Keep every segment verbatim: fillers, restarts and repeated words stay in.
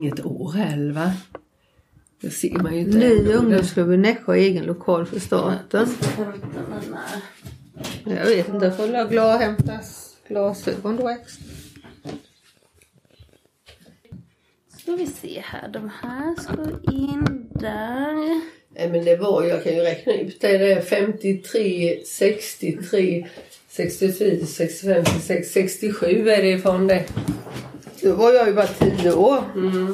Ett år heller, va? Det ser man ju inte. Ny ungdomsklubb i Nässjö har egen lokal för staten. Jag vet inte, jag får glad hämtas glasögon då extra. Ska vi se här, de här ska in där. Nej, men det var, jag kan ju räkna ut det, det är femtiotre, sextiotre, sextiofyra, sextiofem, sextiosex, sextiosju är det ifrån det. Då var jag ju bara tio år. Mm.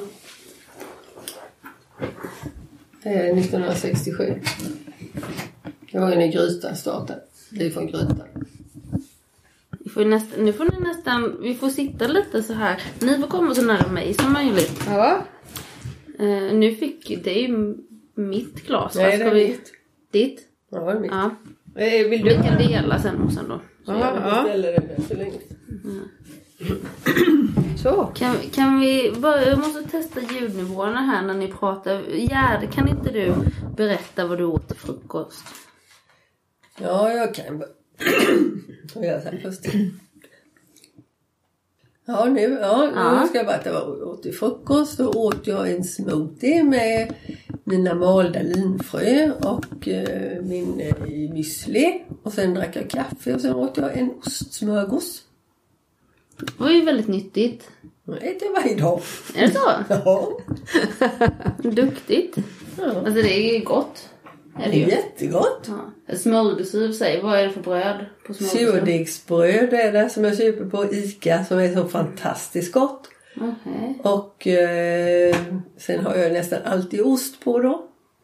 Det är nittonhundrasextiosju. Det var ju när Grytan startade. Det är från Grytan. Vi får nästan, nu får ni nästan, vi får sitta lite så här. Ni får komma så nära mig som möjligt. Ja. Uh, nu fick, det är ju mitt glas. Nej, det är vi, mitt. Ditt? Ja, det är mitt. Ja. Eh, vill du? Vi kan dela sen och sen då. Så jag beställer det där så länge. Mm. Så. Kan, kan vi bara, jag måste testa ljudnivåerna här när ni pratar. Gerd, kan inte du berätta vad du åt till frukost? Ja, jag kan. Får jag sen först. Ja, nu, ja, nu Ja. ska jag berätta vad jag åt till frukost. Då åt jag en smoothie med mina malda linfrö och eh, min eh, müsli. Och sen drack jag kaffe och sen åt jag en ostsmörgås. Det var ju väldigt nyttigt. Jag äter varje dag. Är det så? Ja. Duktigt. Ja. Alltså det är ju gott. Är Det det är ju. jättegott. Ja. Smörgås i sig. Vad är det för bröd på smörgåsen? Surdegsbröd är det som jag köper på Ica som är så fantastiskt gott. Okay. Och eh, sen har jag nästan alltid ost på då.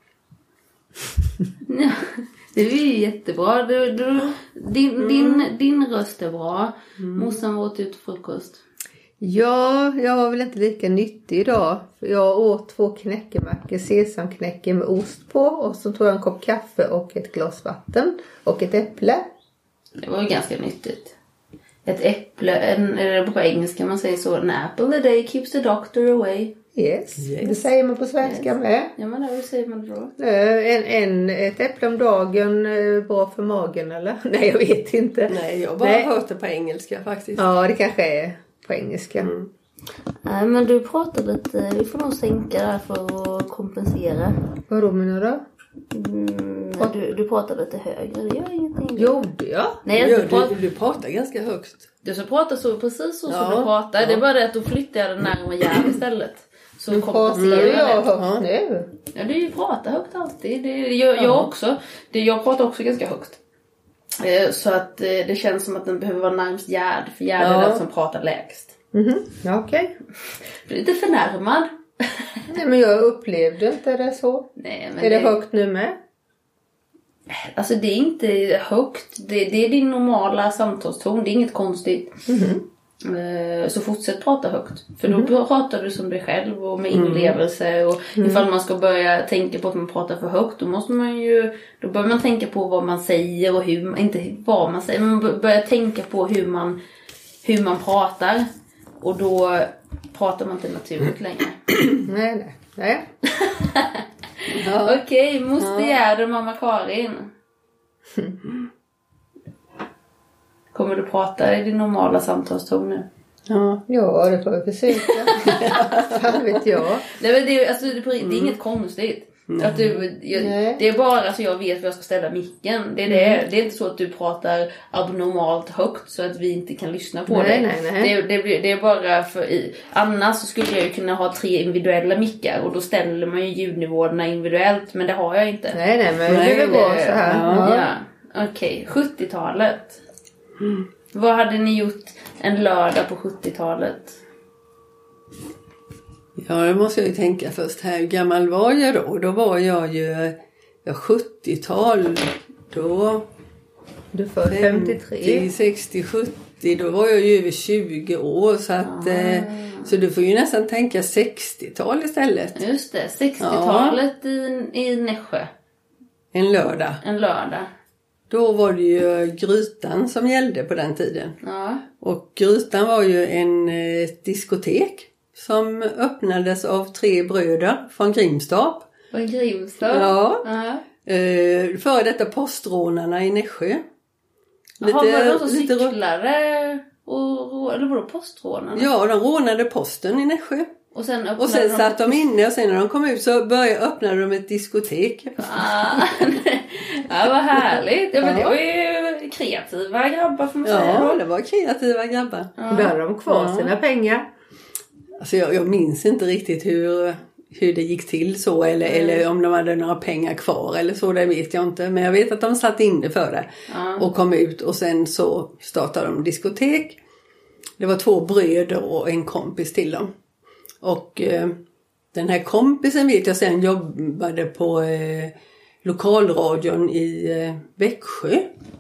Ja, det är ju jättebra. Du, du, din, Mm. din, din röst är bra. Mm. Morsan var åt ut frukost. Ja, jag var väl inte lika nyttig idag. Jag åt två knäckemackor, sesamknäcke med ost på. Och så tog jag en kopp kaffe och ett glas vatten. Och ett äpple. Det var ju ganska nyttigt. Ett äpple, en, eller på engelska man säger så. An apple a day keeps the doctor away. Yes, Yes. det säger man på svenska Yes. med. Ja, men hur säger man det då? Eh, En, en, ett äpple om dagen, eh, bra för magen eller? Nej, jag vet inte. Nej, jag har bara Nej. hört det på engelska faktiskt. Ja, det kanske är på engelska. Mm. Nej, men du pratar lite. Vi får nog sänka det här för att kompensera. Vadå menar du? Mm, du, du pratar lite högre. Det gör ingenting. Gjorde jag? Nej, Ja, jag du, pratar, du pratar ganska högt. du så pratar så precis så Ja, som du pratar. ja. Det är bara det att då flyttar jag den närmare Gerd istället. Så Nu pratar kompenserar jag jag det. högt Ja. nu. Ja, du pratar högt alltid. Det gör jag Ja. också. Det, jag pratar också ganska högt. Eh, Så att eh, det känns som att den behöver vara närmast Gerd. För Gerd är Ja. den som pratar lägst. Mhm, ja, okej. Du är lite förnärmad. Nej, men jag upplevde inte det så. Nej, men Är det högt nu med? Alltså det är inte högt. Det, det är din normala samtalston. Det är inget konstigt. Eh, Så fortsätt prata högt. För då pratar du som dig själv och med inlevelse. Och ifall man ska börja tänka på att man pratar för högt, då måste man ju, då börjar man tänka på vad man säger och hur, inte vad man säger, men man börjar tänka på hur man, hur man pratar. Och då pratar man inte naturligt längre. Nej, nej. Nej. Ja. Okej, moster Gerd och mamma Karin. Kommer du prata i din normala samtalston nu? Ja. Ja, det får jag försöka. Fan vet jag. Nej, men det, är- alltså, det, är- det är inget konstigt. Att du, jag, Nej. det är bara att alltså, jag vet var jag ska ställa micken. Det är, det. Det är inte så att du pratar abnormalt högt så att vi inte kan lyssna på Nej, dig. nej, nej. Det, det, blir- det är bara för i, annars så skulle jag ju kunna ha tre individuella mickar och då ställer man ju ljudnivåerna individuellt, men det har jag inte. Nej, nej, men Nej, det är väl bra det- så här. ja. Ja, okej. sjuttiotalet. Vad hade ni gjort en lördag på sjuttiotalet? Ja, det måste jag ju tänka först här. Hur gammal var jag då? Då var jag ju ja, sjuttiotal. Då Du får femtiotre. femtio, sextio, sjuttio. Då var jag ju över tjugo år. Så, att, eh, så du får ju nästan tänka sextiotal istället. Just det, sextiotalet i, i Nässjö. En lördag. En lördag. Då var det ju Grytan som gällde på den tiden. Ja. Och Grytan var ju en eh, diskotek som öppnades av tre bröder från Grimstorp. Och en Grimstad. Ja. Ja. Eh, före detta postrånarna i Nässjö. Jaha, var det de som rå- cyklade och, eller var det postrånarna? Ja, de rånade posten i Nässjö. Och sen, och sen de... satt de inne och sen när de kom ut så började öppnade de ett diskotek. Ah, ja, vad härligt. Ja, men det var ju kreativa grabbar får man ja, säga. Ja, det var kreativa grabbar. Ja. Då hade de kvar ja. sina pengar. Alltså jag, jag minns inte riktigt hur, hur det gick till så. Eller, mm. eller om de hade några pengar kvar eller så. Det vet jag inte. Men jag vet att de satt inne för det. Ja. Och kom ut och sen så startade de diskotek. Det var två bröder och en kompis till dem. Och eh, den här kompisen vet jag sen jobbade på eh, lokalradion i eh, Växjö.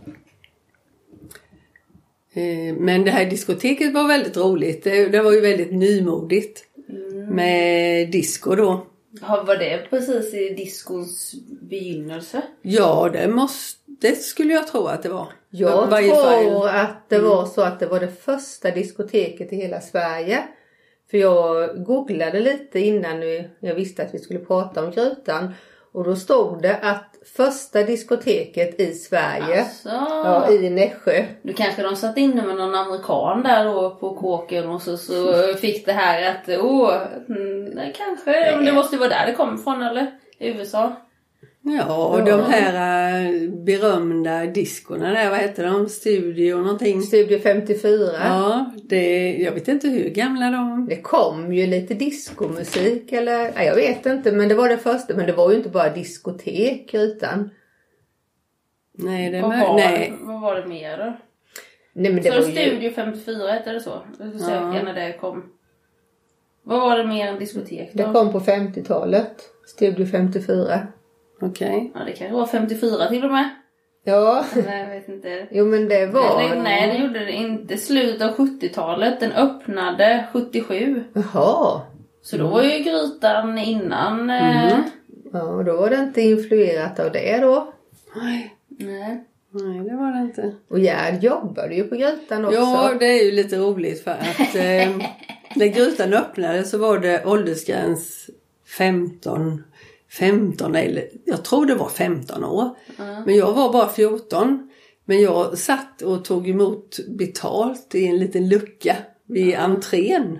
Eh, men det här diskoteket var väldigt roligt. Det, det var ju väldigt nymodigt. Mm. Med disco då. Ja, var det precis i diskons begynnelse? Ja, det, måste, det skulle jag tro att det var. Jag var tror att det var så att det var det första diskoteket i hela Sverige. För jag googlade lite innan jag visste att vi skulle prata om Grytan. Och då stod det att första diskoteket i Sverige, alltså, ja, i Nässjö. Du kanske de satt inne med någon amerikan där då på kåken och så, så fick det här att, åh, nej, kanske, nej. Det måste ju vara där det kommer från, eller? I U S A. Ja, och de här berömda diskorna där, vad heter de? Studio någonting. Studio femtiofyra. Ja, det, jag vet inte hur gamla de... Det kom ju lite diskomusik eller, nej, jag vet inte, men det var det första. Men det var ju inte bara diskotek utan... Nej, det vad, var, var, nej. vad var det mer då? Nej, men det så var Studio ju... femtiofyra heter det så? Jag ska söka ja. När det kom. Vad var det mer än diskotek då? Det kom på femtiotalet. Studio femtiofyra. Okej. Okay. Ja, det kanske var femtiofyra till och med. Ja. Nej, jag vet inte. Jo, men det var... Nej, nej, det gjorde det inte. Slutet av sjuttiotalet. Den öppnade sjuttiosju. Jaha. Så då var ju Grytan innan... Mm. Eh... Ja, då var det inte influerat av det då. Nej. Nej. Nej, det var det inte. Och jag jobbade ju på Grytan också. Ja, det är ju lite roligt för att eh, när Grytan öppnade så var det åldersgräns femton... femton eller jag tror det var femton år. Mm. Men jag var bara fjorton. Men jag satt och tog emot betalt i en liten lucka vid mm. entrén.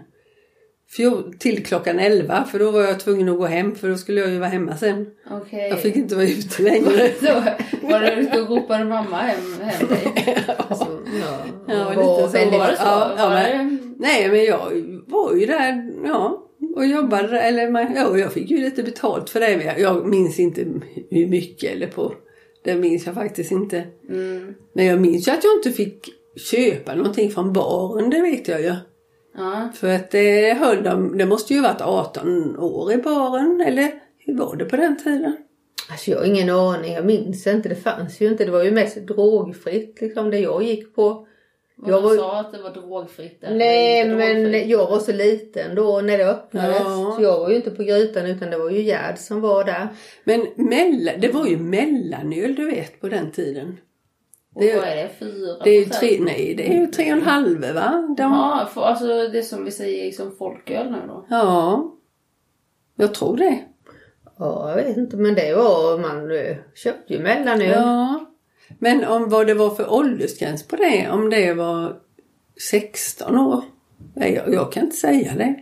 Fjol, till klockan elva, för då var jag tvungen att gå hem, för då skulle jag ju vara hemma sen. Okay. Jag fick inte vara ute längre. Så var det ute och ropade mamma hem, hem dig? Alltså, ja, ja, lite så. Var det så? Ja, ja, var men, det... Nej, men jag var ju där, ja, och jobbade, eller man, ja, jag fick ju lite betalt för det. Men jag minns inte hur mycket, eller på, det minns jag faktiskt inte. Mm. Men jag minns ju att jag inte fick köpa någonting från baren, det vet jag ju. Ja. För att det höll de, det måste ju varit arton år i baren, eller hur var det på den tiden? Alltså jag har ingen aning, jag minns inte, det fanns ju inte, det var ju mest drogfritt liksom det jag gick på. Och jag var... sa att det var drogfritt? Eller? Nej, men drogfritt. Jag var så liten då när det öppnades, ja. Så jag var ju inte på Grytan utan det var ju Gerd som var där. Men mellan, det var ju mellanöl du vet på den tiden. Det, och vad är det? Fyra det är ju tre, nej, det är ju tre och en halv, va? De... Ja, för, alltså det som vi säger som folköl nu då. Ja, jag tror det. Ja, jag vet inte, men det var, man köpte ju mellanöl. Ja, men om vad det var för åldersgräns på det, om det var sexton år. Nej, jag, jag kan inte säga det.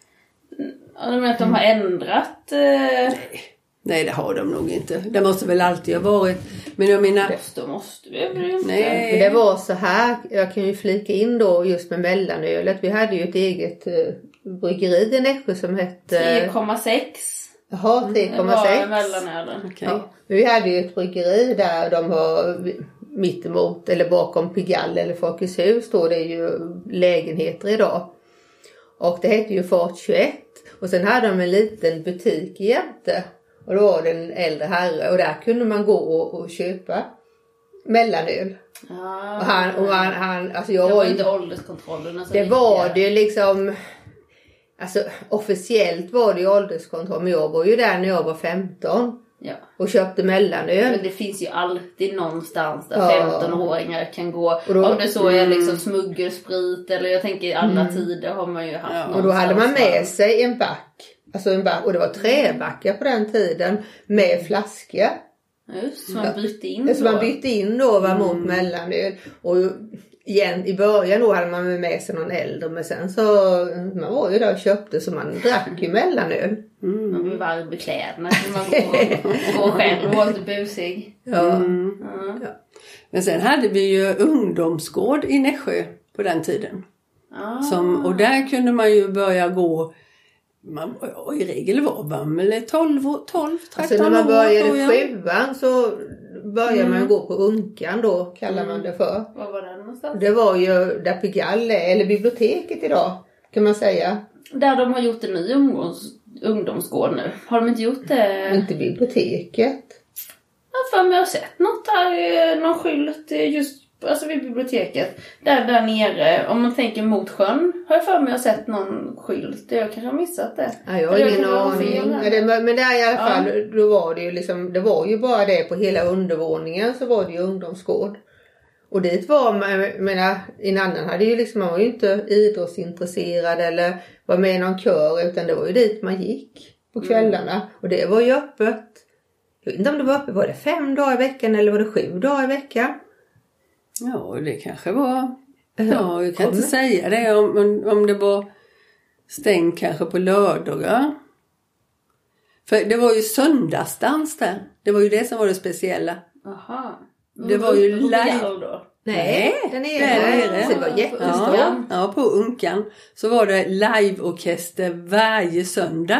Ja, men att de har ändrat... Eh... Nej. Nej, det har de nog inte. Det måste väl alltid ha varit. Men jag menar... Det måste det väl inte. Nej. Men det var så här, jag kan ju flika in då just med mellanölet. Vi hade ju ett eget uh, bryggeri i Nässjö som hette... tre komma sex. Jaha, tre komma sex. Det var mellanölen. Okay. Ja. Vi hade ju ett bryggeri där de har mitt emot, eller bakom Pigalle eller Folkets hus då, det är ju lägenheter idag. Och det hette ju Fart tjugoett. Och sen hade de en liten butik jämte. Och då var det en äldre herre. Och där kunde man gå och, och köpa mellanöl. Ah, och han, och han, han alltså jag det var var inte ålderskontrollen. Alltså det var det ju liksom... Alltså officiellt var det ju ålderskontroll. Men jag var ju där när jag var femton. Ja. Och köpte mellanöl. Men det finns ju alltid någonstans där ja. femton-åringar kan gå. Då, om det så är mm. liksom smuggelsprit. Eller jag tänker i alla mm. tider har man ju haft ja. Och då hade man med sig en back. Alltså en back, och det var träbackar på den tiden med flaskor. Just, så man bytte in Så man bytte in då var mot mm. mellanöl. Och igen, i början då hade man med sig någon äldre, men sen så man var ju där och köpte så man drack ju mellanöl. Mm. Man blir varm i kläderna när man går, går själv och var lite busig. Ja. Mm. Ja. Ja. Men sen hade vi ju ungdomsgård i Nässjö på den tiden. Ah. Som, och där kunde man ju börja gå, man, och i regel var man väl tolv, tolv, tretton Alltså när man började år, sjuan så började Mm. man ju gå på Unkan då, kallar Mm. man det för. Vad var det någonstans? Det var ju där Pigalle, eller biblioteket idag, kan man säga. Där de har gjort en ny ungdoms, ungdomsgård nu. Har de inte gjort det? Inte biblioteket. Jag för mig har sett något där, någon skylt just alltså vid biblioteket. Där, där nere, om man tänker mot sjön, har jag för mig har sett någon skylt. Jag kanske har missat det. Ja, jag har Eller ingen kan vara aning. fel här. Ja, det, men där i alla Ja. fall, då var det ju liksom, det var ju bara det på hela undervåningen så var det ju ungdomsgård. Och dit var man, jag menar, en annan hade ju liksom, man var ju inte idrottsintresserad eller var med i någon kör, utan det var ju dit man gick på kvällarna. Och det var ju öppet. Jag vet inte om det var öppet, var det fem dagar i veckan eller var det sju dagar i veckan? Ja, det kanske var, Ja, ja, jag kan kommer. inte säga det om, om- om det var stängt kanske på lördagar. För det var ju söndagsdans där. Det var ju det som var det speciella. Aha. Det var ju live. Royal då. Nej, den där nere. nere. Så det var jättestort. Ja, ja, på Unkan så var det liveorkester varje söndag.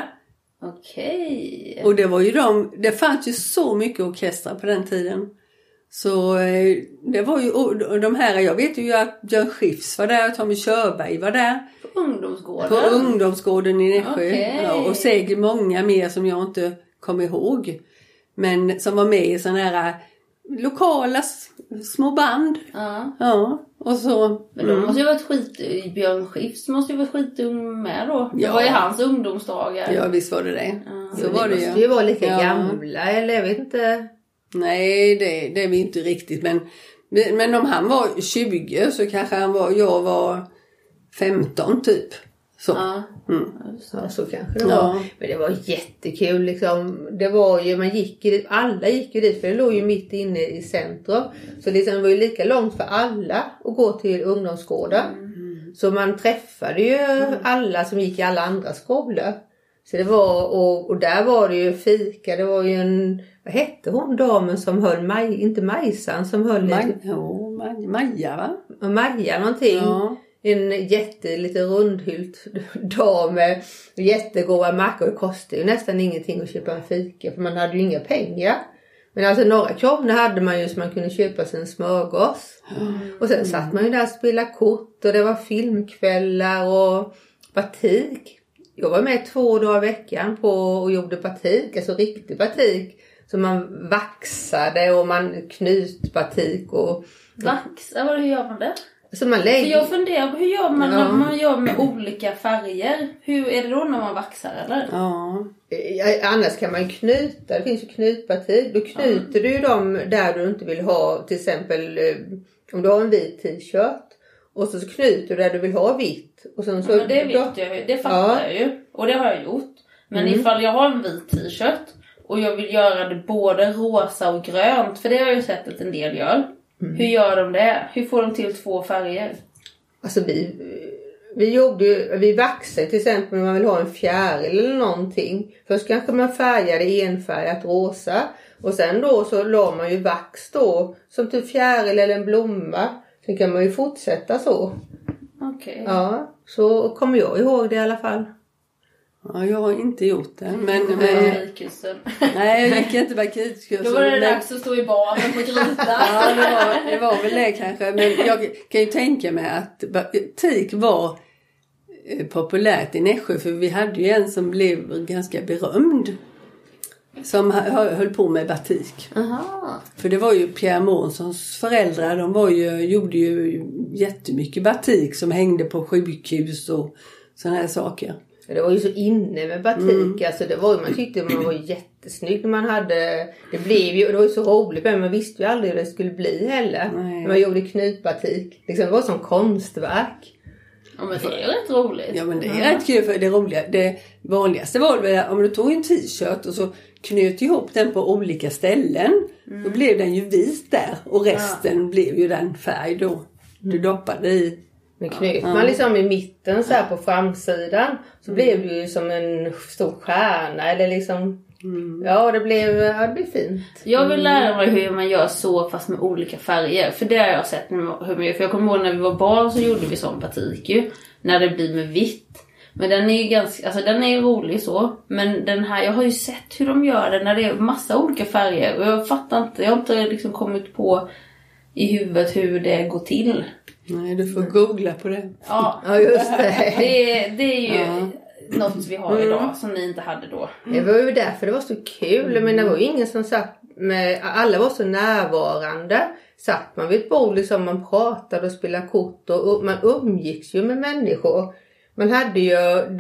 Okej. Och det var ju de, det fanns ju så mycket orkestrar på den tiden. Så eh, det var ju, och de här, jag vet ju att Björn Skifs var där, Tommy Körberg var där. På ungdomsgården. På ungdomsgården i Nässjö. Okej. Ja, och säkert många mer som jag inte kommer ihåg. Men som var med i sådana här lokala s- små band. Ja. Ja, och så. Men då måste ju varit skit, Björn Skifs måste ju varit skitung med då. Det Ja. var ju hans ungdomsdagar. Ja, visst var det det. Ja. Så var det måste ju. ju vara lika Ja. gamla, eller jag vet inte. Nej, det, det är vi inte riktigt. Men, men om han var tjugo så kanske han var, jag var femton typ. Så. Ja. Mm. Ja, så kanske det var. Ja. Men det var jättekul liksom. Det var ju, man gick ju dit, alla gick ju dit för det låg ju mitt inne i centrum. Så liksom, det var ju lika långt för alla att gå till ungdomsgården. Mm. Så man träffade ju alla som gick i alla andra skolor. Så det var, och, och där var det ju fika, det var ju en, vad hette hon damen som höll, maj, inte Majsan som höll Maj, lite, jo, Maj, Maja va? Maja någonting. Ja. En jätte, lite rundhylt dam med jättegoda mackor. Det kostade ju nästan ingenting att köpa en fika för man hade ju inga pengar. Men alltså några kronor hade man ju så man kunde köpa sig en smörgås. Mm. Och sen satt man ju där och spelade kort och det var filmkvällar och batik. Jag var med två dagar i veckan på och gjorde batik, alltså riktig batik. Så man vaxade och man knut batik och... Vaxa, vad hur gör man det? Så man För lägger... jag funderar på hur gör man Ja. när man gör med olika färger? Hur är det då när man vaxar eller? Ja. Ja, annars kan man knyta, det finns ju knutbatik. Då knyter du ju dem där du inte vill ha, till exempel eh, om du har en vit t-shirt. Och så knyter du där du vill ha vitt. Och sen så, Ja, men det då, vet jag ju, det fattar Ja. jag ju. Och det har jag gjort. Men Mm. ifall jag har en vit t-shirt och jag vill göra det både rosa och grönt, för det har jag ju sett att en del gör. Mm. Hur gör de det? Hur får de till två färger? Alltså vi, vi gjorde ju, vi vaxade till exempel om man vill ha en fjäril eller någonting. Först kanske man färgade enfärgat rosa. Och sen då så la man ju vax då, som typ fjäril eller en blomma. Sen kan man ju fortsätta så. Okej. Ja, så kommer jag ihåg det i alla fall. Ja, jag har inte gjort det. Men, Men, men, Bakikusen. nej, jag gick inte bakitkursen. Då var det men, dags att stå i baren på grytan. ja, det var, det var väl det kanske. Men jag kan ju tänka mig att batik var eh, populärt i Nässjö. För vi hade ju en som blev ganska berömd. Som hö- höll på med batik. Aha. För det var ju Pierre Månssons föräldrar. De var ju, gjorde ju jättemycket batik som hängde på sjukhus och såna här saker. Det var ju så inne med batik. Mm. Alltså det var ju, man tyckte man var jättesnygg när man hade, det blev ju, det var ju så roligt, men man visste ju aldrig hur det skulle bli heller. Nej. När man gjorde knutbatik. Liksom, det var som konstverk. Ja, men det är rätt roligt. Ja, men det är rätt kul, för det roliga, det vanligaste var väl om du tog en t-shirt och så knöt ihop den på olika ställen. Då blev den ju vit där och resten blev ju den färg då. du doppade i. Men knöt ja. man liksom i mitten så här på framsidan så mm. blev det ju som en stor stjärna eller liksom mm. ja det blev, ja, det blev fint. Jag vill lära mig hur man gör så fast med olika färger, för det har jag sett hur man gör. För jag kommer ihåg när vi var barn så gjorde vi sån batik ju, när det blir med vitt. Men den är ju ganska, alltså den är ju rolig så. Men den här, jag har ju sett hur de gör det när det är massa olika färger. Och jag fattar inte, jag har inte liksom kommit på i huvudet hur det går till. Nej, du får googla på det. Ja, ja just det. Det, det är ju ja. något vi har idag som ni inte hade då. Det var ju därför det var så kul. Mm. Men det var ju ingen som satt med, alla var så närvarande. Satt man vid ett bord liksom, man pratade och spelade kort och man umgicks ju med människor. Man hade ju,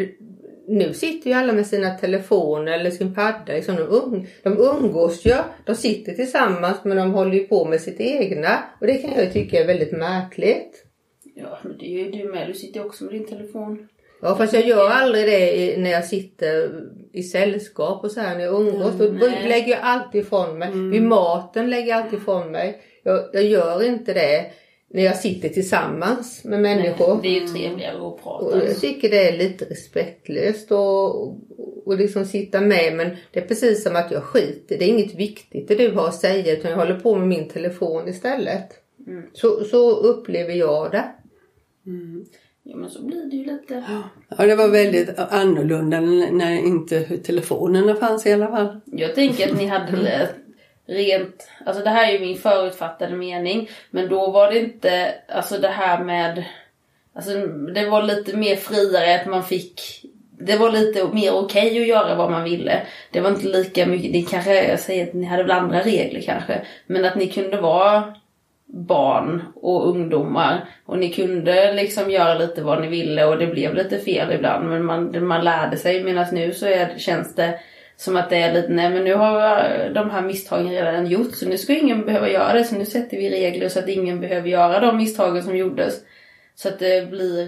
nu sitter ju alla med sina telefoner eller sin padda. Liksom, de, um, de umgås ju, de sitter tillsammans men de håller ju på med sitt egna. Och det kan jag tycka är väldigt märkligt. Ja, men det är ju du med. Du sitter också med din telefon. Ja, fast jag gör aldrig det när jag sitter i sällskap och så här när jag umgås. Mm, då nej. lägger jag alltid ifrån mig. Mm. Vid maten lägger jag alltid ifrån mig. Jag, jag gör inte det när jag sitter tillsammans med människor. Nej, det är ju trevligare att prata. Och jag tycker det är lite respektlöst och, och liksom sitta med. Men det är precis som att jag skiter. Det är inget viktigt det du har att säga utan jag håller på med min telefon istället. Mm. Så, så upplever jag det. Mm. Ja, men så blir det ju lite. Ja, det var väldigt annorlunda när inte telefonerna fanns i alla fall. Jag tänker att ni hade rent, alltså det här är ju min förutfattade mening, men då var det inte, alltså det här med, alltså det var lite mer friare att man fick, det var lite mer okej okay att göra vad man ville. Det var inte lika mycket, det kanske, jag säger att ni hade väl andra regler kanske, men att ni kunde vara barn och ungdomar och ni kunde liksom göra lite vad ni ville och det blev lite fel ibland, men man, man lärde sig, medan nu så är, känns det som att det är lite, nej men nu har de här misstagen redan gjort så nu ska ingen behöva göra det, så nu sätter vi regler så att ingen behöver göra de misstagen som gjordes, så att det blir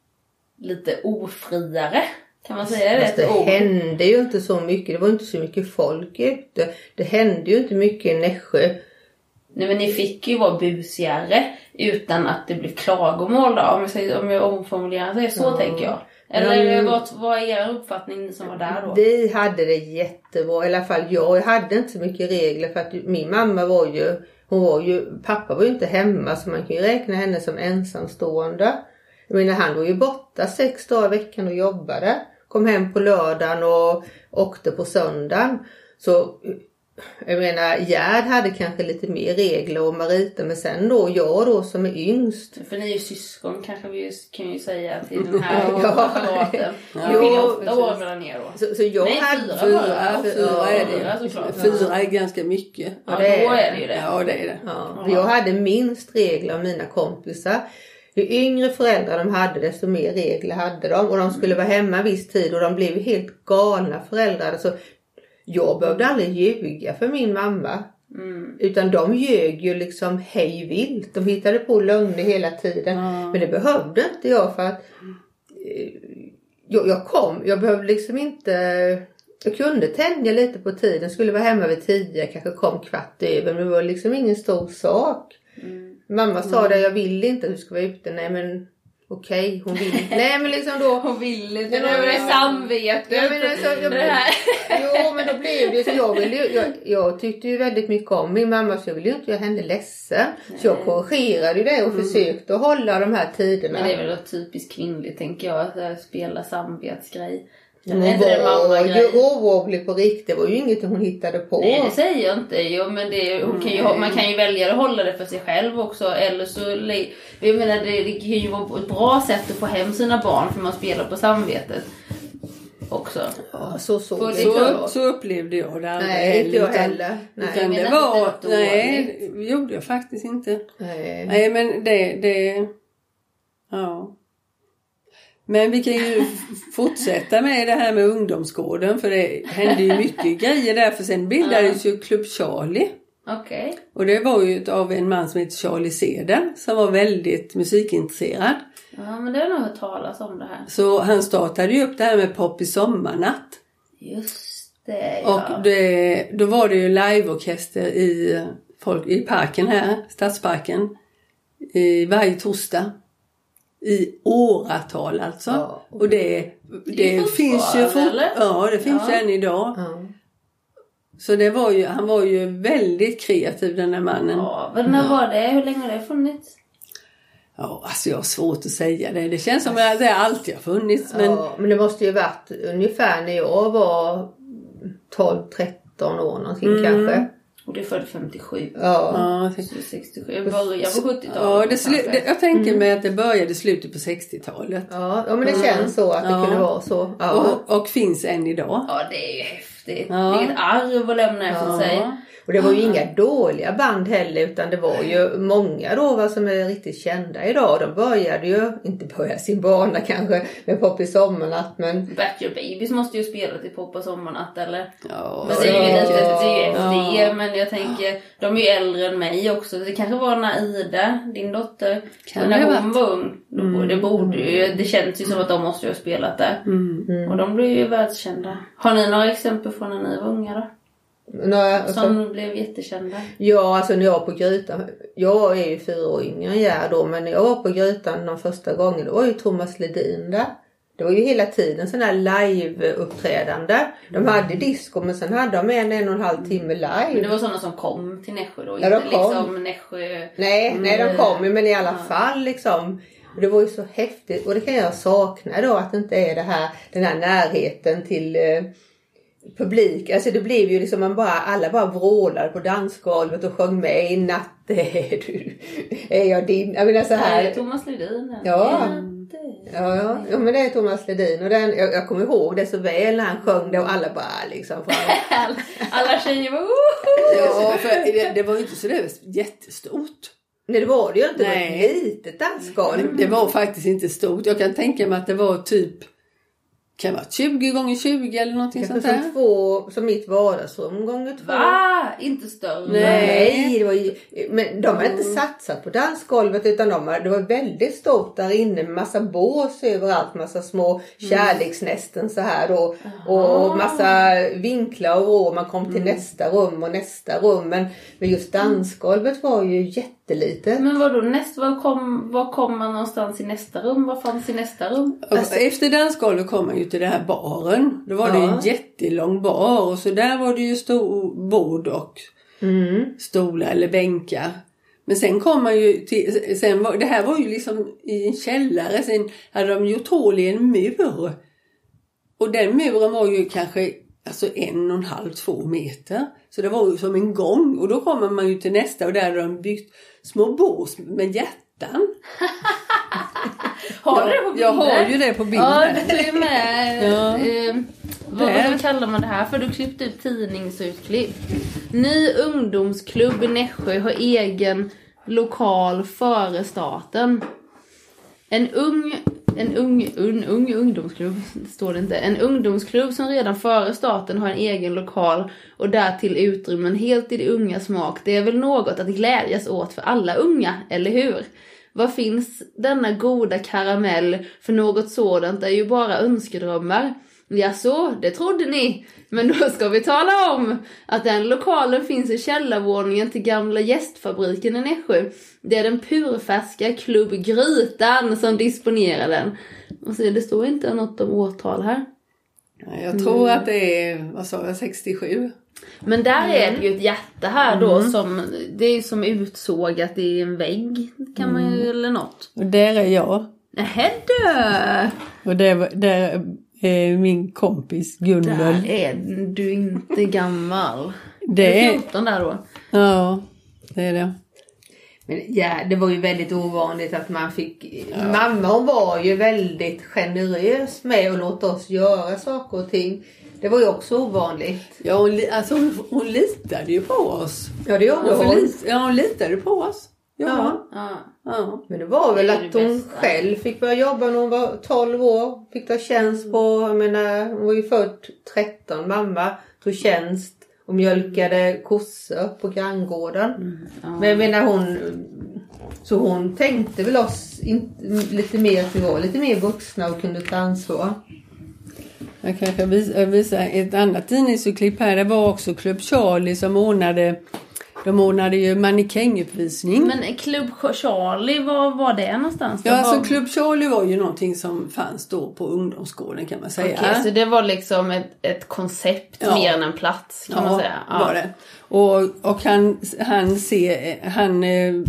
lite ofriare, kan man säga det? Det hände ju inte så mycket, det var inte så mycket folk ute, det hände ju inte mycket i Nässjö. Nej, men ni fick ju vara busigare utan att det blev klagomål då, om jag, säger, om jag omformulerar det så, ja. Tänker jag. Eller mm. vad, vad är er uppfattning som var där då? Vi hade det jättebra, i alla fall jag. Jag hade inte så mycket regler för att min mamma var ju, hon var ju, pappa var ju inte hemma så man kan ju räkna henne som ensamstående. Jag menar, han var ju borta sex dagar i veckan och jobbade. Kom hem på lördagen och åkte på söndagen. Så jag menar, Gerd hade kanske lite mer regler och Marita, men sen då, jag då som är yngst. För ni är ju syskon, kanske vi kan ju säga till den här ja. apparaten. Ja. Jo, åtta år mellan ner då. Så, så jag Nej, hade fyra, fyra, fyra, fyra, fyra är det. Fyra, fyra är ganska mycket. Ja, då är det ju det. Ja, det är det. Ja, jag hade minst regler av mina kompisar. Ju yngre föräldrar de hade, desto mer regler hade de. Och de skulle vara hemma en viss tid och de blev ju helt galna föräldrar. Så jag behövde aldrig ljuga för min mamma. Mm. Utan de ljög ju liksom hej vilt. De hittade på lögner hela tiden. Mm. Men det behövde inte jag för att eh, jag, jag kom. Jag behövde liksom inte. Jag kunde tänja lite på tiden. Skulle vara hemma vid tio. Kanske kom kvart över. Men det var liksom ingen stor sak. Mm. Mamma sa det. Jag vill inte att du ska vara ute. Nej men. Okej, okay, hon vill. Nej men liksom då. Hon vill inte. Det var det samvetet. Ja, men alltså, jag blev, jo men då blev det så. Jag, ville, jag, jag tyckte ju väldigt mycket om min mamma. Så jag ville ju inte göra henne ledsen. Nej. Så jag korrigerade ju det och mm. försökte att hålla de här tiderna. Men det är väl typiskt kvinnligt tänker jag. Att spela samvetsgrej. Hon var ju orolig på riktigt. Det var ju inget hon hittade på. Nej, det säger jag inte. Jo, men det, hon kan ju, man kan ju välja att hålla det för sig själv också. Eller så, jag menar, det, det kan ju vara ett bra sätt att få hem sina barn. För man spelar på samvetet också. Ja, så, så, så, så, så upplevde jag det. Nej, inte jag heller. Nej, utan det var, nej, det gjorde jag faktiskt inte. Nej, nej men det, det, ja. Men vi kan ju fortsätta med det här med ungdomsgården. För det hände ju mycket grejer där. För sen bildades ju Club Charlie. Okej. Okay. Och det var ju av en man som heter Charlie Seder. Som var väldigt musikintresserad. Ja, men det har jag nog hört talas om det här. Så han startade ju upp det här med Pop i sommarnatt. Just det, ja. Och det, då var det ju liveorkester i, folk, i parken här. Stadsparken. i varje torsdag. I åratal alltså. Ja. Och det, det, det finns ju fort, ja, det finns ja. ju än idag. Ja. Så det var ju, han var ju väldigt kreativ, den där mannen. Ja, men när var det? Hur länge har det funnits? Ja, alltså jag har svårt att säga det. Det känns som att det alltid har funnits. Men... Ja, men det måste ju varit ungefär när jag var tolv tretton år någonting mm. kanske. Och det är född femtiosju. Ja. ja. sextiosju. Jag började på sjuttiotalet. Ja, det slu- det, jag tänker mm. mig att det började slutet på sextiotalet. Ja, ja men det mm. känns så att det ja. kunde vara så. Ja. Och, och finns än idag. Ja, det är ju häftigt. Ja. Det är ett arv att lämna efter ja. sig. Och det var ju inga dåliga band heller, utan det var ju många då va, som är riktigt kända idag. De började ju, inte börja sin bana kanske med Pop i sommarnatt, men... Back Your Babies måste ju spela till Pop i sommarnatt, eller? Ja. Men det är ju lite, det är ju efter det, men jag tänker, de är ju äldre än mig också. Det kanske var när Ida, din dotter, när hon var ung. Mm. Det borde ju, det känns ju som att de måste ju ha spelat där. Mm. Mm. Och de blev ju världskända. Har ni några exempel från när ni var unga då? Några, som alltså, blev jättekända. Ja, alltså när jag var på Grytan. Jag är ju fyra år yngre än jag då. Men när jag var på Grytan de första gången, då var ju Thomas Ledin där. Det var ju hela tiden sån här live-uppträdande. De hade disco, men sen hade de en, en och en halv timme live. Men det var sådana som kom till Nässjö då? Ja, inte liksom Nässjö... Nej, mm. nej, de kom ju, men i alla ja. fall liksom... Och det var ju så häftigt. Och det kan jag sakna då, att det inte är det här, den här närheten till... Eh, publik, alltså det blev ju liksom man bara, alla bara vrålade på dansgolvet och sjöng med i natt är du, är jag din, jag menar så här. Det är Thomas Ledin. Ja. Ja, ja, ja, men det är Thomas Ledin och den, jag, jag kommer ihåg det så väl när han sjöng det och alla bara liksom alla, alla tjejer var ja, för det, det var ju inte så det jättestort. Nej, det var det ju inte. Nej. Det var ett litet dansgolv. Det, det var faktiskt inte stort. Jag kan tänka mig att det var typ kan vara tjugo gånger tjugo eller någonting sånt där. Som två, som mitt vardagsrum gånger två. Va? Inte större? Nej, det var ju, men de har inte satsat på dansgolvet utan de har, det var väldigt stort där inne med massa bås överallt, massa små kärleksnästen så här då. Och massa vinklar och rå, man kom till mm. nästa rum och nästa rum. Men, men just dansgolvet var ju jättelitet. Men vadå, näst, var, kom, var kom man någonstans i nästa rum? Vad fanns i nästa rum? Alltså, efter dansgolvet kom man ju till den här baren. Då var ja. det en jättelång bar och så där var det ju stor bord och mm. stolar eller bänkar. Men sen kom man ju till, sen var, det här var ju liksom i en källare, sen hade de gjort hål i en mur. Och den muren var ju kanske alltså en och en halv, två meter. Så det var ju som en gång och då kommer man ju till nästa och där hade de byggt små bås med hjärtan. Har du det på bilden? Jag har ju det på bilden. Ja, du tog ju med. ja. eh, vad, vad kallar man det här? För du klippte ut tidningsutklipp. Ny ungdomsklubb i Nässjö har egen lokal före staten. En ung en ung, un, ung ungdomsklubb står det inte. En ungdomsklubb som redan före staten har en egen lokal och därtill utrymmen helt i det unga smak. Det är väl något att glädjas åt för alla unga, eller hur? Vad finns denna goda karamell för något sådant är ju bara önskedrömmar. Ja så, det trodde ni. Men då ska vi tala om att den lokalen finns i källarvåningen till gamla gästfabriken i Nässjö. Det är den purfärska klubb Grytan som disponerar den. Och så det står inte något om årtal här. Jag tror mm. att det är, vad sa jag, sextiosju. Men där mm. är det ju ett hjärta här då mm. som, det är som utsågat i en vägg kan mm. man ju, eller något. Och där är jag. Nähä du! Och där, där är min kompis Gunnel. Där är du inte gammal. Det är fjorton där då. Ja, det är det. Men ja, det var ju väldigt ovanligt att man fick... Ja. Mamma hon var ju väldigt generös med att låta oss göra saker och ting. Det var ju också ovanligt. Ja, hon, alltså, hon, hon litade ju på oss. Ja, det gjorde hon. hon. Ja, hon litade på oss. Ja. Ja. Ja. Men det var väl det att hon bästa. själv fick börja jobba när hon var tolv år. Fick ta tjänst på, jag menar, hon var ju född tretton. Mamma tog tjänst och mjölkade kossor på granngården. Mm. Ja. Men jag menar hon... Så hon tänkte väl oss inte, lite mer att vi var lite mer vuxna och kunde ta ansvar. Jag kanske visa, visa ett annat tidningsklipp här. Det var också Club Charlie som ordnade de ordnade ju mannekänguppvisning. Men Club Charlie, var var det någonstans? Ja, var... alltså Club Charlie var ju någonting som fanns då på ungdomsgården kan man säga. Okej, så det var liksom ett, ett koncept ja. mer än en plats kan ja, man säga. Ja, var det. Och, och han, han, se, han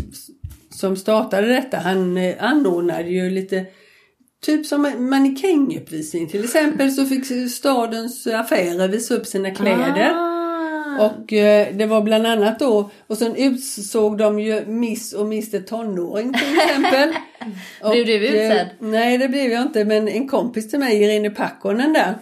som startade detta, han anordnade ju lite... Typ som en mannekänguppvisning. Till exempel så fick stadens affärer visa upp sina kläder. Ah. Och eh, det var bland annat då. Och sen utsåg de ju Miss och mister tonåring till exempel. Och, blev du utsedd? Eh, nej, det blev jag inte. Men en kompis till mig, Irene Pakkonen där.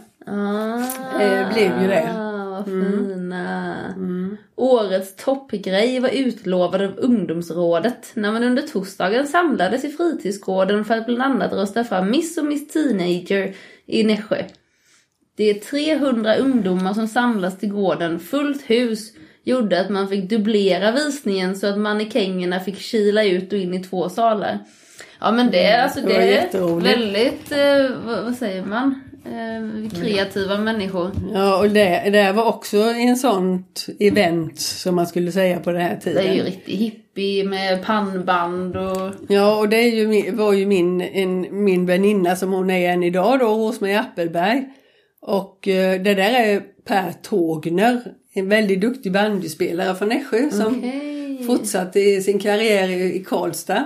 Ah. Eh, blev ju det. Vad fina. Mm. Årets toppgrej var utlovad av ungdomsrådet när man under torsdagen samlades i fritidsgården för att bland annat rösta fram Miss och Miss Teenager i Nässjö. Det är trehundra ungdomar som samlas till gården. Fullt hus gjorde att man fick dubblera visningen så att mannekängerna fick kila ut och in i två salar. Ja, men det, alltså, det, det är väldigt, eh, vad, vad säger man? Eh, kreativa mm. människor. Ja, och det, det var också en sånt event som man skulle säga på den här tiden. Det är ju riktigt hippie med pannband och... Ja, och det är ju, var ju min, en, min väninna som hon är än idag då, Rosmarie Appelberg. Och eh, det där är Per Tågner, en väldigt duktig bandyspelare från Nässjö som okay. fortsatte i sin karriär i, i Karlstad.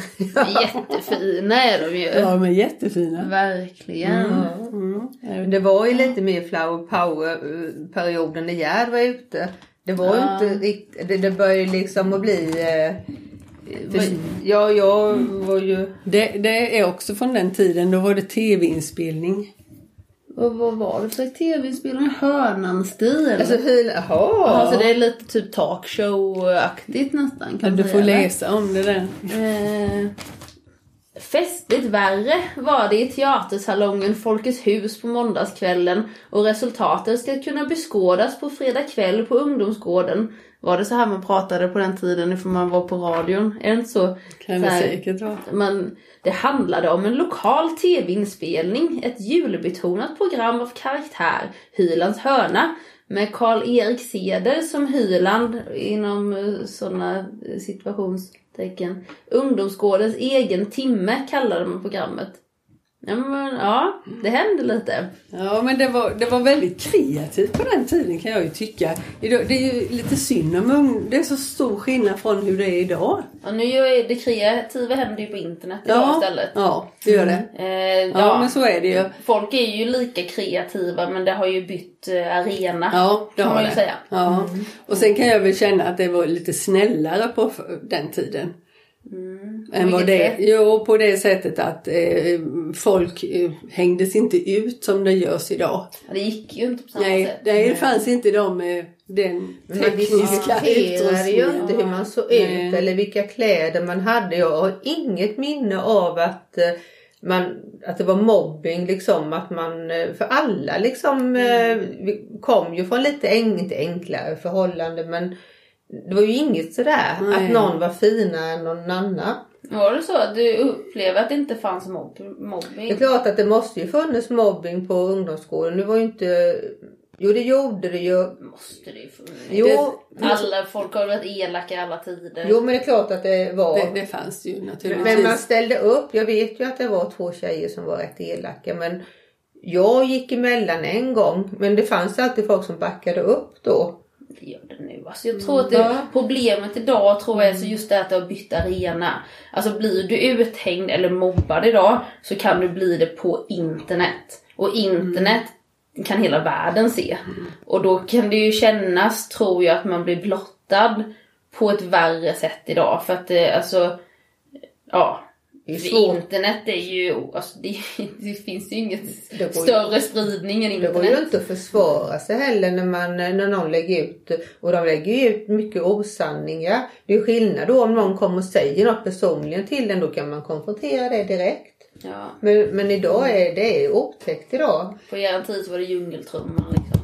Jättefina är de ju. Ja, men jättefina. Verkligen. Mm. Mm. Det var ju lite mer flower power-perioden när Gerd var ute. Det var ja. ju inte riktigt, det, det började liksom att bli... Eh, för, ja, jag var ju... Det, det är också från den tiden, då var det tv-inspelning. Och vad var det för tv-spelning? Hörnanstil? Alltså, jaha. Alltså det är lite typ talkshow-aktigt nästan. Kan ja, du får säga, läsa om det där. Eh, festligt värre var det i teatersalongen Folkets hus på måndagskvällen. Och resultatet ska kunna beskådas på fredag kväll på ungdomsgården. Var det så här man pratade på den tiden ifall man var på radion? Är det inte så? Kan det säkert vara. Man, det handlade om en lokal tv-inspelning. Ett julbetonat program av karaktär. Hylands hörna. Med Karl-Erik Ceder som Hyland inom sådana situationstecken. Ungdomsgårdens egen timme kallade man programmet. Ja, men, ja, det hände lite. Ja, men det var, det var väldigt kreativt på den tiden kan jag ju tycka. Idag, det är ju lite synd om det är så stor skillnad från hur det är idag. Ja, nu är det kreativa händer ju på internet idag ja, istället. Ja, det gör det. Eh, ja, ja, men så är det ju. Folk är ju lika kreativa men det har ju bytt eh, arena. Ja, det kan har man ju det. säga. Ja. Mm. Och sen kan jag väl känna att det var lite snällare på den tiden. Mm. Än vad det, jo, på det sättet att eh, folk eh, hängdes inte ut som det görs idag. Det gick ju inte på samma Nej, sätt. Nej, det fanns inte de eh, den tekniska utrustningen. Ju inte hur man såg Nej. ut eller vilka kläder man hade. Jag har inget minne av att eh, man, att det var mobbing liksom, att man för alla liksom eh, kom ju från lite äng, inte enklare förhållanden, men det var ju inget sådär Nej. Att någon var finare än någon annan. Var det så att du upplevde att det inte fanns mobb- mobbing? Det är klart att det måste ju funnits mobbing på ungdomsskolan. Det var ju inte... Jo, det gjorde det ju. Måste det ju funnits. Jo, alla folk har varit elaka i alla tider. Jo, men det är klart att det var... Det, det fanns ju naturligtvis. Men man ställde upp. Jag vet ju att det var två tjejer som var rätt elaka. Men jag gick emellan en gång. Men det fanns alltid folk som backade upp då. Det gör det nu. Alltså jag tror att det, mm. problemet idag tror jag är så just det att det har bytt arena. Alltså blir du uthängd eller mobbad idag så kan du bli det på internet. Och internet mm. kan hela världen se. Mm. Och då kan det ju kännas, tror jag, att man blir blottad på ett värre sätt idag. För att det, alltså, ja... Internet är ju, alltså det, det finns ju inget det större ju, spridning än internet. Det går ju inte att försvara sig heller när, man, när någon lägger ut, och de lägger ju ut mycket osanningar. Det är skillnad då om någon kommer och säger något personligen till den, då kan man konfrontera det direkt. Ja. Men, men idag är det upptäckt idag. På er tid så var det djungeltrumman liksom.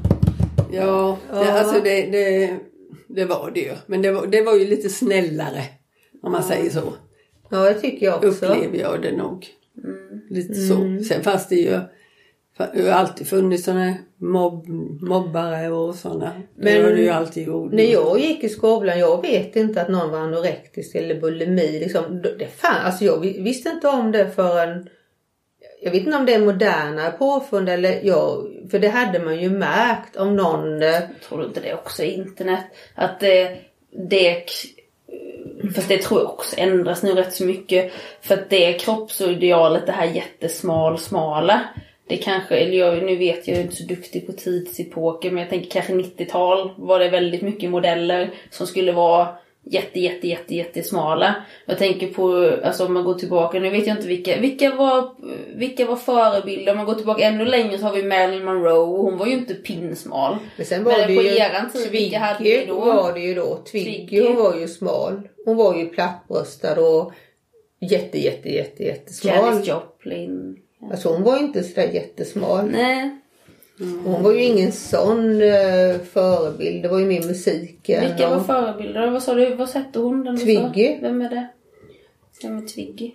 Ja, det, ja. Alltså det, det, det var det ju. Men det var, det var ju lite snällare om man ja. säger så. Ja, det tycker jag också. Upplever jag det nog. Mm. Lite så. Mm. Sen fanns det ju Det har alltid funnits sådana mobb, mobbare och sådana. Men det har det ju alltid gjort. När jag gick i skolan, jag vet inte att någon var anorektisk eller bulimi. Liksom, det fan, alltså jag visste inte om det förrän... Jag vet inte om det är moderna påfund eller ja, för det hade man ju märkt om någon... Tror du inte det också i internet? Att det... det fast det tror jag också ändras nu rätt så mycket. För att det kroppsidealet, det här jättesmal, smala... Det kanske, eller jag, nu vet jag, jag är inte så duktig på tidsepoker, men jag tänker kanske nittiotal var det väldigt mycket modeller som skulle vara jätte, jätte, jätte, jättesmala. Jag tänker på, alltså om man går tillbaka, nu vet jag inte vilka, vilka var, vilka var förebilder. Om man går tillbaka ännu längre så har vi Marilyn Monroe, hon var ju inte pinsmal. Men sen var men det på ju, eran tid, vilka hade vi då? var det ju då, Twiggy, Twiggy, hon var ju smal. Hon var ju plattbröstad och jätte, jätte, jätte, jättesmal. Janis Joplin. Alltså hon var ju inte så där jättesmal. Nej. Mm. Hon var ju ingen sån uh, förebild. Det var ju mer musiken. Vilka och... var förebilder? Vad sa du? Vad sätter hon den? Twiggy. Vem är det? Vem är Twiggy?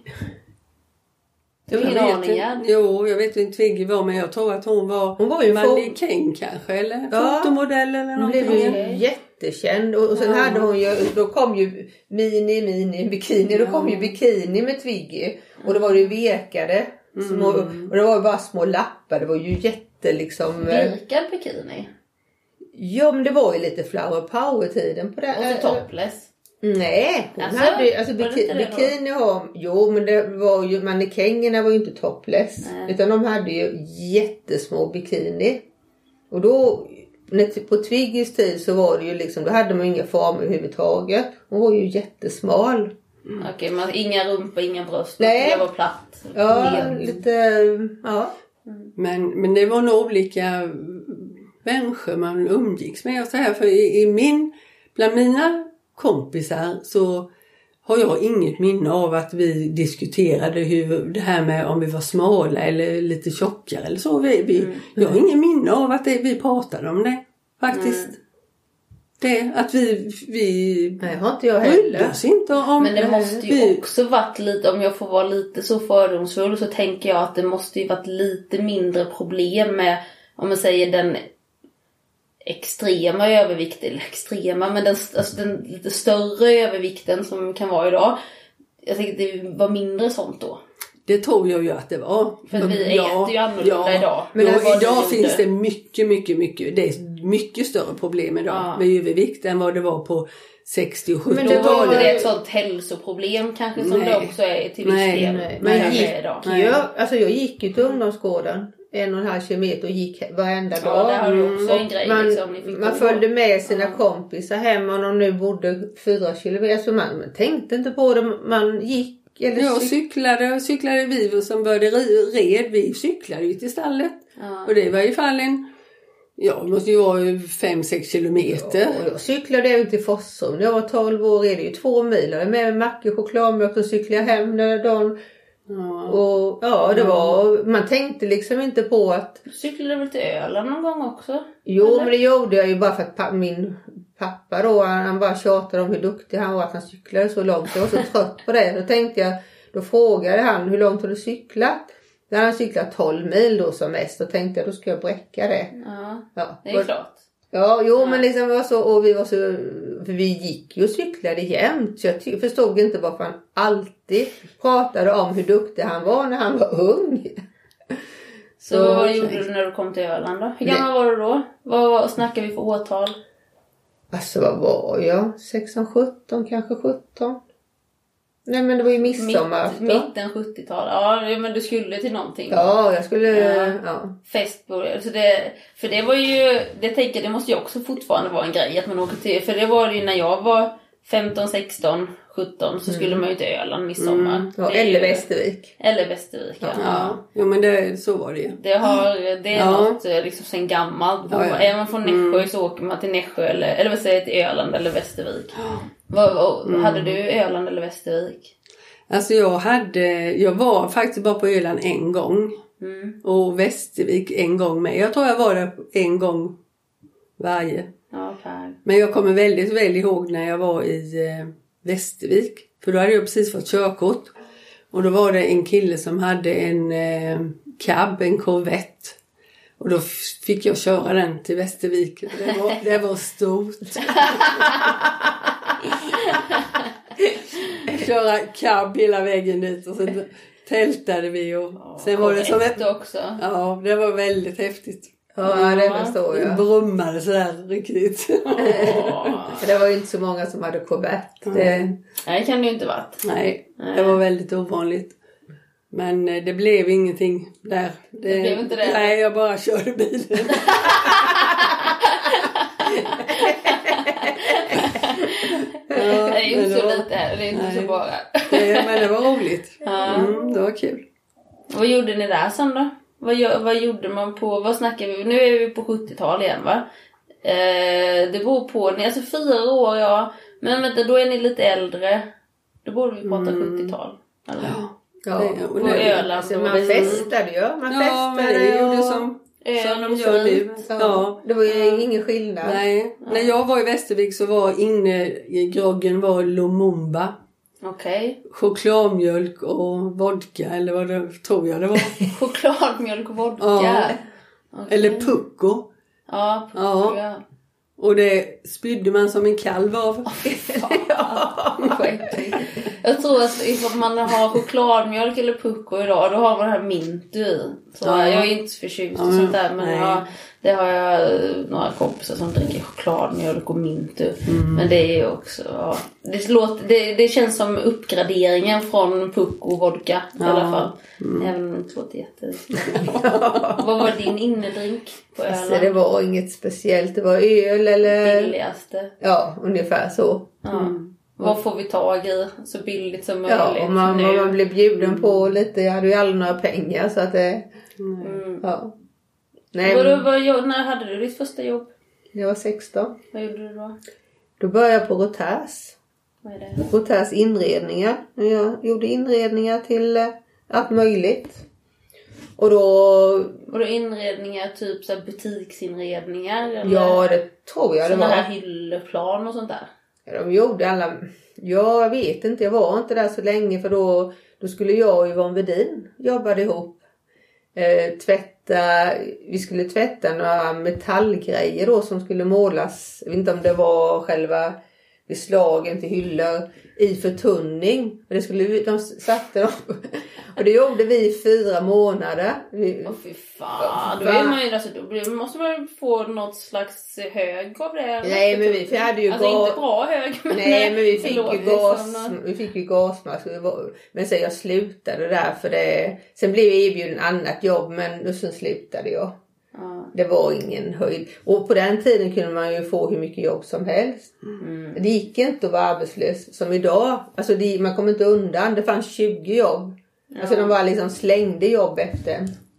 Jag vet inte. Jo, jag vet inte Twiggy var, men jag tror att hon var, hon var ju mannekäng kanske, eller ja, fotomodell eller någonting. Hon blev ju jättekänd och, och sen ja. hade hon ju, då kom ju mini, mini, bikini, ja. Då kom ju bikini med Twiggy och då var det ju vekade. Små, mm. Och det var ju bara små lappar. Det var ju jätte liksom... Virkad bikini? Ja, men det var ju lite flower power-tiden på det. Och så topless? Nej, hon alltså, hade alltså biki- bikini har... Jo, men det var ju... Mannekängerna var ju inte topless. Nej. Utan de hade ju jättesmå bikini. Och då... När, på Twiggys tid så var det ju liksom... Då hade man inga former överhuvudtaget. Hon var ju jättesmal. Mm. Okej, men inga rumpa, inga bröst. Nej. Det var platt. Ja, Led. lite... Ja. Mm. Men, men det var nog olika människor man umgicks med. Och så här, för i, i min... Bland mina kompisar så har jag inget minne av att vi diskuterade hur det här med om vi var smala eller lite tjockare eller så. Vi, vi, mm. Jag har ingen minne av att det, vi pratade om det faktiskt. Mm. Det, att vi, vi Nej, har inte jag heller. Inte om, men det måste ju vi, också varit lite, om jag får vara lite så fördomsfull så tänker jag att det måste ju varit lite mindre problem med, om man säger den extrema övervikten, eller extrema, men den, alltså den lite större övervikten som kan vara idag. Jag tänker att det var mindre sånt då. Det tror jag ju att det var. För vi ja, äter ju annorlunda ja, idag. Men alltså, idag finns det mycket, mycket, mycket. Det är mycket större problem idag ja. med övervikt än vad det var på sextio och sjuttio-talet. Men då var det ett sånt hälsoproblem kanske som nej. det också är till viss del. Nej, men jag gick, idag. Jag, alltså jag gick ju till ungdomsgården en och en halv kilometer och gick varenda ja, dag. Det har du också en grej. Man, liksom, ni man följde med sina ja. kompisar hem och de nu bodde fyra kilometer. Så man, man tänkte inte på det. Man gick. Eller ja, cyklade och cyklade vi och som började red. Vi cyklade ju till stallet. Ja. Och det var i fall en, ja det måste ju vara fem sex kilometer. Ja, och jag cyklade ut till Fossum. När jag var tolv år är det ju två mil. Jag är med med macka och chokladmjölk och cyklade hem när dagen. Ja. Och ja, det var, man tänkte liksom inte på att... Cyklade du väl till Öland någon gång också? Jo, eller? Men det gjorde jag ju bara för att pa- min pappa då, han bara tjatade om hur duktig han var att han cyklade så långt. Jag var så trött på det. Då tänkte jag, då frågade han hur långt har du cyklat? Då hade han cyklat tolv mil då som mest. Då tänkte jag, då ska jag bräcka det. Ja, ja. Det är klart. Ja, jo ja. Men liksom var så, och vi var så, för vi gick ju och cyklade jämt. Så jag ty- förstod inte varför han alltid pratade om hur duktig han var när han var ung. Så, så vad gjorde du när du kom till Öland då? Hur gammal var du då? Vad, vad snackar vi för årtal? Alltså vad var jag? sexton, sjutton, kanske sjutton. Nej men det var ju midsommar. Mitt, mitten sjuttiotal. Ja men du skulle till någonting. Ja jag skulle. Ja. Ja. Fest på det. Så det. För det var ju. Det tänker det måste ju också fortfarande vara en grej. Att man åker till. För det var ju när jag var femton, sexton, sjutton. Så skulle mm. man ju till Öland midsommar. Mm. Ja, eller ju, Västervik. Eller Västervik ja. Ja. Jo men det, så var det ju. Det, har, det är ja. något liksom sen gammalt. Ja, ja. Är man från Nässjö mm. så åker man till Nässjö. Eller, eller vad säger jag till Öland eller Västervik. Ja. Vad, vad, mm. Hade du Öland eller Västervik? Alltså jag hade, jag var faktiskt bara på Öland en gång. Mm. Och Västervik en gång med. Jag tror jag var där en gång varje. Ja, okay. Men jag kommer väldigt väl ihåg när jag var i eh, Västervik. För då hade jag precis fått körkort. Och då var det en kille som hade en eh, cab, en Corvette. Och då f- fick jag köra den till Västervik. Det var, det var stort. Köra cab hela vägen dit och sen tältade vi och Ja, sen var det som ett, också. ja, det var väldigt häftigt. Ja, det förstår Det jag. brummade sådär riktigt. För det var ju inte så många som hade Corvette. Det... Nej, det kan det ju inte varit. Nej, det var väldigt ovanligt. Men det blev ingenting där. Det, det blev inte det? Nej, jag bara körde bilen. Ja, det är ju inte så var, lite här, det är inte nej. Så bara. det, men det var roligt. Ja. Mm, det var kul. Vad gjorde ni där sen då? Vad, vad gjorde man på, vad snackar vi, nu är vi på sjuttiotal igen va? Eh, det beror på, ni är alltså fyra år ja, men vänta då är ni lite äldre. Då borde vi prata mm. sjuttiotal. Eller? Ja. Ja, det, på Öland. Alltså, man festade ju. Man ja, festade men det gjorde och... som, som de och gör nu. Ja. Ja. Det var ju ingen skillnad. Nej, ja. När jag var i Västervik så var inne i groggen var Lumumba. Okej. Okay. Chokladmjölk och vodka, eller vad det tror jag det var. Chokladmjölk och vodka. Ja. Okay. Eller pucko. Ja, pucko, ja. ja. Och det spydde man som en kalv av. Ja. Jag tror att ifall man har chokladmjölk eller pucko idag, då har man det här mint i. Så ja. Jag är inte förtjust och ja, sånt där, men jag, det har jag några kompisar som dricker chokladmjölk och mint i. Mm. Men det är ju också, ja. det, låter, det, det känns som uppgraderingen från pucko och vodka ja. I alla fall. Mm. Även om det inte låter jätteviktigt. Vad var din innedrink på Öland? Alltså, det var inget speciellt, det var öl eller... Billigaste. Ja, ungefär så. Ja. Mm. Vad får vi tag i så billigt som ja, möjligt? Och man, nu. man blev bjuden mm. på lite. Jag hade ju aldrig några pengar så att det... Mm. Ja. Nej, vad, vad, när hade du ditt första jobb? Jag var sexton. Vad gjorde du då? Då började jag på Rotärs. Vad är det? Rotärs inredningar. Jag gjorde inredningar till uh, allt möjligt. Och då... Och då inredningar, typ så här butiksinredningar? Eller? Ja, det tror jag det var. Sådana här hyllplan och sånt där? Ja, de gjorde alla... Ja, jag vet inte. Jag var inte där så länge för då, då skulle jag och Yvonne Wedin jobbade ihop. Eh, tvätta... Vi skulle tvätta några metallgrejer då som skulle målas. Jag vet inte om det var själva beslagen till hyllor i förtunning. Men det skulle vi, de satte dem. Och det gjorde vi i fyra månader. Åh oh, fy fan. Då, är man ju, alltså, då måste man få något slags hög av det. Nej men vi hade ju alltså gas... inte bra hög. Men nej men vi fick ju gas. Liksom. Vi fick ju gasmask. Men sen jag slutade där för det. Sen blev jag erbjuden annat jobb men sen slutade jag. Ja. Det var ingen höjd. Och på den tiden kunde man ju få hur mycket jobb som helst. Mm. Det gick inte att vara arbetslös som idag. Alltså det, man kom inte undan. Det fanns tjugo jobb. Ja. Alltså de var liksom slängde jobb efter.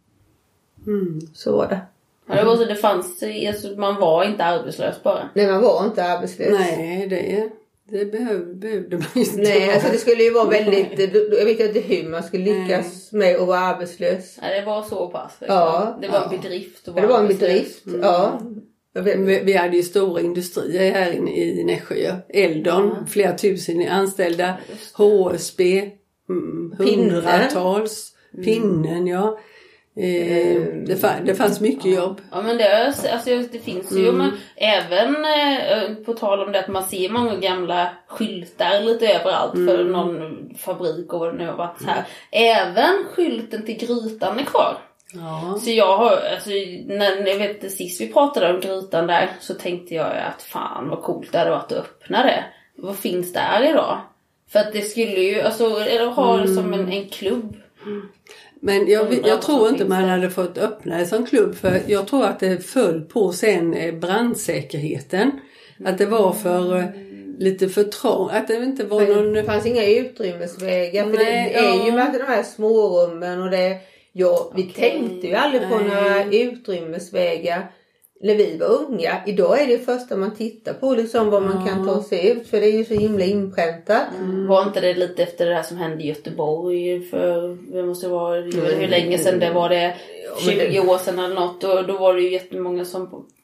Mm. Så var det. Ja, det var så det fanns, alltså, man var inte arbetslös bara. Nej, man var inte arbetslös. Nej, det, det behövde, behövde man inte. Nej, alltså det skulle ju vara väldigt, jag vet inte hur man skulle lyckas Nej. med att vara arbetslös. Ja, det var så pass. Ja. Det var en bedrift att vara Det var en bedrift, mm. ja. Vi, vi hade ju stora industrier här inne i Nässjö. Eldon, ja. Flera tusen anställda. H S B, mm, hundratals. Pinnen, Pinnen ja. Eh, det, fann, det fanns mycket ja. jobb. Ja men det, alltså, det finns ju mm. men även eh, på tal om det att man ser många gamla skyltar lite överallt mm. för någon fabrik och vad det nu har varit här. Även skylten till grytan är kvar. Ja. Så jag har, alltså när jag vet sist vi pratade om grytan där så tänkte jag att fan vad coolt det hade varit att öppna det. Vad finns där idag? För att det skulle ju, alltså eller ha det som en, en klubb. Mm. Men jag, jag tror inte man hade fått öppna en sån klubb för jag tror att det föll på sen brandsäkerheten. Att det var för lite för trångt. Att det inte var men någon... Det fanns inga utrymmesvägar för Nej, det är ja. ju med de här smårummen och det... Ja, vi okay. tänkte ju aldrig på Nej. några utrymmesvägar när vi var unga. Idag är det första man tittar på liksom vad man ja. kan ta sig ut. För det är ju så himla inpräntat. Mm. Var inte det lite efter det här som hände i Göteborg för det måste vara mm. hur länge sedan det var det? tjugo år sedan eller något. Och då var det ju jättemånga som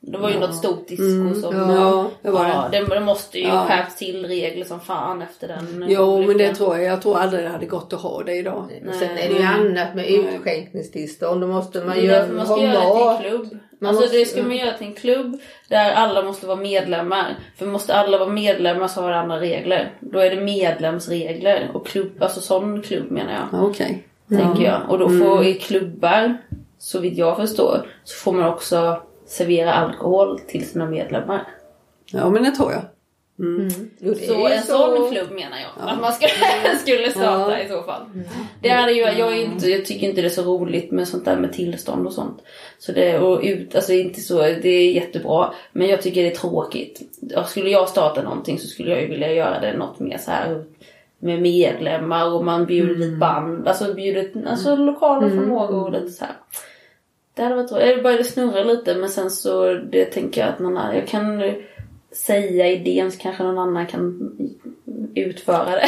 Det var ju ja. något stort disco mm, som... Ja, det var ja, det. det. Det måste ju ja. skärpt till regler som fan efter den. Jo, men det tror jag. Jag tror aldrig det hade gått att ha det idag. Nej. Sen är det ju annat med utskänkningstillstånd. Då måste man ju göra man ska ha göra mat. det till en klubb. Man alltså måste, det ska man göra till en klubb där alla måste vara medlemmar. För måste alla vara medlemmar så har det andra regler. Då är det medlemsregler. Och klubb, alltså sån klubb menar jag. Okej. Okay. Tänker ja. jag. Och då får mm. i klubbar, så vitt jag förstår, så får man också servera alkohol till sina medlemmar. Ja, men det tror jag. Mm. Mm. Jo, så en så... sån klubb menar jag. Ja. Att man ska, skulle starta ja. i så fall. Mm. Det hade ju, jag, är inte, jag tycker inte det är så roligt med sånt där med tillstånd och sånt. Så det, och ut, alltså inte så, det är jättebra. Men jag tycker det är tråkigt. Skulle jag starta någonting så skulle jag ju vilja göra det något mer så här med medlemmar och man bjuder mm. ett band. Alltså bjuder alltså lokala mm. förmågor och lite så här. Det hade varit tråkigt. Jag började snurra lite men sen så det tänker jag att man, jag kan säga idén så kanske någon annan kan utföra det.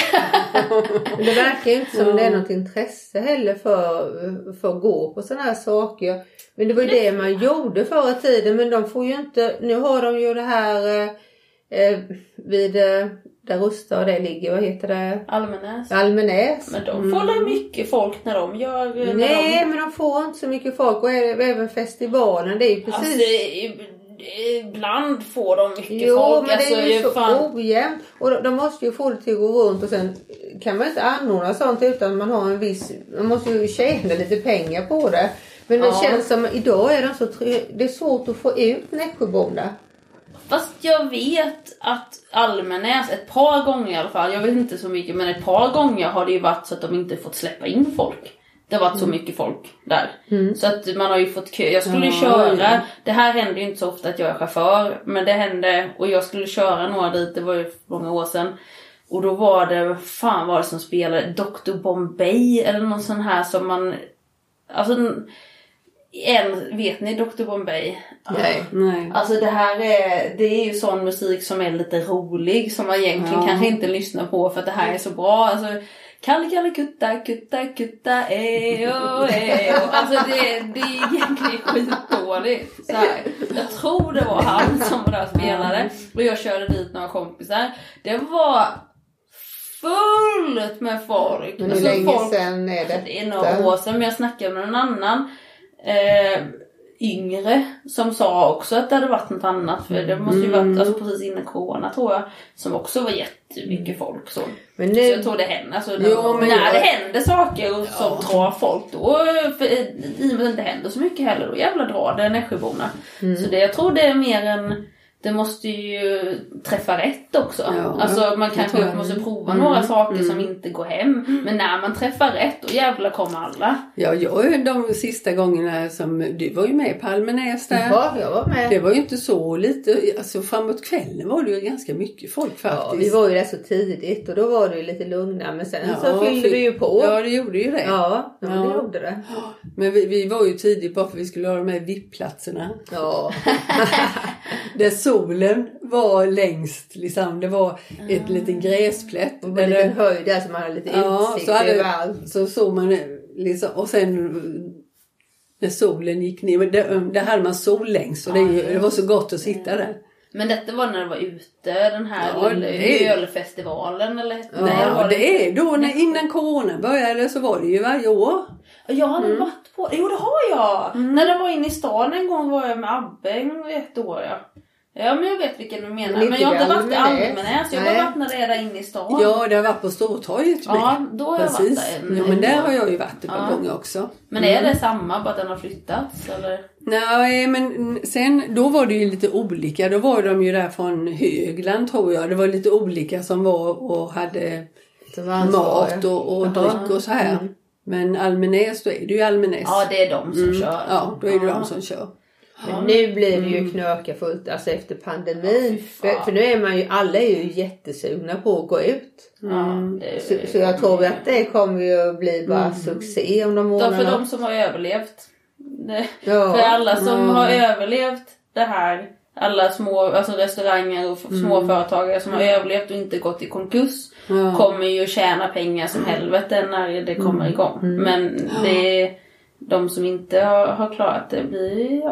Det verkar ju inte som mm. det är något intresse heller för, för att gå på sådana här saker. Men det var ju det man gjorde förra tiden. Men de får ju inte, nu har de ju det här eh, vid eh, där Rusta och det ligger, vad heter det? Almenäs. Almenäs. Men de får mm. mycket folk när de gör... När Nej, de... men de får inte så mycket folk. Och även festivalen, det är ju precis... Alltså, det är... Ibland får de mycket jo, folk. Men det är ju alltså, så fan... ojämnt. Och de, de måste ju få det till att gå runt. Och sen kan man inte anordna sånt utan man har en viss... Man måste ju tjäna lite pengar på det. Men det ja. känns som idag är de så tre... Det är svårt att få ut Nässjöborna. Fast jag vet att Almenäs ett par gånger i alla fall. Jag vet inte så mycket. Men ett par gånger har det ju varit så att de inte fått släppa in folk. Det har varit så mycket folk där. Mm. Så att man har ju fått kö. Jag skulle ja, köra. Ja. Det här händer ju inte så ofta att jag är chaufför. Men det hände. Och jag skulle köra några dit. Det var ju många år sedan. Och då var det. Vad fan var det som spelade? doktor Bombay. Eller någon sån här som man. Alltså. En, vet ni doktor Bombay? Nej. Nej. Alltså det här är. Det är ju sån musik som är lite rolig. Som man egentligen ja. kanske inte lyssnar på. För att det här är så bra. Alltså. Kalle, kalle, kutta, kutta, kutta, eo, eo. Alltså det, det är egentligen skitdåligt. Så här. Jag tror det var han som var där och spelade. Och jag körde dit några kompisar. Det var fullt med folk. Men hur alltså, länge folk, sedan är det? Det är några år sedan. Men jag snackade med en annan eh, yngre som sa också att det hade varit något annat. För det måste ju varit mm. alltså, precis innan corona tror jag. Som också var jättemycket folk. Så, men nu... så jag tror det händer. Alltså, jo, när, men när jag... det händer saker och som ja. drar folk då. För i och med att det inte händer så mycket heller. Då jävla drar det Nässjöborna. Mm. Så det, jag tror det är mer en... Det måste ju träffa rätt också. Ja, alltså man kanske måste prova mm, några saker mm. som inte går hem. Men när man träffar rätt, då jävla kommer alla. Ja, jag de sista gångerna som du var ju med på Almenäs där. Ja, jag var med. Det var ju inte så lite, alltså framåt kvällen var det ju ganska mycket folk faktiskt. Ja, vi var ju där så tidigt och då var det ju lite lugna. Men sen ja, så fyllde det ju på. Ja, det gjorde ju det. Ja, ja. det gjorde det. Men vi, vi var ju tidigt bara för vi skulle ha de här V I P-platserna. Ja. Det solen var längst liksom. Det var ett ah. liten gräsplätt. Och en liten höjd där som man hade lite ja, utsikt så hade, över allt. Så såg man liksom, och sen när solen gick ner, men där, där hade man sol längst. Och det, det var så gott att sitta där. Men detta var när det var ute, den här ja, det... ölfestivalen eller? Ja, Nej, det, det är då när, innan corona började så var det ju varje år. Jag har mm. varit på, jo det har jag. Mm. När det var inne i stan en gång var jag med Abbe ett år ja. Ja men jag vet vilken du menar. Men, men jag har inte varit i Almenäs. Jag har bara varit när det är där inne i stan. Ja, det har varit på Stortorget med. Ja, då har Precis. jag varit där. En, ja, men där har jag ju varit ett par ja. gånger också. Men är det samma, bara att den har flyttats? Eller? Nej, men sen, då var det ju lite olika. Då var de ju där från Högland tror jag. Det var lite olika som var och hade mat och, och dryck och så här. Mm. Men Almenäs, då är det ju Almenäs. Ja, det är de som mm. kör. Ja, då är det ja. de som kör. Men nu blir det ju mm. knöka fullt alltså efter pandemin. Ja, för, för nu är man ju, alla är ju jättesugna på att gå ut. Mm. Ja, så, så jag tror att det kommer ju att bli bara mm. succé om de månaderna. För de som har överlevt. Ja. För alla som mm. har överlevt det här. Alla små alltså restauranger och mm. småföretagare som har mm. överlevt och inte gått i konkurs. Ja. Kommer ju tjäna pengar som helvete när det kommer igång. Mm. Men det är de som inte har, har klarat det blir ja.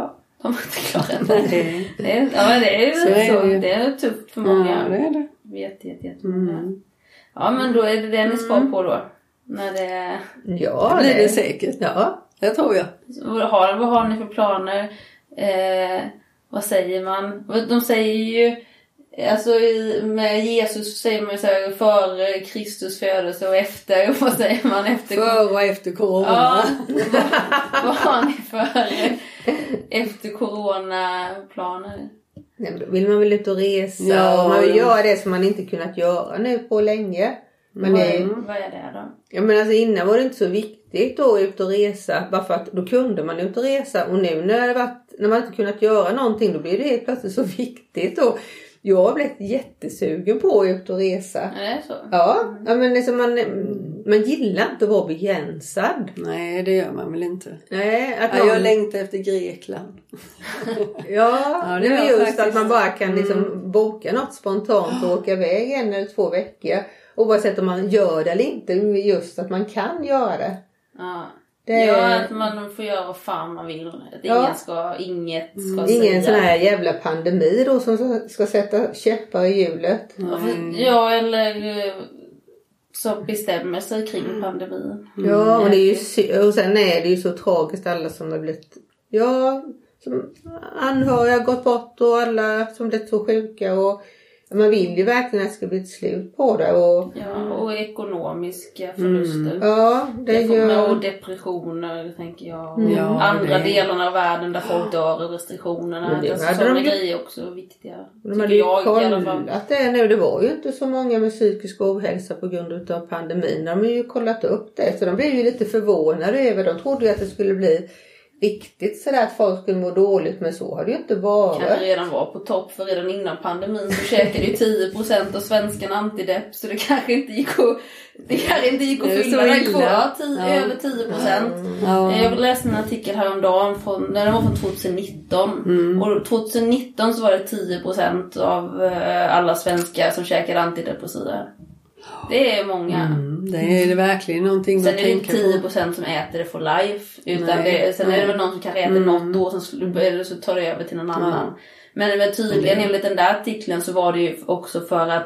har man inte klarat det. det är, ja, men det är ju så. Är det. det är tufft för många. Ja, det är det. Vet, vet, vet, mm. Ja, men då är det det ni spar på då? När det... Ja, det blir det säkert. Ja, det tror jag. Vad har, vad har ni för planer? Eh, vad säger man? De säger ju... Alltså med Jesus säger man så här, före Kristus födelse och efter, vad säger man efter? Före och efter corona. Ja, vad, vad har ni för efter coronaplaner? Nej, då vill man väl ut och resa ja, och man vill göra det som man inte kunnat göra nu på länge. Men vad, det, vad är det då? Ja, men alltså innan var det inte så viktigt att ut och resa, bara för att då kunde man ut och resa, och nu när, det varit, när man inte kunnat göra någonting, då blir det helt plötsligt så viktigt. Och jag har blivit jättesugen på att ut och resa. Ja, det är så? Ja, ja men liksom man, man gillar inte att vara begränsad. Nej, det gör man väl inte. Nej, att ja, någon... jag längtar efter Grekland. ja, ja, det är just faktiskt... att man bara kan liksom mm. boka något spontant och åka iväg en eller två veckor. Oavsett om man gör det eller inte, just att man kan göra det. Ja. Det är... Ja, att man får göra vad fan man vill. Att ja. ingen ska, inget ska mm. säga. Ingen sån här jävla pandemi då som ska sätta käppar i hjulet. Mm. Ja, eller så bestämmer sig kring pandemin. Mm. Ja, och, det är ju, och sen är det ju så tragiskt alla som har blivit, ja, som anhöriga har gått bort och alla som blivit så sjuka, och man vill ju verkligen att det ska bli ett slut på det. Och, ja, och ekonomiska förluster. Mm. Ja, det gör... Och depressioner, tänker jag. Mm. Ja, andra det... delarna av världen där folk dör och restriktionerna. Det alltså, sådana de... grejer också viktiga. De hade ju kollat det nu. Det var ju inte så många med psykisk ohälsa på grund av pandemin. De har ju kollat upp det. Så de blev ju lite förvånade över. De trodde ju att det skulle bli riktigt sådär att folk skulle må dåligt, men så har det ju inte varit. Kan det redan vara på topp, för redan innan pandemin så käkade ju tio procent av svenskarna antidepp, så det kanske inte gick att, det kanske inte gick att fylla den kvar, ja. Över tio procent. Ja. Jag läste en artikel häromdagen från, när den var från tjugonitton mm. och tjugonitton så var det tio procent av alla svenskar som käkade antidepressiva. Det är många. Mm, det är det verkligen någonting sen att tänka på. Sen är det inte tio procent som äter det for life. Utan det, sen nej. Är det väl någon som kanske äter mm. något då, som, eller så tar det över till någon annan. Ja. Men, men tydligen mm. enligt den där artikeln så var det ju också för att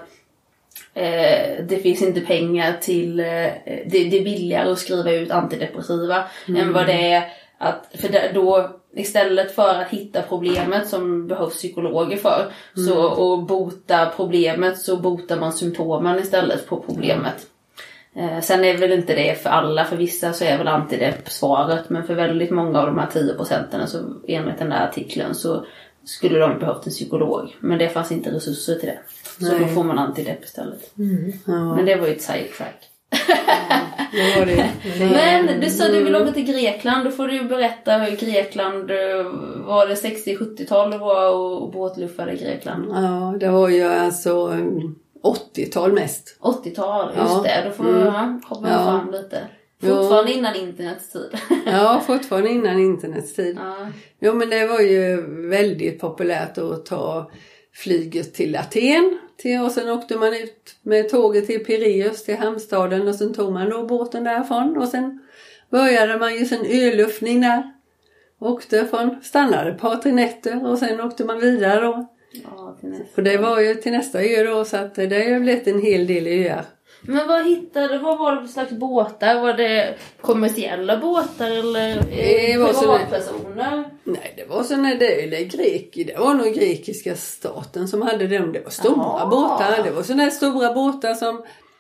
eh, det finns inte pengar till, eh, det, det är billigare att skriva ut antidepressiva mm. än vad det är att, för då istället för att hitta problemet som behövs psykologer för mm. så, och bota problemet, så botar man symptomen istället på problemet. Eh, sen är väl inte det för alla, för vissa så är väl antidepp svaret, men för väldigt många av de här tio procenten, så enligt den där artikeln så skulle de behövt en psykolog, men det fanns inte resurser till det. Så Nej. Då får man antidepp istället. Mm. Ja. Men det var ju ett sidetrack. Ja, det det. Men du sa du vill åka till Grekland. Då får du ju berätta hur Grekland var, det sextio-sjuttiotal det var och båtluffade i Grekland. Ja, det var ju alltså åttiotal mest. åttiotal, just ja. Det. Då får du mm. hoppa ja. Fram lite. Fortfarande ja. Innan internets tid. Ja, fortfarande innan internets tid. Ja. Jo, men det var ju väldigt populärt att ta flyget till Aten. Till, och sen åkte man ut med tåget till Pireus, till hamnstaden, och sen tog man då båten därifrån. Och sen började man ju sen öluffning där. Åkte från, stannade ett par, tre nätter och sen åkte man vidare då. Ja, till nästa. Och det var ju till nästa ö då, så att det har ju blivit en hel del öar. Men vad hittade, vad var det för slags båtar? Var det kommersiella båtar eller privatpersoner? Nej, det var såna det, det grek, det var nog grekiska staten som hade dem. Det var stora Aha. båtar, det var såna stora båtar som,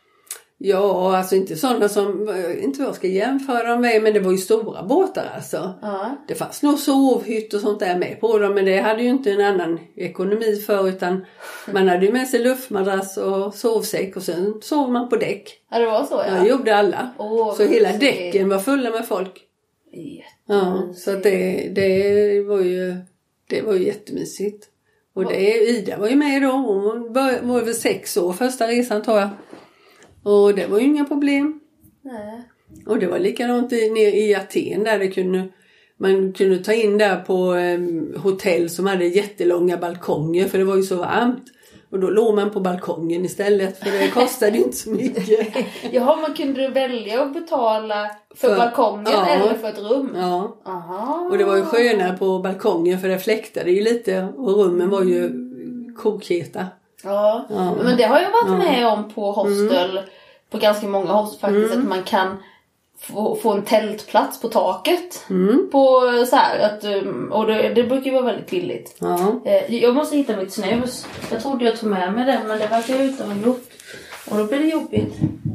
ja, alltså inte sådana som, inte vad jag ska jämföra dem med, men det var ju stora båtar alltså. Ja. Det fanns nog sovhytt och sånt där med på dem, men det hade ju inte en annan ekonomi för, utan man hade ju med sig luftmadrass och sovsäck och sen sov man på däck. Ja, det var så, ja. Ja, gjorde alla. Oh, så hela däcken var fulla med folk. Ja, så det, det var ju, det var ju jättemysigt. Och det, Ida var ju med då, hon var över sex år första resan tror jag. Och det var ju inga problem. Nej. Och det var likadant i, ner i Aten där det kunde, man kunde ta in där på eh, hotell som hade jättelånga balkonger, för det var ju så varmt. Och Och då låg man på balkongen istället, för det kostade inte så mycket. Jaha, man kunde välja att betala för, för balkongen ja, eller för ett rum? Ja. Aha. Och det var ju skönare på balkongen för det fläktade ju lite och rummen var ju kokheta. Ja, ja. Men det har jag varit med ja. om på hostel, mm. på ganska många hostel faktiskt, mm. att man kan få, få en tältplats på taket. Mm. På så här, att, och det, det brukar ju vara väldigt billigt. Ja. Jag måste hitta mitt snus. Jag trodde jag tog med mig det, men det verkar jag utan ha gjort. Och då blir det jobbigt.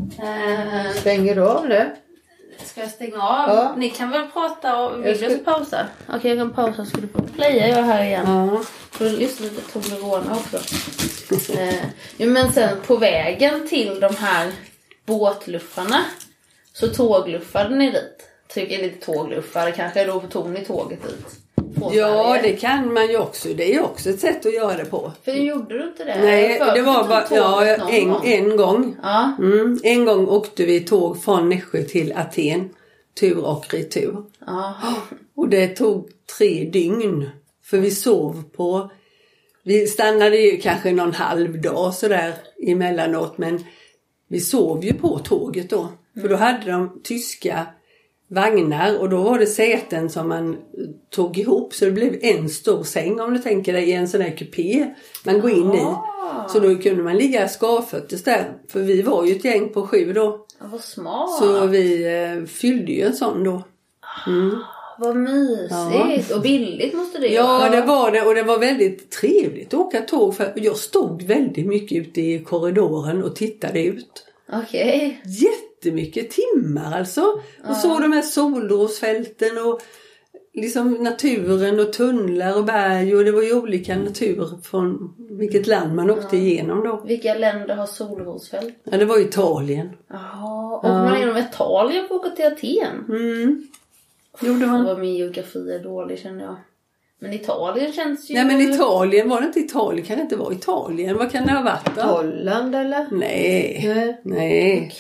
Stänger du av det? Ska jag stänga av? Ja. Ni kan väl prata och vill jag ska pausa? Okej, okay, jag kan pausa. Ska du få playa jag här igen? Ja. För att lyssna lite Toblerone också. eh, ja, men sen på vägen till de här båtluffarna så tågluffade ni dit. Tycker jag lite tågluffare. Kanske då tog ni tåget dit. Ja, det kan man ju också. Det är ju också ett sätt att göra det på. För gjorde du inte det? Nej, det var bara ja, en, gång. en gång. Ja. Mm, en gång åkte vi tåg från Nässjö till Aten. Tur och retur. Ja. Och det tog tre dygn. För vi sov på... Vi stannade ju kanske någon halv dag sådär emellanåt. Men vi sov ju på tåget då. För då hade de tyska... vagnar och då var det säten som man tog ihop så det blev en stor säng om du tänker dig i en sån här kupé man går in i. Så då kunde man ligga skavfötters där för vi var ju ett gäng på sju då. Ja, vad smart. Så vi eh, fyllde ju en sån då. Mm. Vad mysigt ja. Och billigt måste det ja, ja det var det och det var väldigt trevligt att åka tåg för jag stod väldigt mycket ute i korridoren och tittade ut. Okej. Okay. Jättemycket timmar alltså. Och ja. Så de här solrosfälten och liksom naturen och tunnlar och berg och det var ju olika natur från vilket land man åkte ja. igenom då. Vilka länder har solrosfält? Ja, det var Italien. Jaha, och ja. man genom Italien på åka till Aten? Mm. Gjorde man. Det var min geografi är dålig känner jag. Men Italien känns ju... Nej men Italien, var det inte Italien? Kan det inte vara Italien? Vad kan det ha varit då? Holland eller? Nej, nej. nej.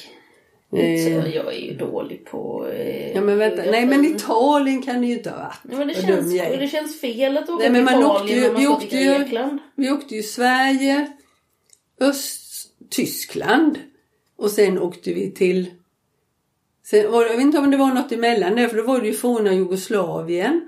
Eh. Jag är ju dålig på... Eh, ja men vänta, nej men Italien kan det ju inte ha varit. Ja, men det, känns, det känns fel att åka nej, men till man Italien åkte ju, när man vi ska åkte till ju, Grekland. Vi åkte ju Sverige, Öst-Tyskland och sen åkte vi till... Sen, jag vet inte om det var något emellan där för då var det ju forna Jugoslavien.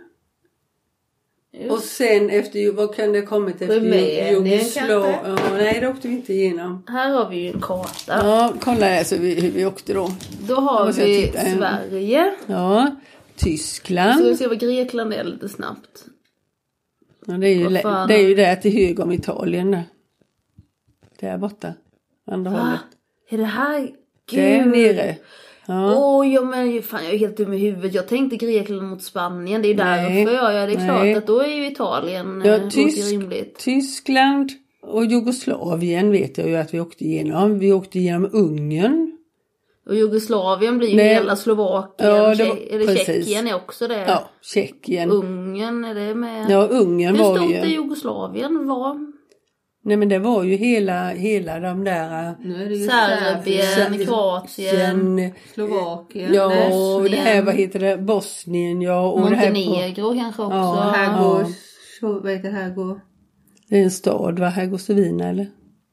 Just. Och sen efter, vad kan det kommit efter Jugoslavien? Ja, nej, det åkte vi inte igenom. Här har vi ju en karta. Ja, kolla här så vi, hur vi åkte då. Då har vi Sverige. Ja, Tyskland. Så vi ser vad Grekland är lite snabbt. Ja, det är ju, det är ju det till höger om Italien där. Där borta. Andra Va? hållet. Är det här? Gud. Det är nere. Ja. Åh, ja, men fan, jag är helt dum i huvudet. Jag tänkte Grekland mot Spanien. Det är därför jag gör det. Är klart att då är ju Italien ja, tysk, rimligt. Tyskland och Jugoslavien vet jag ju att vi åkte igenom. Vi åkte igenom Ungern. Och Jugoslavien blir ju Nej. hela Slovakien. Ja, det var, är det Tjeckien är också det? Ja, Tjeckien. Ungern är det med? Ja, Ungern var ju... Hur stort är Jugoslavien var? Nej men det var ju hela, hela de där... Serbien, Kroatien, Slovakien, ja, och det här, vad heter det? Bosnien, ja. Och Montenegro det här på, kanske också. Ja, här går, ja. Så, vad heter det här går? Det är en stad, va? Herzegovina eller?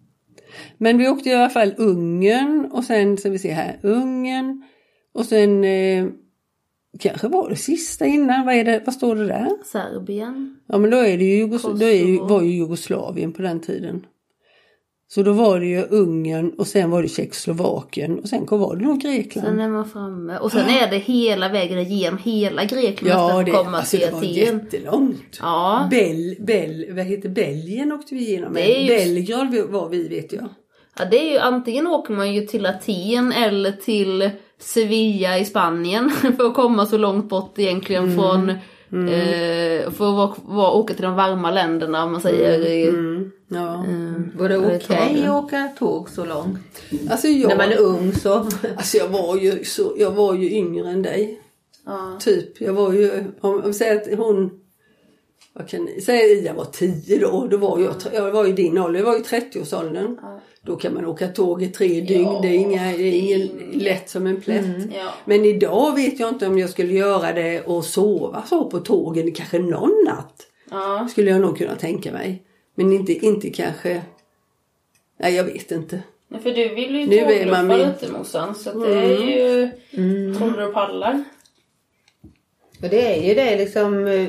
Men vi åkte i alla fall Ungern och sen, så vi ser här, Ungern och sen... Eh, kanske var det sista innan. Vad är det? Vad står det där? Serbien. Ja, men då är det ju, Jugos- då är ju var ju Jugoslavien på den tiden. Så då var det ju Ungern och sen var det Tjeckoslovakien och sen var det nog Grekland. Sen är man framme. Och sen är det hela vägen igenom hela Grekland. Ja, det, komma alltså, det var jättelångt. Ja. Bel, Bel, vad heter Belgien åkte vi igenom. Just... Belgrad var vi, vet jag. Ja, det är ju antingen åker man ju till Aten eller till Sevilla i Spanien för att komma så långt bort egentligen mm. från mm. Eh, för att vara, vara, åka till de varma länderna om man säger. Mm. Mm. Ja. Eh, var det okej okay att åka tåg så långt? Alltså jag, när man är ung så. Alltså jag var ju så, jag var ju yngre än dig. Ja. Typ, jag var ju om, om säger att hon vad kan ni säga, jag var tio då, då var jag, jag var ju din ålder, jag var ju trettioårsåldern. Ja. Då kan man åka tåg i tre dygn, ja, det är inga, det är ingen lätt som en plätt. Mm. Ja. Men idag vet jag inte om jag skulle göra det och sova så på tågen, kanske någon natt. Ja. Skulle jag nog kunna tänka mig. Men inte, inte kanske Nej, jag vet inte. Ja, för du vill ju Nu är tågluffa man min- lite morsan. Så att det är ju... Mm. Tror du pallar? Och det är ju det liksom eh,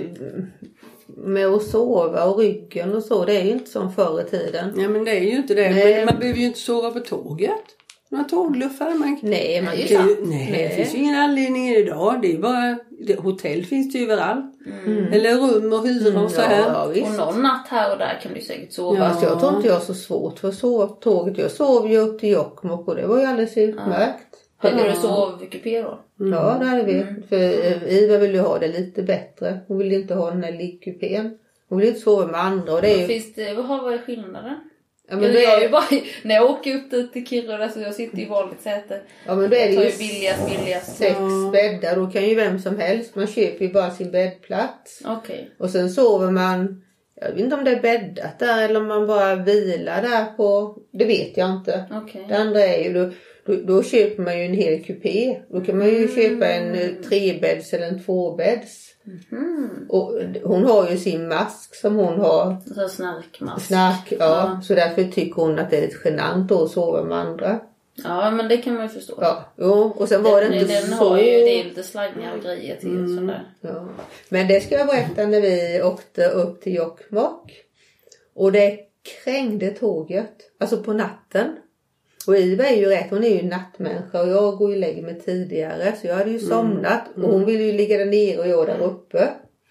med att sova och ryggen och så. Det är ju inte som förr i tiden. Ja, men det är ju inte det. Nej. Men man behöver ju inte sova på tåget. Man tågluffar. Man... Nej, man Det kan är ju ju, nej, Nej. det finns ju ingen anledning idag. Det är bara, det, hotell finns det ju överallt. Mm. Eller rum och hyra och så här. Ja, visst. Och någon natt här och där kan du säkert sova. Ja. Alltså, jag tror inte jag har så svårt för att sova på tåget. Jag sov ju upp till Jokkmokk och det var ju alldeles utmärkt. Hade Ja. du sovkupé då? Ja, det hade vi. För eh, Iva vill ju ha det lite bättre. Hon vill inte ha den här liggkupén. Hon vill inte sova med andra. Och det är ju... Finns det, vad vad är skillnaden? Ja, Men men det det är ju är, bara, när jag åker upp dit till Kiruna så jag sitter i vanligt säte. ja, men då är Jag tar det ju ju billigast, billigast. sex Ja. bäddar. Då kan ju vem som helst. Man köper ju bara sin bäddplats. Okej. Och sen sover man, jag vet inte om det är bäddat där eller om man bara vilar där på, det vet jag inte. Okej. Det andra är ju, då, då, då köper man ju en hel kupé. Då kan man ju köpa en eh, trebädds eller en tvåbädds. Mm. Och hon har ju sin mask som hon har Så snarkmask. snark, ja. Ja. Så därför tycker hon att det är lite genant då att sova med andra. Ja, men det kan man ju förstå. Ja, jo. Och sen var det den, inte den så... har ju, det är lite slagningar och grejer till mm. sådär. Ja. Men det ska jag berätta när vi åkte upp till Jokkmokk. Och det krängde tåget. Alltså på natten. Och Iva är ju rätt, hon är ju nattmänniska och jag går ju och lägger mig tidigare. Så jag hade ju somnat och hon ville ju ligga där nere och jag där uppe.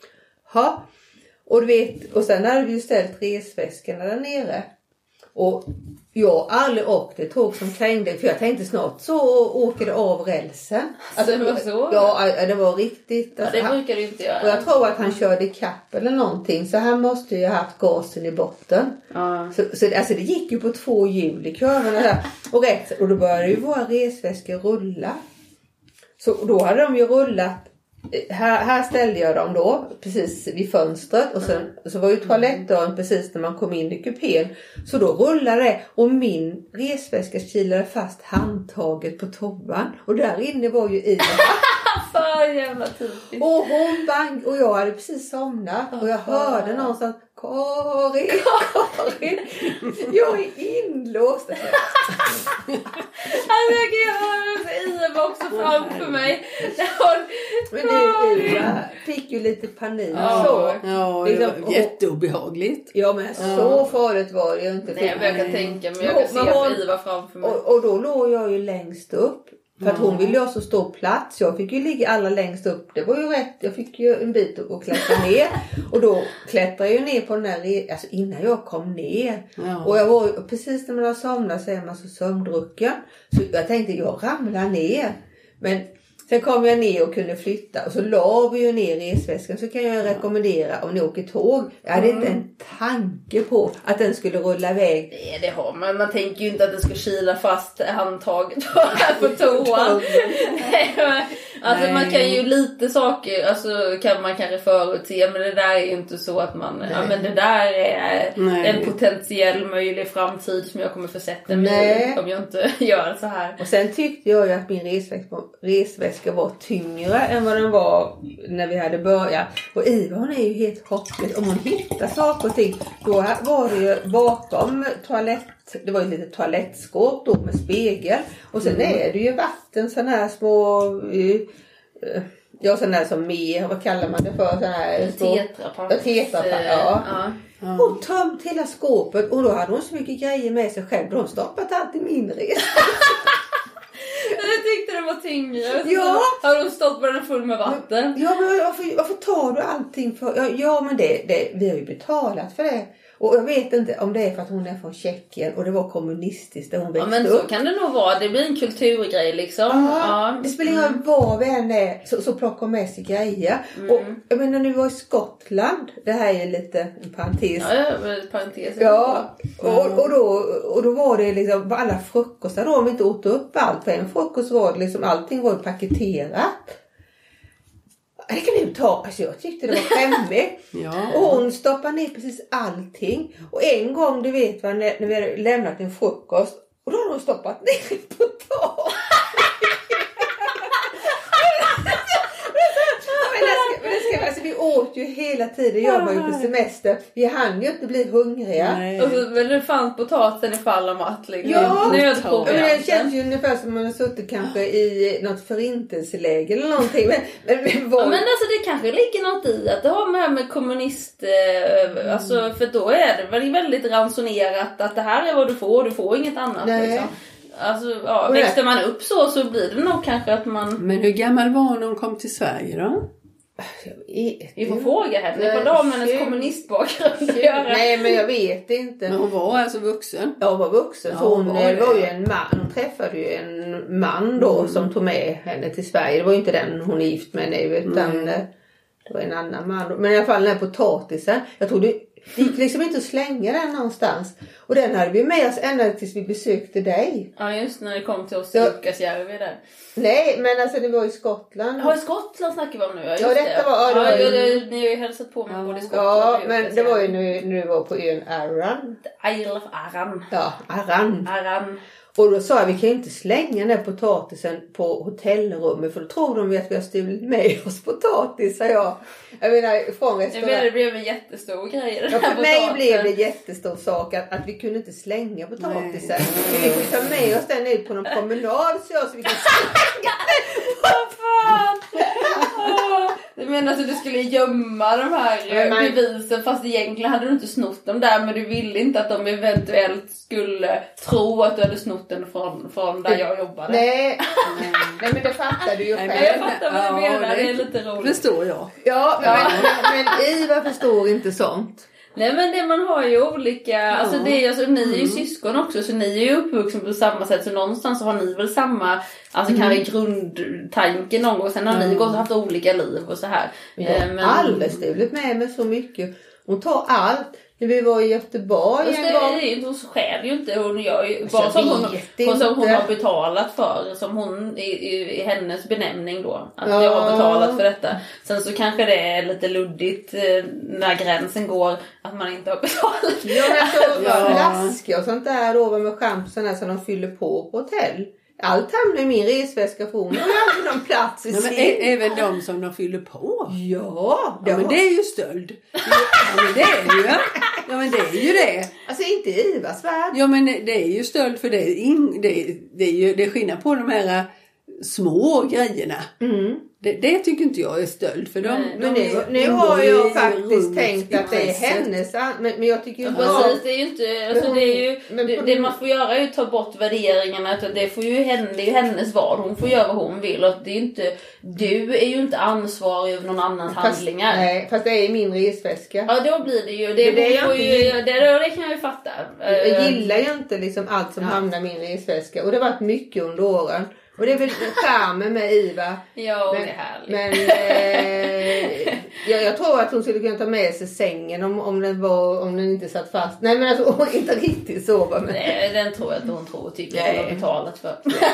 Ha. Och du vet, och sen hade vi ju ställt resväskorna där nere. Och jag har aldrig åkt ett tåg som krängde, för jag tänkte snart så åker det av rälsen. Alltså det var så? Ja, det var riktigt. Ja, Alltså, det han- brukar du inte göra. och jag tror att han körde i kapp eller någonting. Så han måste ju ha haft gasen i botten. Ja. Så, så alltså det gick ju på två hjul i kurvorna där. Och, rätt, och då började ju våra resväskor rulla. Så då hade de ju rullat. Här, här ställde jag dem då. Precis vid fönstret. Och sen så var ju toalettdörren precis när man kom in i kupén. Så då rullade det. Och min resväska kilade fast handtaget på tovan. Och där inne var ju Ida. För jävla typiskt. Och hon bang, och jag hade precis somnat och jag hörde någonstans Karin, Karin, jag är inlåst. Alltså jag kan ju höra Iva också framför mig. Men du, Ida fick ju lite panik. Ja. Så. Ja, det Liksom, var och- jätteobehagligt. Ja, men så farligt var det ju inte. Nej, men jag kan tänka mig. Jag Jo, kan se men hon- Iva framför mig. Och, och då låg jag ju längst upp. För att hon ville ju ha så stor plats. Jag fick ju ligga alla längst upp. Det var ju rätt. Jag fick ju en bit att klättra ner. Och då klättrade jag ner på den där. re- Alltså innan jag kom ner. Ja. Och jag var ju, precis när man har somnat så är man så sömndrucken. Så jag tänkte jag ramlar ner. Men sen kom jag ner och kunde flytta. Och så la vi ju ner resväskan. Så kan jag rekommendera om ni åker tåg. Jag hade inte en tanke på att den skulle rulla iväg. Nej, det har man. Man tänker ju inte att det ska kila fast handtaget på toan. Nej, men, alltså Nej. man kan ju lite saker, alltså kan man kanske förutse, men det där är ju inte så att man, ja men det där är Nej. en potentiell möjlig framtid som jag kommer försätta mig Nej. i om jag inte gör så här. Och sen tyckte jag ju att min resväska, resväska var tyngre än vad den var när vi hade börjat. Och Iva, hon är ju helt hopplös. Om hon hittar saker och ting, då var det ju bakom toalett, det var ju lite toalettskåp då med spegel. Och sen Mm. är det ju vatten, sådana här små, uh, ja sådana här som mer, vad kallar man det för? Sådana här små, Tetrapack. Ja, tetrapack, ja. ja. Hon tömt hela skåpet och då hade hon så mycket grejer med sig själv. Då har hon stoppat allt i min resa. Jag tyckte det var tyngre. Ja. Har de stått med den full med vatten? Ja, men varför, varför tar du allting för... Ja, ja men det, det, vi har ju betalat för det. Och jag vet inte om det är för att hon är från Tjeckien och det var kommunististiskt där hon Ja, växte men så upp. kan det nog vara. Det blir en kulturgrej liksom. Ja, Ja. det spelar ingen roll var vi än är så, så plockar med sig grejer. Mm. Och jag menar när vi var i Skottland, det här är lite en parentes. Ja, ja, men parentes. Ja, och, och, då, och då var det liksom på alla frukostar då, om vi inte åt upp allt på en frukost var det liksom, allting var paketerat. Det kan du ta, alltså jag tyckte det var skämmigt. Ja. Och hon stoppade ner precis allting. Och en gång, du vet vad, när, när vi hade lämnat en frukost, och då har hon stoppat ner på tak. Men det ska, men det ska, alltså, vi åt ju hela tiden. Jag var ju på semester. Vi hann ju inte bli hungriga. Nej. Och så, men det fanns potatisen i fall om att liksom. Ja, ja, men det känns ju ungefär som man har suttit kanske i något förintelseläge eller någonting. Men, men, men, var... ja, men alltså det kanske ligger något i att det har med, med kommunist... Eh, mm. Alltså för då är det väl väldigt ransonerat att det här är vad du får. Du får inget annat liksom. Alltså, ja, växte man upp så så blir det nog kanske att man... Men hur gammal var hon när hon kom till Sverige då? Vi får fråga henne på dem hennes kommunistbakgrund. Nej, men jag vet inte. Men hon var alltså vuxen? Ja, hon var vuxen. Ja, hon hon var, var ju en man. Hon träffade ju en man då mm. som tog med henne till Sverige. Det var ju inte den hon är gift med nu, utan mm. det var en annan man. Men i alla fall den här potatisen. Jag tror det Det gick liksom inte att slänga den någonstans. Och den hade vi med oss ända tills vi besökte dig. Ja, just när det kom till oss i Jukkasjärvi där. Nej, men alltså det var i Skottland. Ja, i Skottland snackar vi om nu. Ja, just ja detta det. var... Ja, det var ja, ju... det, ni har ju hälsat på mig ja. både i Skottland ja, och men det var ju nu, nu var på ön Arran. Isle of Arran. Ja, Arran. Arran. Och då sa jag, vi kan ju inte slänga den här potatisen på hotellrummet. För då tror de att vi har stulit med oss potatis, sa jag. Jag menar, från restaurang. Det blev en jättestor grej. Ja, för mig blev det jättestor sak att, att vi kunde inte slänga potatisen. Vi fick ta med oss den ut på någon promenad så, jag, så vi kan slänga den. Vad fan! Du menar att du skulle gömma de här man... bevisen fast egentligen hade du inte snott dem där, men du ville inte att de eventuellt skulle tro att du hade snott den från, från där jag jobbade. Nej, nej men det fattar du ju själv. Jag fattar vad du menar, det är lite roligt. Det står jag. Ja, ja. Men, men Iva förstår inte sånt. Nej, men det man har ju olika, ja. Alltså det är alltså, ni är ju mm. syskon också, så ni är ju uppvuxna på samma sätt, så någonstans så har ni väl samma, alltså mm. kanske grundtanken någon gång, sen har mm. ni gått och haft olika liv och så här. Jag har men... aldrig stulit med mig så mycket. Hon tar allt. När vi var i Göteborg en det, gång. Det, hon skäl ju inte. Hon gör ju bara alltså, som, hon, som hon har betalat för. Som hon i, i, i hennes benämning då. Att ja. jag har betalat för detta. Sen så kanske det är lite luddigt eh, när gränsen går. Att man inte har betalat. Ja, men så ja. flaskor och sånt där då med champsen som de fyller på på hotell. Allt hamnar i min resväska för hon har aldrig någon plats i ja, men är, även de som de fyller på? Ja, ja men det är ju stöld. Ja, men det är ju ja, men det är ju det. Alltså inte Ivas värld. Ja, men det är ju stöld för det är, in, det, det är ju det är skillnad på de här små grejerna. Mm. Det, det tycker inte jag är stöld för dem. Men nu, nu har jag faktiskt tänkt att det är hennes, men, men jag tycker ju ja, precis, det är ju inte alltså hon, det är ju det, det man får göra är ju ta bort värderingarna, att det får ju henne, det är ju hennes val, hon får göra vad hon vill, och det är ju inte, du är ju inte ansvarig över någon annans fast, handlingar. Nej, fast det är min resväska. Ja, då blir det ju det, det, får ju, det, det kan jag ju fatta. Jag gillar ju inte liksom allt som ja. hamnar i min resväska, och det har varit mycket under åren. Och det är väl charmen med Iva. Ja, men, det är härligt. Men eh, jag, jag tror att hon skulle kunna ta med sig sängen om, om, den, var, om den inte satt fast. Nej, men alltså hon inte riktigt sova. Men... Nej, den tror jag att hon tror tycker hon har betalat för.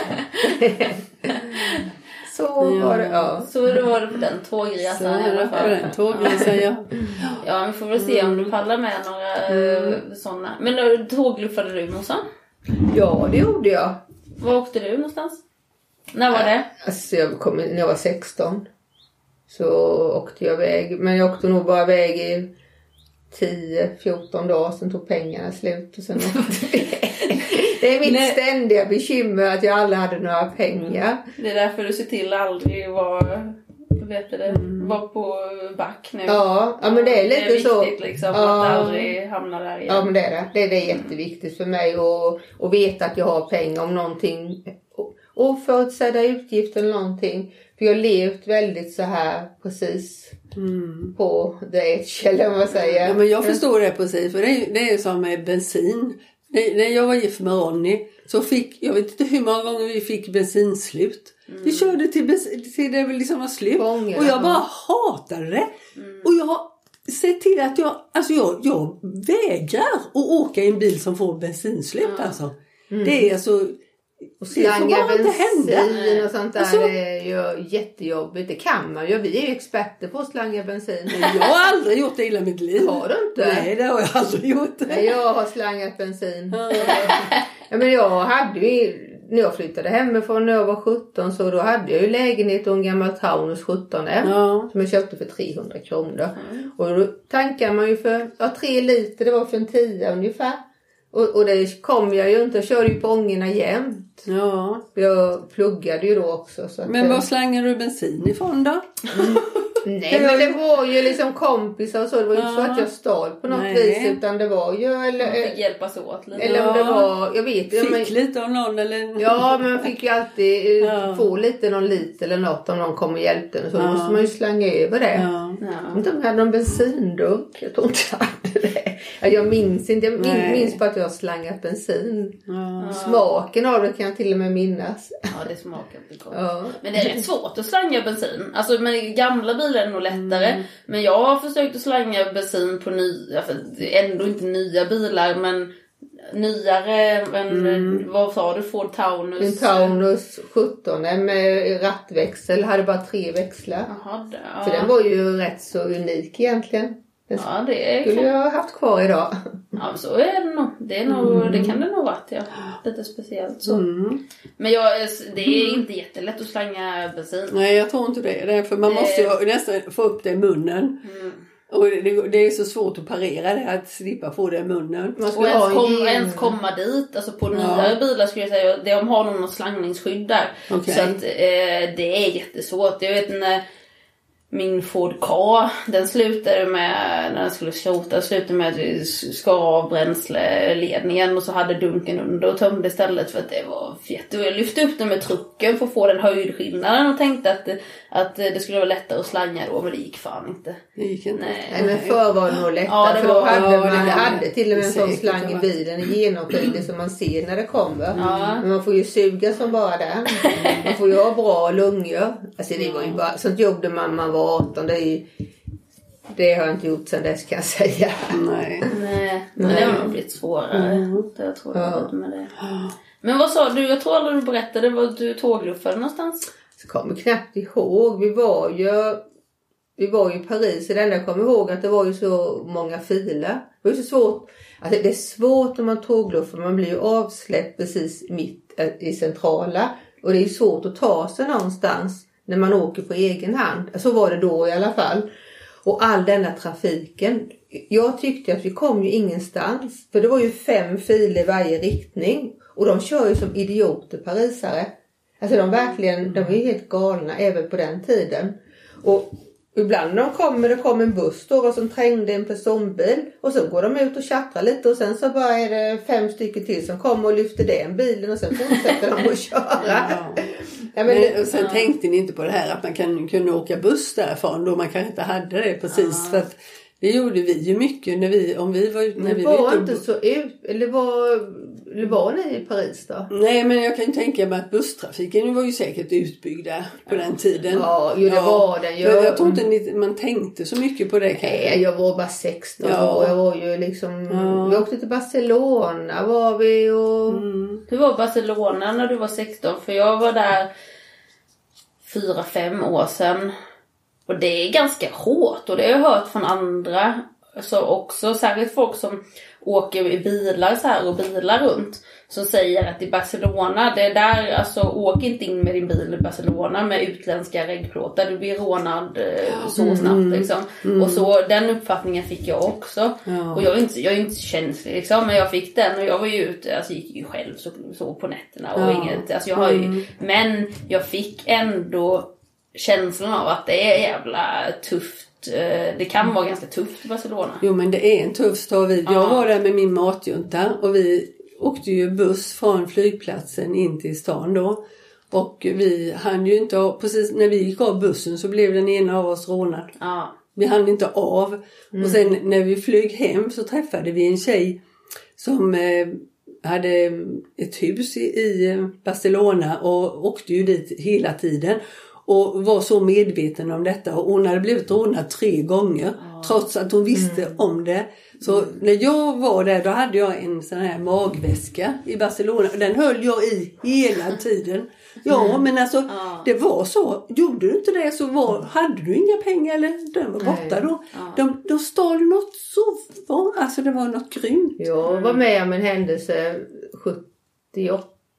Så ja. var det, ja. Så var det på den tågresan i alla fall. Den tågresan, ja. Ja, vi får väl se om du pallar med några mm. sådana. Men tågluffade du, morsan? Ja, det gjorde jag. Var åkte du någonstans? När var det? Alltså jag kom, när jag var sexton så åkte jag iväg. Men jag åkte nog bara iväg i tio fjorton dagar. Sen tog pengarna slut och sen åkte vi. Det är mitt Nej. ständiga bekymmer att jag aldrig hade några pengar. Det är därför du ser till att aldrig vara, vet du det, mm. vara på back nu. Ja, ja men det är lite det är så. viktigt liksom ja. att aldrig hamna där igen. Ja men det är det. Det är, det är jätteviktigt för mig att, att veta att jag har pengar om någonting. Oförutsedda utgifter eller någonting. För jag har levt väldigt så här precis mm. på the edge eller vad man säger. Ja, men jag förstår det precis. För det är, det är som med bensin. Det, när jag var gift med Ronny så fick, jag vet inte hur många gånger vi fick bensinslut. Mm. Vi körde till, bensin, till det liksom var slut. Gånger, och jag bara hatade det. Mm. Och jag har sett till att jag, alltså jag, jag vägrar att åka i en bil som får bensinslut. Ja. Alltså. Mm. Det är alltså... Och slanga bensin och sånt där alltså, är ju jättejobbigt. Det kan man ju. Vi är ju experter på att slanga bensin. Jag har aldrig gjort det illa mitt liv. Har du inte? Nej, det har jag aldrig gjort. Nej, jag har slangat bensin. Ja, men jag hade ju när jag flyttade hemifrån när jag var sjutton, så då hade jag ju lägenhet och en gammal Taunus sjutton Ja. som jag köpte för trehundra kronor. Mm. Och då tankar man ju för, ja, tre liter, det var för en tia ungefär. Och, och det kom jag ju inte, jag körde ju på ångorna jämt. Ja. Jag pluggade ju då också. Så att, Men var slänger du bensin ifrån då? Mm. Nej, men det var ju liksom kompisar och så. Det var ju inte Ja. så att jag stal på något Nej. vis. Utan det var ju... Eller, Man fick hjälpas åt lite. eller om Ja. det var... Jag vet Fick inte. Men, lite av någon eller... ja, men man fick ju alltid eh, Ja. få lite, någon liter eller något om någon kom och hjälpte en. Så Ja. då måste man ju slänga över det. Ja. Ja. Inte om jag hade någon bensindunk. Jag tror inte jag hade det. Ja, jag minns inte. Jag min, Nej. minns bara att jag har slängat bensin. Ja. Smaken av det kan jag till och med minnas. Ja, det smakar inte gott. Ja. Men det är rätt svårt att slänga bensin. Alltså med gamla bilar är det nog lättare. Mm. Men jag har försökt att slänga bensin på nya, för det är ändå inte nya bilar, men nyare än, mm. vad sa du, Ford Taunus? En Taunus sjutton med rattväxel, hade bara tre växlar. Jaha, det, ja. Så den var ju rätt så unik egentligen. Den Ja, det är skulle klart. jag ha haft kvar idag. Ja, så är det nog. Det, är nog, Mm. det kan det nog varit, ja. Lite speciellt så. Mm. Men jag, det är inte jättelätt att slänga bensin. Nej, jag tror inte det. det är för man Det- måste ju nästan få upp det i munnen. Mm. Och det, det är så svårt att parera det, att slippa få det i munnen. Man Och skulle ens, ha en kom, gen- ens komma dit, alltså på Ja. nyare bilar skulle jag säga, de har nog något slangningsskydd där. Okej. Så att eh, det är jättesvårt. Jag vet när min Ford Ka, den slutade med, när den skulle skrota, slutade med att vi skar av bränsleledningen och så hade dunken under och tömde istället för att det var jätte. Jag lyfte upp den med trucken för att få den höjdskillnaden och tänkte att, att det skulle vara lättare att slanga då, men det gick fan inte. Det gick inte. Nej. Nej, men förr var det nog lättare. Ja, det för då var- hade ja, man det var- hade till och med en sån säkert, slang det i var- bilen, en genomskinlig som man ser när det kommer. Ja. Men man får ju suga som bara det. Man får ju ha bra lungor. Alltså det var ju bara, sånt jobbade man man var arton. Det, är ju, det har jag inte gjort sedan dess kan jag säga. Nej. Nej, men det har nog blivit svårare. Mm. Det jag tror jag Ja. ja. med det. Men vad sa du? Jag tror aldrig du berättade var du tågluffade någonstans. Jag kommer knappt ihåg. Vi var ju vi var ju i Paris. Det enda jag kommer ihåg att det var ju så många filer. Det var ju så svårt. Alltså det är svårt om man tågluffar. Man blir ju avsläppt precis mitt i centrala. Och det är ju svårt att ta sig någonstans när man åker på egen hand. Så var det då i alla fall. Och all denna trafiken. Jag tyckte att vi kom ju ingenstans. För det var ju fem filer i varje riktning. Och de kör ju som idioter parisare. Alltså de verkligen, de är ju helt galna även på den tiden. Och ibland när de kommer, det kommer en buss då och som trängde en personbil. Och så går de ut och chattar lite och sen så bara är det fem stycken till som kommer och lyfter den bilen och sen fortsätter de att köra. Ja. Ja, men, Men, och sen tänkte ni inte på det här att man kan kunna åka buss därifrån då man kanske inte hade det precis. Ja. För att det gjorde vi ju mycket när vi, om vi var ute. När det vi var var ute inte så ut, eller var, eller var ni i Paris då? Nej, men jag kan ju tänka mig att busstrafiken var ju säkert utbyggd där på den tiden. Ja, jo, det var den. Jag, Jag, jag tror inte ni, man tänkte så mycket på det kanske. Nej, jag var bara sexton Ja. år. Jag var ju liksom, Ja. vi åkte till Barcelona var vi och... Mm. Du var i Barcelona när du var sexton, för jag var där fyra, fem år sedan. Och det är ganska hårt och det har jag hört från andra. Så också särskilt folk som åker i bilar så här och bilar runt. Som säger att i Barcelona, det är där, alltså åk inte in med din bil i Barcelona med utländska reggplåtar. Du blir rånad eh, så Mm. snabbt liksom. Mm. Och så den uppfattningen fick jag också. Ja. Och jag är inte, jag är inte känslig liksom, men jag fick den och jag var ju ute, alltså gick ju själv så, så på nätterna och Ja. inget, alltså jag har ju, Mm. men jag fick ändå känslan av att det är jävla tufft. Det kan vara ganska tufft i Barcelona. Jo, men det är en tuff stad. Jag Ja. var där med min matjunta och vi åkte ju buss från flygplatsen in till stan då. Och vi hann ju inte av, precis när vi gick av bussen så blev den ena av oss rånad. Ja. Vi hann inte av. Mm. Och sen när vi flög hem så träffade vi en tjej som eh, hade ett hus i, i Barcelona och åkte ju dit hela tiden. Och var så medveten om detta. Och hon hade blivit rånad tre gånger. Ja. Trots att hon visste Mm. om det. Så mm. när jag var där då hade jag en sån här magväska i Barcelona. Och den höll jag i hela tiden. Ja Mm. men alltså Ja. det var så. Gjorde du inte det så var, hade du inga pengar eller den var borta Nej. då. Ja. De, de stal något så var, alltså det var något grymt. Jag var med om en händelse sjuttioåtta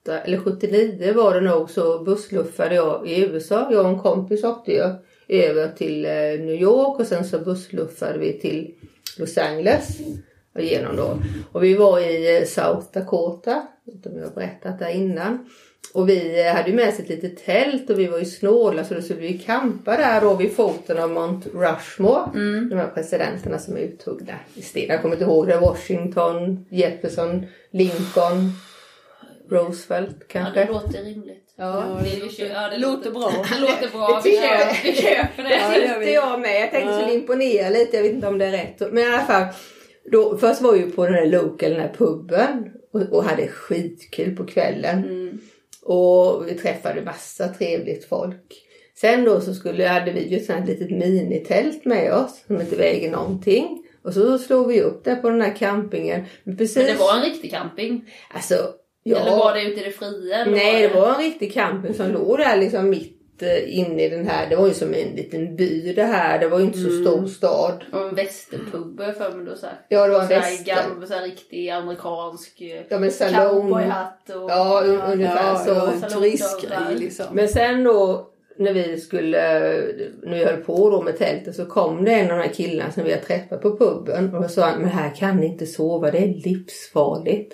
sjuttioåtta eller sjuttionio var det nog, så bussluffade jag i U S A. Jag och en kompis åkte ju över till New York och sen så bussluffade vi till Los Angeles genom då. Och vi var i South Dakota, jag vet inte om jag har berättat där innan. Och vi hade ju med sig ett litet tält och vi var ju snåla, så då skulle vi campa där då vid foten av Mount Rushmore. Mm. De här presidenterna som är uthuggna i sten. Jag kommer inte ihåg det. Washington, Jefferson, Lincoln, Roosevelt kanske. Ja, det låter rimligt. Ja, det, låter, ja, det låter bra. Det låter bra. Vi köper, vi köper det. Ja, det tyckte jag med. Jag tänkte ja. skulle imponera lite. Jag vet inte om det är rätt. Men i alla fall. Då, först var vi ju på den här local, den här puben. Och, och hade skitkul på kvällen. Mm. Och vi träffade massa trevligt folk. Sen då så skulle, hade vi ju ett sånt litet minitält med oss. Som inte väger någonting. Och så slog vi upp där på den här campingen. Men, precis, men det var en riktig camping? Alltså, ja. Eller var det ute i det fria? Nej, det var en riktig camping som låg där liksom mitt inne i den här. Det var ju som en liten by det här. Det var ju inte så stor mm. stad. Och en västerpub för mig då så här. Ja, det var en väster. Gammal, så här riktig amerikansk ja, men salon. Cowboyhatt och ja, ungefär ja, så. Ja, en turistgrej liksom. Men sen då när vi skulle, när vi höll på då med tältet, så kom det en av de här killarna som vi har träffat på puben och sa, men här kan ni inte sova, det är livsfarligt.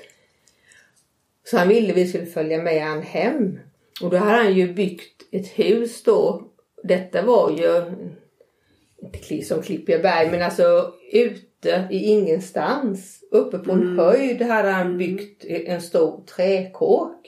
Så han ville vi skulle följa med han hem. Och då hade han ju byggt ett hus då. Detta var ju inte som Klippjaberg, men alltså ute i ingenstans. Uppe på en mm. höjd hade han byggt en stor träkåk.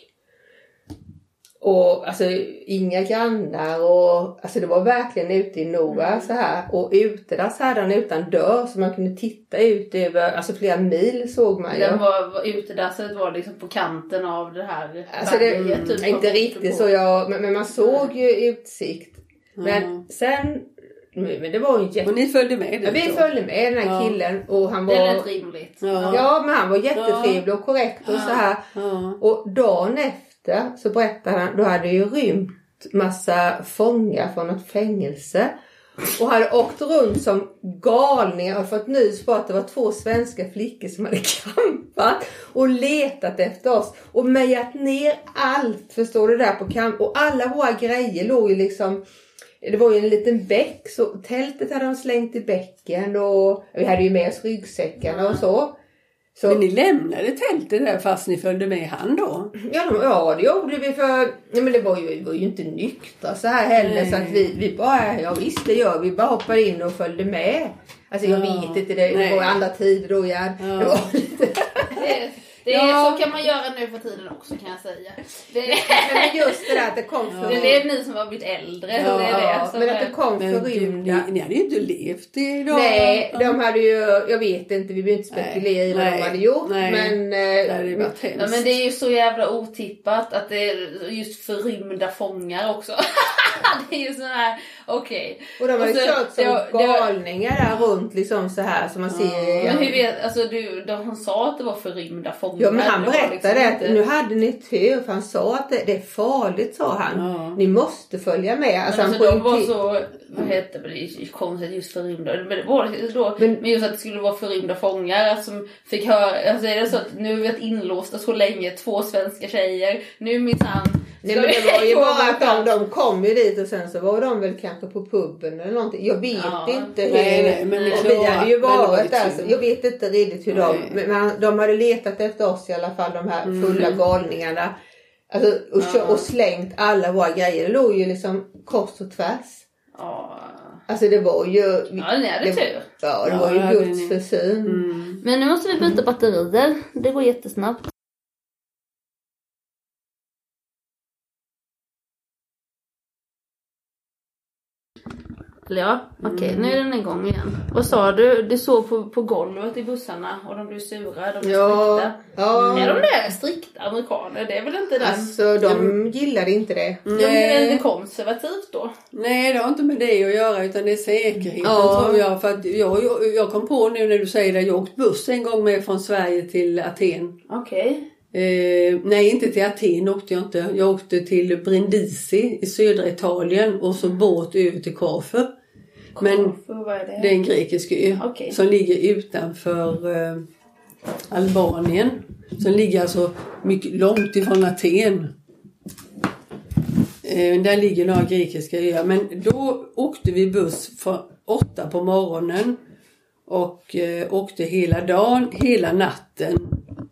Och alltså inga grannar och alltså det var verkligen ute i Noa mm. så här. Och ute där så hade han utan dörr så man kunde titta ut över, alltså flera mil såg man ju. Den var, var ute där så det var liksom på kanten av det här. Alltså det är typ inte riktigt så jag, men, men man såg ju utsikt. Men mm. sen, men det var ju jätte... Och ni följde med det? Ja, vi följde med den här killen och han var... Det lät rimligt. Ja. ja, men han var jättetrevlig och korrekt och ja. så här. Ja. Och dagen efter så berättade han, då hade ju rymt massa fångar från ett fängelse och hade åkt runt som galningar och fått nys på att det var två svenska flickor som hade kampat och letat efter oss och mejat ner allt, förstår du, där på kamp. Och alla våra grejer låg ju liksom, det var ju en liten bäck, så tältet hade de slängt i bäcken och vi hade ju med oss ryggsäckarna och så. Så, men ni lämnade tältet där fast ni följde med han då? Ja, de, ja det gjorde vi för... Ja, men det var ju, det var ju inte nyktra så här heller. Nej. Så att vi, vi bara... Ja visst det gör vi. Bara hoppade in och följde med. Alltså jag ja. vet inte. Det, det var andra tider då. Ja. Ja. Det var lite... Det är, ja. Så kan man göra nu för tiden också kan jag säga. Det är, men just det där att det kom för... Ja. Det är ni som har blivit äldre. Ja. Det är det, men att det kom förrymda. Ni, ni hade ju inte levt idag. Nej, de hade ju... Jag vet inte, vi behöver inte spekulera i vad nej. de hade gjort. Nej. Men, det hade ju varit ja, men det är ju så jävla otippat att det är just förrymda fångar också. Det är ju så här, okej. Okay. Och de har ju kört som det, galningar det, där runt liksom så här som man ja. ser. Men hur vet, alltså du, då han sa att det var förrymda fångar. Ja, men han berättade liksom att inte... nu hade ni tur, för han sa att det, det är farligt, sa han. Ja. Ni måste följa med. Alltså, men alltså de var så, vad heter det, det är konstigt just förrymda. Men det var då, men, men just att det skulle vara förrymda fångar som fick höra, alltså är det så att nu har vi varit inlåsta så länge, två svenska tjejer, nu minsann. Nej, men det var ju bara att de, de kom ju dit och sen så var de väl kanske på puben eller någonting. Jag vet ja, inte hur. Nej, nej, men och vi hade ju varit där. Så jag vet inte riktigt hur de... Men man, de hade letat efter oss i alla fall, de här fulla mm. galningarna. Alltså, och, ja. och slängt alla våra grejer. Det låg ju liksom kors och tvärs. Ja. Alltså det var ju... Ja, ni hade det, tur. Ja, det ja, var ju Guds försyn. Mm. Men nu måste vi byta batterier. Det går jättesnabbt. Ja, okej, okay, mm. nu är den igång igen. Vad sa du? Du såg på, på golvet i bussarna och de blev sura, de blev ja, strikta. Ja. Är de där strikta amerikaner? Det är väl inte det? Alltså, de mm. gillade inte det. De är lite konservativt då. Nej, det har inte med det att göra utan det är säkerheten ja. tror jag. För att jag, jag, jag kom på nu när du säger det, jag åkt buss en gång med från Sverige till Aten. Okej. Okay. Eh, nej, inte till Aten åkte jag inte. Jag åkte till Brindisi i södra Italien och så båt över till Korfu. Men vad är det? Det är en grekisk ö okay. som ligger utanför eh, Albanien. Som ligger alltså mycket långt ifrån Aten. Eh, där ligger några grekiska öar. Men då åkte vi buss för åtta på morgonen. Och eh, åkte hela dagen, hela natten.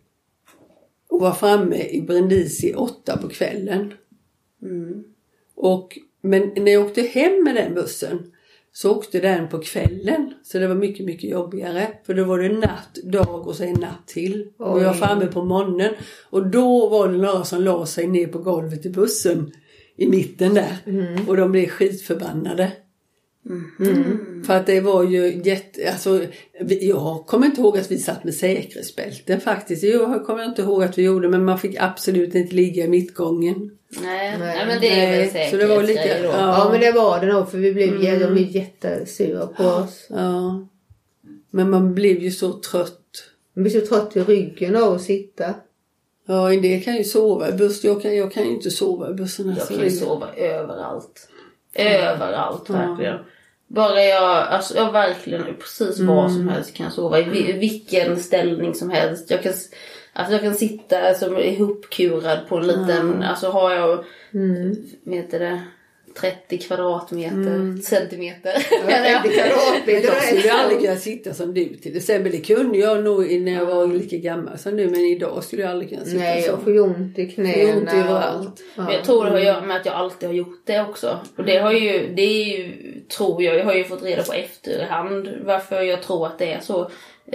Och var framme i Brindisi åtta på kvällen. Mm. Och, men när jag åkte hem med den bussen så åkte den på kvällen. Så det var mycket, mycket jobbigare. För då var det natt, dag och sen natt till. Oj. Och jag var framme på morgonen. Och då var det några som la sig ner på golvet i bussen. I mitten där. Mm. Och de blev skitförbannade. Mm. Mm. För att det var ju jätte, alltså, jag kommer inte ihåg att vi satt med säkerhetsbälten faktiskt. Jag kommer inte ihåg att vi gjorde, men man fick absolut inte ligga i mittgången. Nej, nej men det är väl säkert. Så det var lite, ja. ja men det var det nog, för vi blev, mm. de blev jättesura på oss. Ja. Men man blev ju så trött. Man blev så trött i ryggen av att sitta. Ja, en del kan ju sova i bussen. Jag kan, jag kan ju inte sova i bussen. Jag kan ju sova överallt. Överallt, mm. verkligen. Bara jag, alltså jag verkligen precis mm. vad som helst kan sova. I vilken ställning som helst. Jag kan, alltså jag kan sitta som ihopkurad på en liten, mm. alltså har jag, mm. vet heter det, trettio kvadratmeter, mm. centimeter. Ja, trettio kvadratmeter. Jag skulle aldrig kunna sitta som du till exempel. Det kunde jag nog när jag var lika gammal som du, men idag skulle jag aldrig kunna sitta. Nej, så. jag får ont i knäna. Ont överallt. Ja. Men jag tror det har att göra med att jag alltid har gjort det också. Och det har ju, det är ju, tror jag, jag har ju fått reda på efterhand varför jag tror att det är så.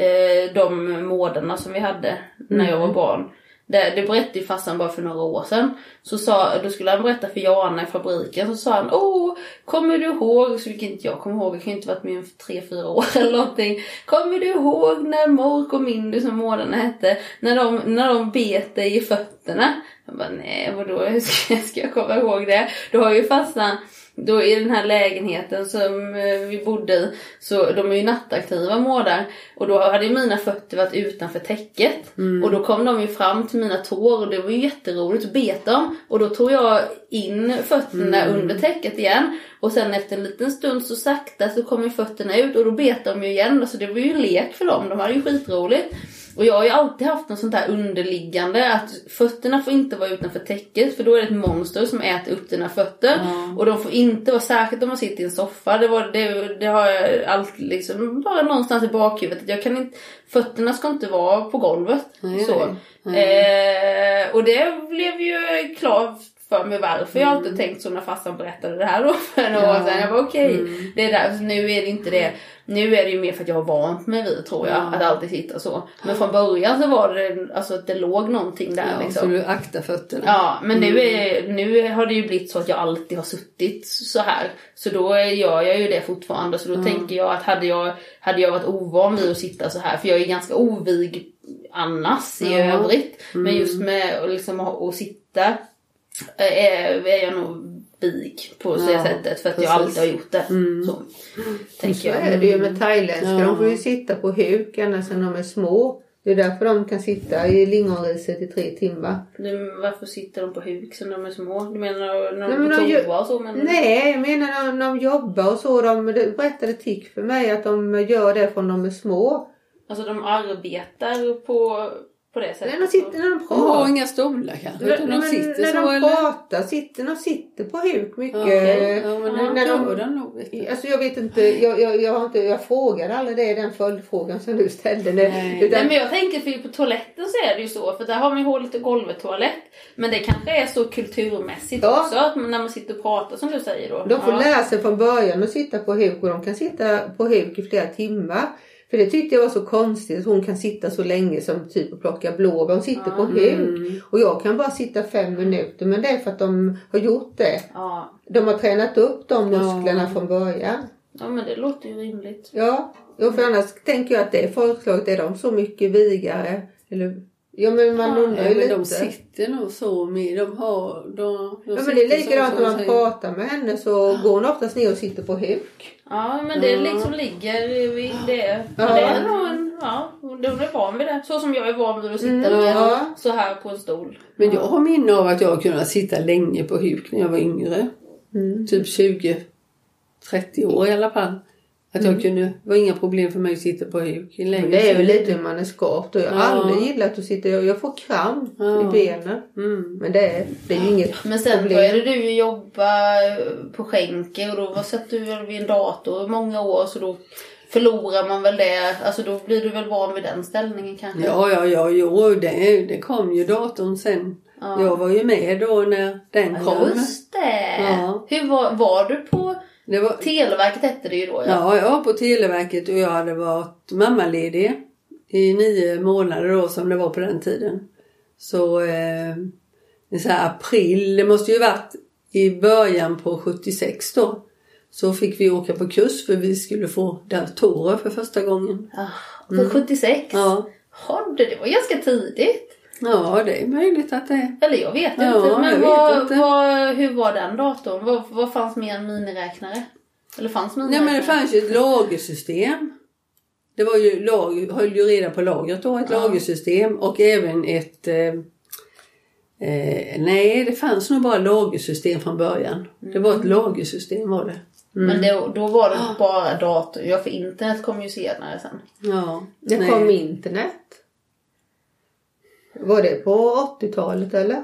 De månaderna som vi hade när jag var barn. Det, det berättade ju farsan bara för några år sedan. Så sa, då skulle han berätta för Jana i fabriken. Så sa han, åh, kommer du ihåg? Så vilket inte jag kommer ihåg. Jag kan inte varit med i tre, fyra år eller någonting. Kommer du ihåg när Mork och Mindy som månaderna hette? När de, när de bet dig i fötterna. Jag bara, nej, vadå? Hur ska, ska jag komma ihåg det? Då har ju farsan... Då i den här lägenheten som vi bodde i, så de är ju nattaktiva mårdar. Och då hade ju mina fötter varit utanför täcket. Mm. Och då kom de ju fram till mina tår och det var ju jätteroligt att beta dem. Och då tog jag in fötterna mm. under täcket igen. Och sen efter en liten stund så sakta så kom ju fötterna ut och då betade de ju igen. Så det var ju en lek för dem, de hade ju skitroligt. Och jag har ju alltid haft något sånt här underliggande att fötterna får inte vara utanför täcket, för då är det ett monster som äter upp dina fötter. Mm. Och de får inte vara, särskilt om man sitter i en soffa. Det, var, det, det har jag alltid liksom bara någonstans i bakhuvudet. Jag kan inte, fötterna ska inte vara på golvet. Mm. Så. Mm. Eh, och det blev ju klart för mig varför. Mm. Jag har alltid tänkt så när farsan berättade det här då för några ja. år sedan. Jag var okej, okay, mm. det är där. Så nu är det inte det. Nu är det ju mer för att jag har vant mig vid, tror jag, ja. att alltid sitta så. Men från början så var det, alltså att det låg någonting där. Ja, liksom. Så du aktar fötterna. Ja, men mm. nu, är, nu har det ju blivit så att jag alltid har suttit så här. Så då gör jag ju det fortfarande. Så då mm. tänker jag att hade jag, hade jag varit ovan vid att sitta så här. För jag är ganska ovig annars i ja. övrigt. Mm. Men just med liksom, att sitta är, är jag nog vig på det ja, sättet, för att precis. jag alltid har gjort det. Mm. Så, tänker så jag. är det ju med thailändska. Ja. De får ju sitta på huk ända sedan de är små. Det är därför de kan sitta i lingonriset i tre timmar. Du, varför sitter de på huk sen de är små? Du menar när de är på toa och så? Menar nej, jag menar när, när de jobbar och så. De berättade Tick för mig att de gör det från de är små. Alltså de arbetar på... På det sättet. När de sitter, när de pratar. De har inga stolar kanske. När, de sitter när så, de eller? pratar, sitter de sitter på huk mycket. Okay. Ja, men när, när de, de nog, alltså jag vet inte, jag, jag, jag har inte, jag frågade alla det, den följdfrågan som du ställde. Nej. Utan, nej, men jag tänker för på toaletten så är det ju så, för där har man ju hållit och golvet toalett. Men det kanske är så kulturmässigt ja. också, att när man sitter och pratar som du säger då. De får ja. lära sig från början att sitta på huk, och de kan sitta på huk i flera timmar. För det tyckte jag var så konstigt att hon kan sitta så länge som typ och plocka blåbär. Hon sitter mm. på huk. Och jag kan bara sitta fem minuter. Men det är för att de har gjort det. Ja. De har tränat upp de musklerna ja. från början. Ja, men det låter ju rimligt. Ja, och för annars tänker jag att det är folkslaget. Är de så mycket vigare? Eller... Ja, men man ja, undrar ju men lite. De sitter nog så med. De har... De, de ja, men det är likadant när man pratar med henne, så går hon oftast ner och sitter på huk. Ja, men det liksom ligger vid det. Ja. Det är nog en, ja, de är van vid det. Så som jag är van vid att sitta mm, med ja. så här på en stol. Men jag har minne av att jag kunde sitta länge på huk när jag var yngre. Mm. Typ tjugo trettio år i alla fall. Att jag kunde, det var inga problem för mig att sitta på huk. Men det är ju lite hur man är skapt. Och jag har Ja. aldrig gillat att sitta. Jag, jag får kram Ja. i benen. Mm. Men det är, det är ju inget Men sen problem. började du ju jobba på skänke och då var satt du väl vid en dator i många år, så då förlorar man väl det. Alltså då blir du väl van vid den ställningen kanske. Ja, ja, ja, jo, det, det kom ju datorn sen. Ja. Jag var ju med då när den kom. Just det. Ja. Hur var, var du på Det var, Televerket hette det ju då? ja, jag var på Televerket och jag hade varit mammaledig i nio månader då, som det var på den tiden. Så eh, i så här april, det måste ju varit i början på sjuttiosex då. Så fick vi åka på kurs för vi skulle få datorer för första gången. Ah, för sjuttiosex? Ja. Hade det var ganska tidigt. Ja, det är möjligt att det är. Eller jag vet Ja, inte. jag Men vet vad, inte. vad, hur var den datorn? Vad, vad fanns med en miniräknare? Eller fanns Nej, miniräknare? men det fanns ju ett lagersystem. Det var ju lag, höll ju reda på lagret då, ett Ja. lagersystem och även ett eh, eh, nej, det fanns nog bara lagersystem från början. Det var ett lagersystem var det. Men då, då var det bara dator. Ja, för internet kom ju senare sen. Ja. Det nej. kom internet. Var det på åttiotalet eller?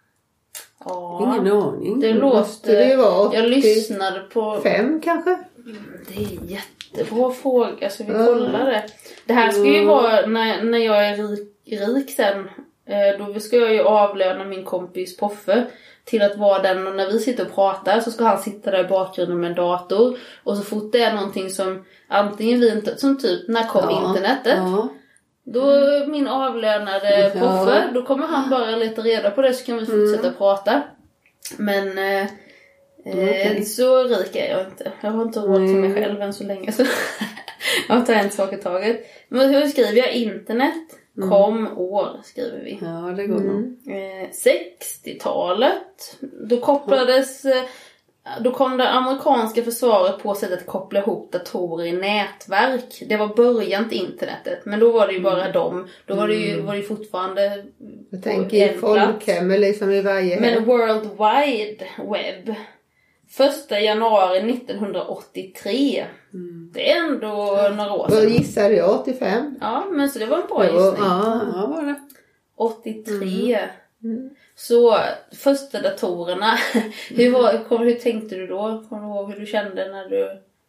Ja, Ingen aning. det Måste låter... det vara Jag lyssnade på... Fem kanske? Det är en jättebra fråga, så vi kollar det. Det här ska ju vara när, när jag är rik, rik sen. Eh, då ska jag ju avlöna min kompis Poffe till att vara den, och när vi sitter och pratar så ska han sitta där i bakgrunden med en dator. Och så fort det är någonting som antingen vi inte, som typ när kom Ja. internetet. Ja. Då min avlönade Poffe, då kommer han bara leta reda på det så kan vi fortsätta Mm. prata. Men eh, Okej. eh, så rik är jag inte. Jag har inte råd till mig själv än så länge. Så jag tar en sak i taget. Men hur skriver jag? Internet kom år skriver vi. Ja, det går nog. Eh, sextiotalet. Då kopplades... Eh, Då kom det amerikanska försvaret på sätt att koppla ihop datorer i nätverk. Det var början till internetet. Men då var det ju bara dem. Då var det ju, var det ju fortfarande... Jag tänker i en plats. folkhem liksom i varje Men hem. World Wide Web. Första januari nittonhundraåttiotre. Det är ändå några år Då sedan. gissade jag åttiofem. Ja, men så det var en bra Det var- gissning. ja. Ja, var det. åttiotre. Så första datorerna. hur, var, kom, hur tänkte du då? Kommer du ihåg hur du kände när du...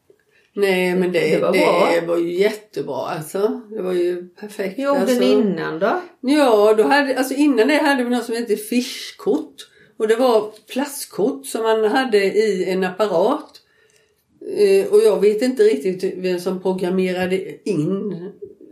Nej, men det, Det det, var var, bra. ju jättebra alltså. Det var ju perfekt. Hur gjorde alltså. ni innan då? Ja, då hade, alltså innan det hade vi något som hette fischkort. Och det var plastkort som man hade i en apparat. Eh, och jag vet inte riktigt vem som programmerade in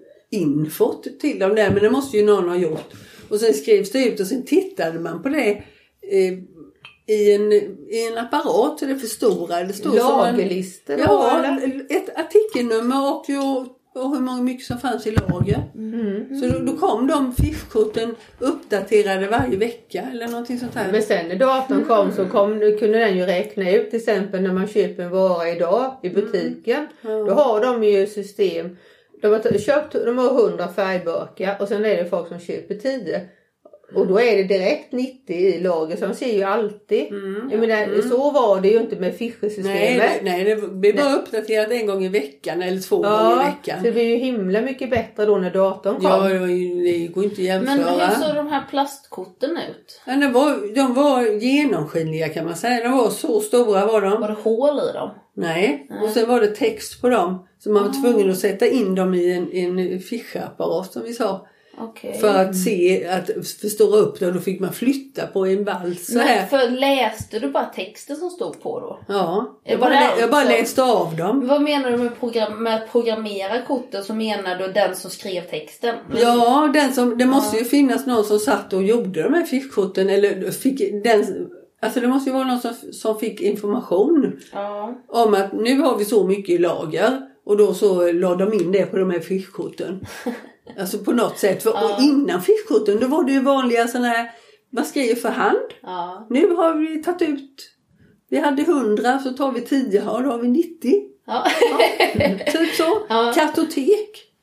infot till dem där. Men det måste ju någon ha gjort. Och sen skrevs det ut och sen tittade man på det eh, i, en, i en apparat. Så det förstorade. Det stod som en, Lagerlistor då, ja, eller? ett artikelnummer och, ju, och hur många mycket som fanns i lager. Så då, då kom de fischkorten uppdaterade varje vecka eller någonting sånt här. Men sen när datorn kom så kom, kunde den ju räkna ut till exempel när man köper en vara idag i butiken. Då har de ju system. De har köpt, de har hundra färgburkar och sen är det folk som köper tio. Och då är det direkt nittio i lager så de ser ju alltid. Jag menar, så var det ju inte med Fischer-systemet. Nej, nej, det blir bara uppdaterat en gång i veckan eller två gånger i Ja, veckan. så det blir ju himla mycket bättre då när datorn kom. Ja, det, var ju, det går inte att jämföra. Men hur såg de här plastkorten ut? Ja, det var, de var genomskinliga kan man säga. De var så stora var de. Var det hål i dem? Nej, och sen var det text på dem. Så man var tvungen att sätta in dem i en, en fischerapparat som vi sa. Okej. För att se, att förstora upp det och då fick man flytta på en vals så här. Men för läste du bara texten som stod på då? Ja, Det jag var bara, det jag bara alltså. läste av dem. Vad menar du med, program, med att programmera korten, så menar du den som skrev texten? Ja, den som, det måste ju finnas någon som satt och gjorde de här fischkorten. Eller fick den, alltså det måste ju vara någon som, som fick information Ja. om att nu har vi så mycket i lager. Och då så la de in det på de här fischkorten. Alltså på något sätt. För, Ja. Och innan fischkorten då var det ju vanliga sådana här, man skrev för hand. Ja. Nu har vi tagit ut, vi hade hundra så tar vi tio och då har vi nittio. Ja. Typ så. Ja. Kartotek.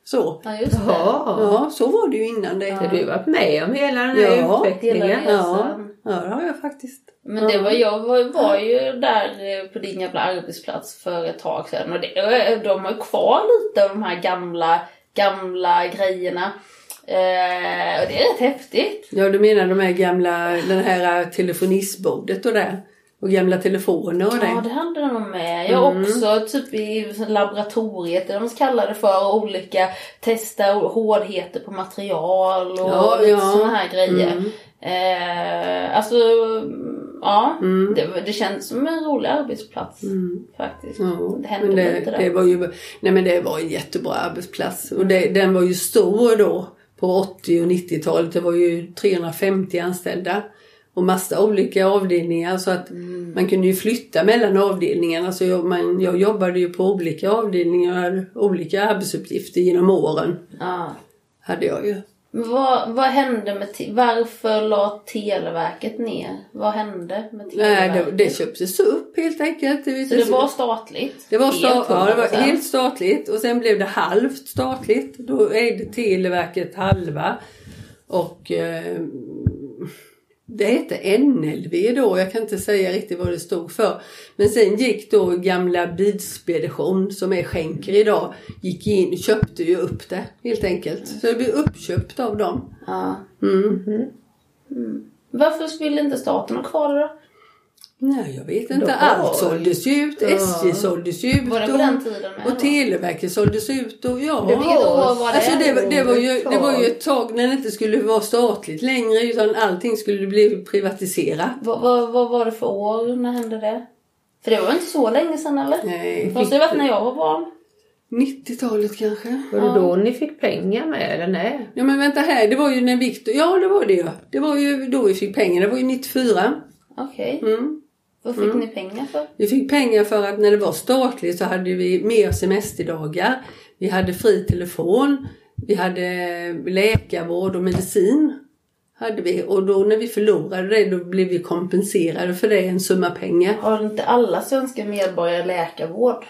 Så. Ja, just det. Ja. Ja, så var det ju innan det. Så du har varit med om hela den här Ja, utvecklingen. hela Ja, ja, det har jag faktiskt. Men det var, jag var, var ju där på din gamla arbetsplats för ett tag sedan. Och det, de har kvar lite av de här gamla, gamla grejerna. Eh, och det är rätt häftigt. Ja, du menar de här gamla, den här telefonistbordet och det. Och gamla telefoner och det. Ja, det hade de med. Jag har mm. också typ i laboratoriet, där de kallar det för olika testa hårdheter på material och ja, lite ja. sådana här grejer. Mm. Eh, alltså, ja, mm. det, det känns som en rolig arbetsplats mm. faktiskt. Ja, det hände men det, lite där. Det var ju, nej men det var en jättebra arbetsplats. Och det, den var ju stor då på åttio- och nittiotalet. Det var ju trehundrafemtio anställda. Och massa olika avdelningar så att mm. man kunde ju flytta mellan avdelningarna. Så jag, man, jag jobbade ju på olika avdelningar, olika arbetsuppgifter genom åren. Ah. Hade jag ju. Vad, vad hände med, varför la Televerket ner? Vad hände med Televerket? Nej, det, det köptes upp helt enkelt. Det, så det var statligt? Det var, sta- ja, det var helt statligt och sen blev det halvt statligt. Då ägde Televerket halva och... Eh, det hette N L V då, jag kan inte säga riktigt vad det stod för. Men sen gick då gamla Bilspedition som är skänker idag, gick in och köpte ju upp det helt enkelt. Så det blev uppköpt av dem. Ja. Mm. Mm. Varför ville inte staten ha kvar det då? Nej, jag vet inte. Allt såldes ut. Ja. S J såldes ut. Var det på och, den tiden med, och Televerket såldes ut. Och ja. Det var, var det, alltså det, det, var ju, det var ju ett tag när det inte skulle vara statligt längre. Utan allting skulle bli privatiserat. Vad, vad, vad var det för år? När hände det? För det var inte så länge sedan, eller? Nej. Fast det var när jag var barn. nittiotalet kanske. Var det då ni fick pengar med eller nej? Ja men vänta här. Det var ju när Victor... Ja det var det ju. Det var ju då vi fick pengar. Det var ju nittiofyra. Okej. Okay. Mm. Vad fick mm. ni pengar för? Vi fick pengar för att när det var statligt så hade vi mer semesterdagar. Vi hade fri telefon. Vi hade läkarvård och medicin. Hade vi. Och då när vi förlorade det då blev vi kompenserade för det, en summa pengar. Har inte alla svenska medborgare läkarvård?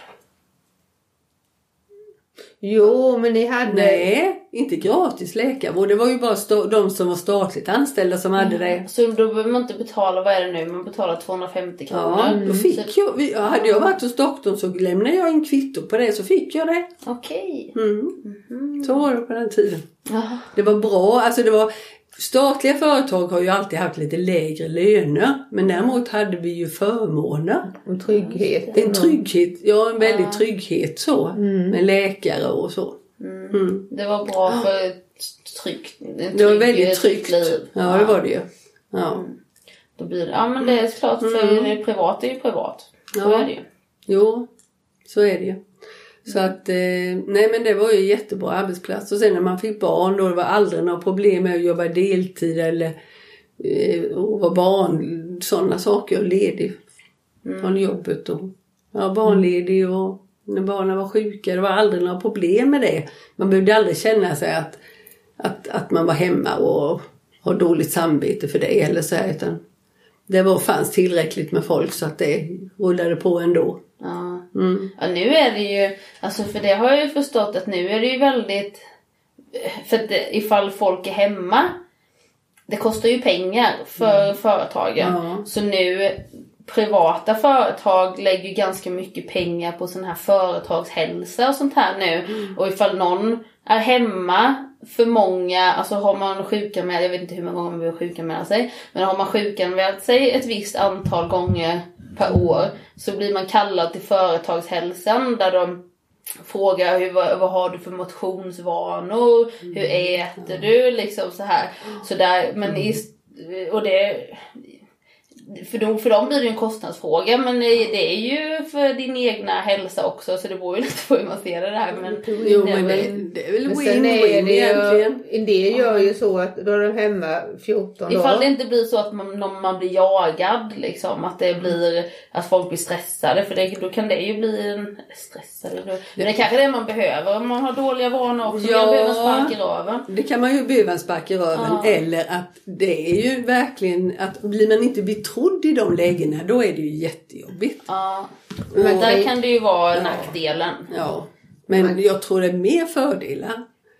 Jo, men ni hade... Nej, inte gratis läkarvård. Det var ju bara st- de som var statligt anställda som hade det. Mm. Så då behöver man inte betala, vad är det nu? Man betalar tvåhundrafemtio kronor. Ja, då fick så... jag... Ja, hade jag varit hos doktorn så lämnade jag en kvitto på det så fick jag det. Okej. Okay. Mm. Mm. Så var det på den tiden. Aha. Det var bra, alltså det var... Statliga företag har ju alltid haft lite lägre löner. Men däremot hade vi ju förmåner. En trygghet. En trygghet, ja en väldigt trygghet så. Mm. Med läkare och så. Mm. Mm. Det var bra för ett tryggt, trygg, det var väldigt tryggt. Liv. Ja, det var det ju. Ja. Mm. Då blir det, ja men det är klart för mm. privat är ju privat. Så ja. är det ju. Jo, så är det ju. Så att, eh, nej men det var ju en jättebra arbetsplats. Och sen när man fick barn då det var aldrig några problem med att jobba deltid eller eh, och vara barn, sådana saker och ledig mm. från jobbet. Och, ja, barnledig och när barnen var sjuka, det var aldrig några problem med det. Man behövde aldrig känna sig att, att, att man var hemma och ha dåligt samvete för det eller så här, utan det var, fanns tillräckligt med folk så att det rullade på ändå. Ja. Mm. Ja, nu är det ju, alltså för det har jag ju förstått att nu är det ju väldigt, för att det, ifall folk är hemma, det kostar ju pengar för mm. företagen. Ja. Så nu, privata företag lägger ju ganska mycket pengar på sån här företagshälsa och sånt här nu. Mm. Och ifall någon är hemma för många, alltså har man sjuka med, jag vet inte hur många gånger man behöver sjuka med sig, men har man sjuka med sig ett visst antal gånger per år så blir man kallad till företagshälsan där de frågar hur, vad, vad har du för motionsvanor, mm. hur äter du, liksom så här. Så där, men i, och det för dem, för dem blir det ju en kostnadsfråga, men det är ju för din egna hälsa också, så det beror ju lite på hur man ser det här. Men, jo, men det, det är väl win-win egentligen. En del gör ju så att då är de hemma fjorton dagar. Ifall det inte blir så att man, man blir jagad, liksom, att det blir att folk blir stressade, för det, då kan det ju bli en stressade. Då. Men det är kanske det man behöver om man har dåliga vanor också. Ja, man behöver en spark i röven. Det kan man ju behöva en spark i röven. Ja. Eller att det är ju verkligen att blir man inte betrodd i de lägena, då är det ju jättejobbigt. Ja, men där kan det ju vara ja. nackdelen. Ja, men jag tror det är mer fördelar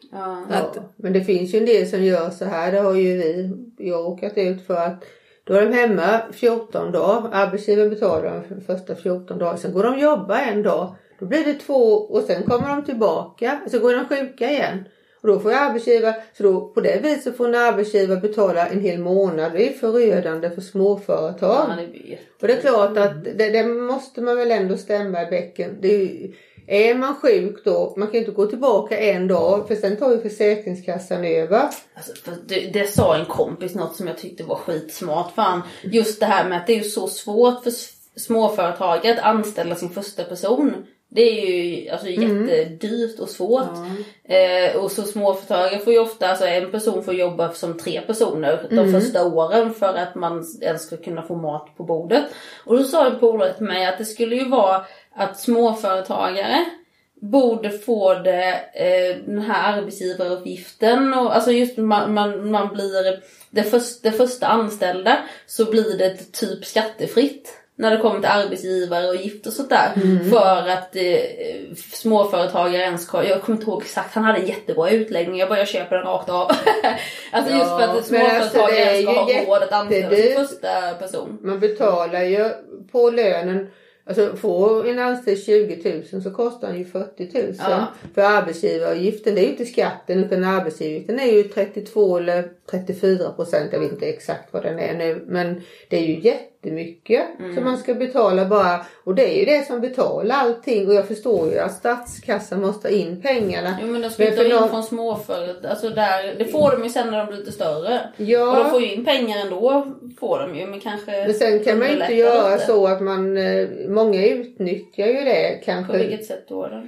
Ja. Att, men det finns ju en del som gör så här. Det har ju vi jag råkat ut för att då är de hemma fjorton dagar. Arbetsgivaren betalar dem för de första fjorton dagar. Sen går de jobba en dag. Då blir det två och sen kommer de tillbaka. Så går de sjuka igen. Och då får arbetsgivare, så då på det viset får en arbetsgivare betala en hel månad. Det är förödande för småföretag. Ja, det blir... Och det är klart att det, det måste man väl ändå stämma i bäcken. Det är, ju, är man sjuk då, man kan inte gå tillbaka en dag. För sen tar ju Försäkringskassan över. Alltså, för det, det sa en kompis något som jag tyckte var skitsmart. Fan, just det här med att det är ju så svårt för småföretag att anställa sin första person. Det är ju alltså jättedyrt och svårt. Mm. Eh, och så småföretagare får ju ofta, alltså en person får jobba som tre personer de mm. första åren för att man ens ska kunna få mat på bordet. Och då sa en polare till mig att det skulle ju vara att småföretagare borde få det, eh, den här arbetsgivaruppgiften och alltså just man, man, man blir det, först, det första anställda så blir det typ skattefritt. När det kommer till arbetsgivare och gift och sånt där. Mm. För att eh, småföretagare ens... Jag kommer inte ihåg exakt. Han hade en jättebra utläggning. Jag bara jag köper den rakt av. Alltså ja, just för att småföretagare ens ska ha råd att anställa sin första person. Man betalar ju på lönen. Alltså får en anställd tjugo tusen så kostar han ju fyrtio tusen. Ja. För arbetsgivaravgiften, det är ju inte skatten utan arbetsgivaravgiften är ju trettiotvå eller trettiofyra procent. Jag vet inte exakt vad den är nu. Men det är ju jättemycket mm. som man ska betala bara. Och det är ju det som betalar allting. Och jag förstår ju att statskassan måste ha in pengarna. Jo men de ska inte in någon... från småföretag. Alltså där, det får de ju sen när de blir lite större. Ja. Och de får ju in pengar ändå. Får de ju. Men kanske... Men sen kan man ju inte göra lite. Så att man... Många utnyttjar ju det kanske. På vilket sätt då då?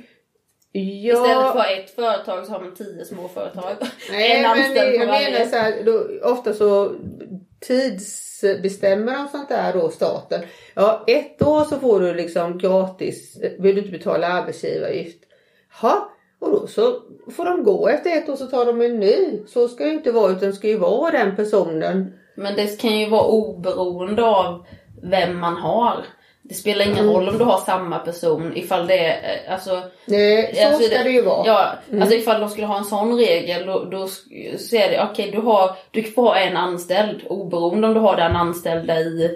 Ja. Istället för ett företag så har man tio små företag. Nej, en men jag menar så här, då, ofta så tidsbestämmer de sånt där då staten. Ja, ett år så får du liksom gratis, vill du inte betala arbetsgivaravgift. Ja, och då så får de gå efter ett år så tar de en ny. Så ska det inte vara utan det ska ju vara den personen. Men det kan ju vara oberoende av vem man har. Det spelar ingen mm. roll om du har samma person ifall det är, alltså... Nej, så alltså, ska det ju vara. Ja, mm. alltså ifall de skulle ha en sån regel då, då säger det, okej okay, du har, du får ha en anställd oberoende om du har den anställda i...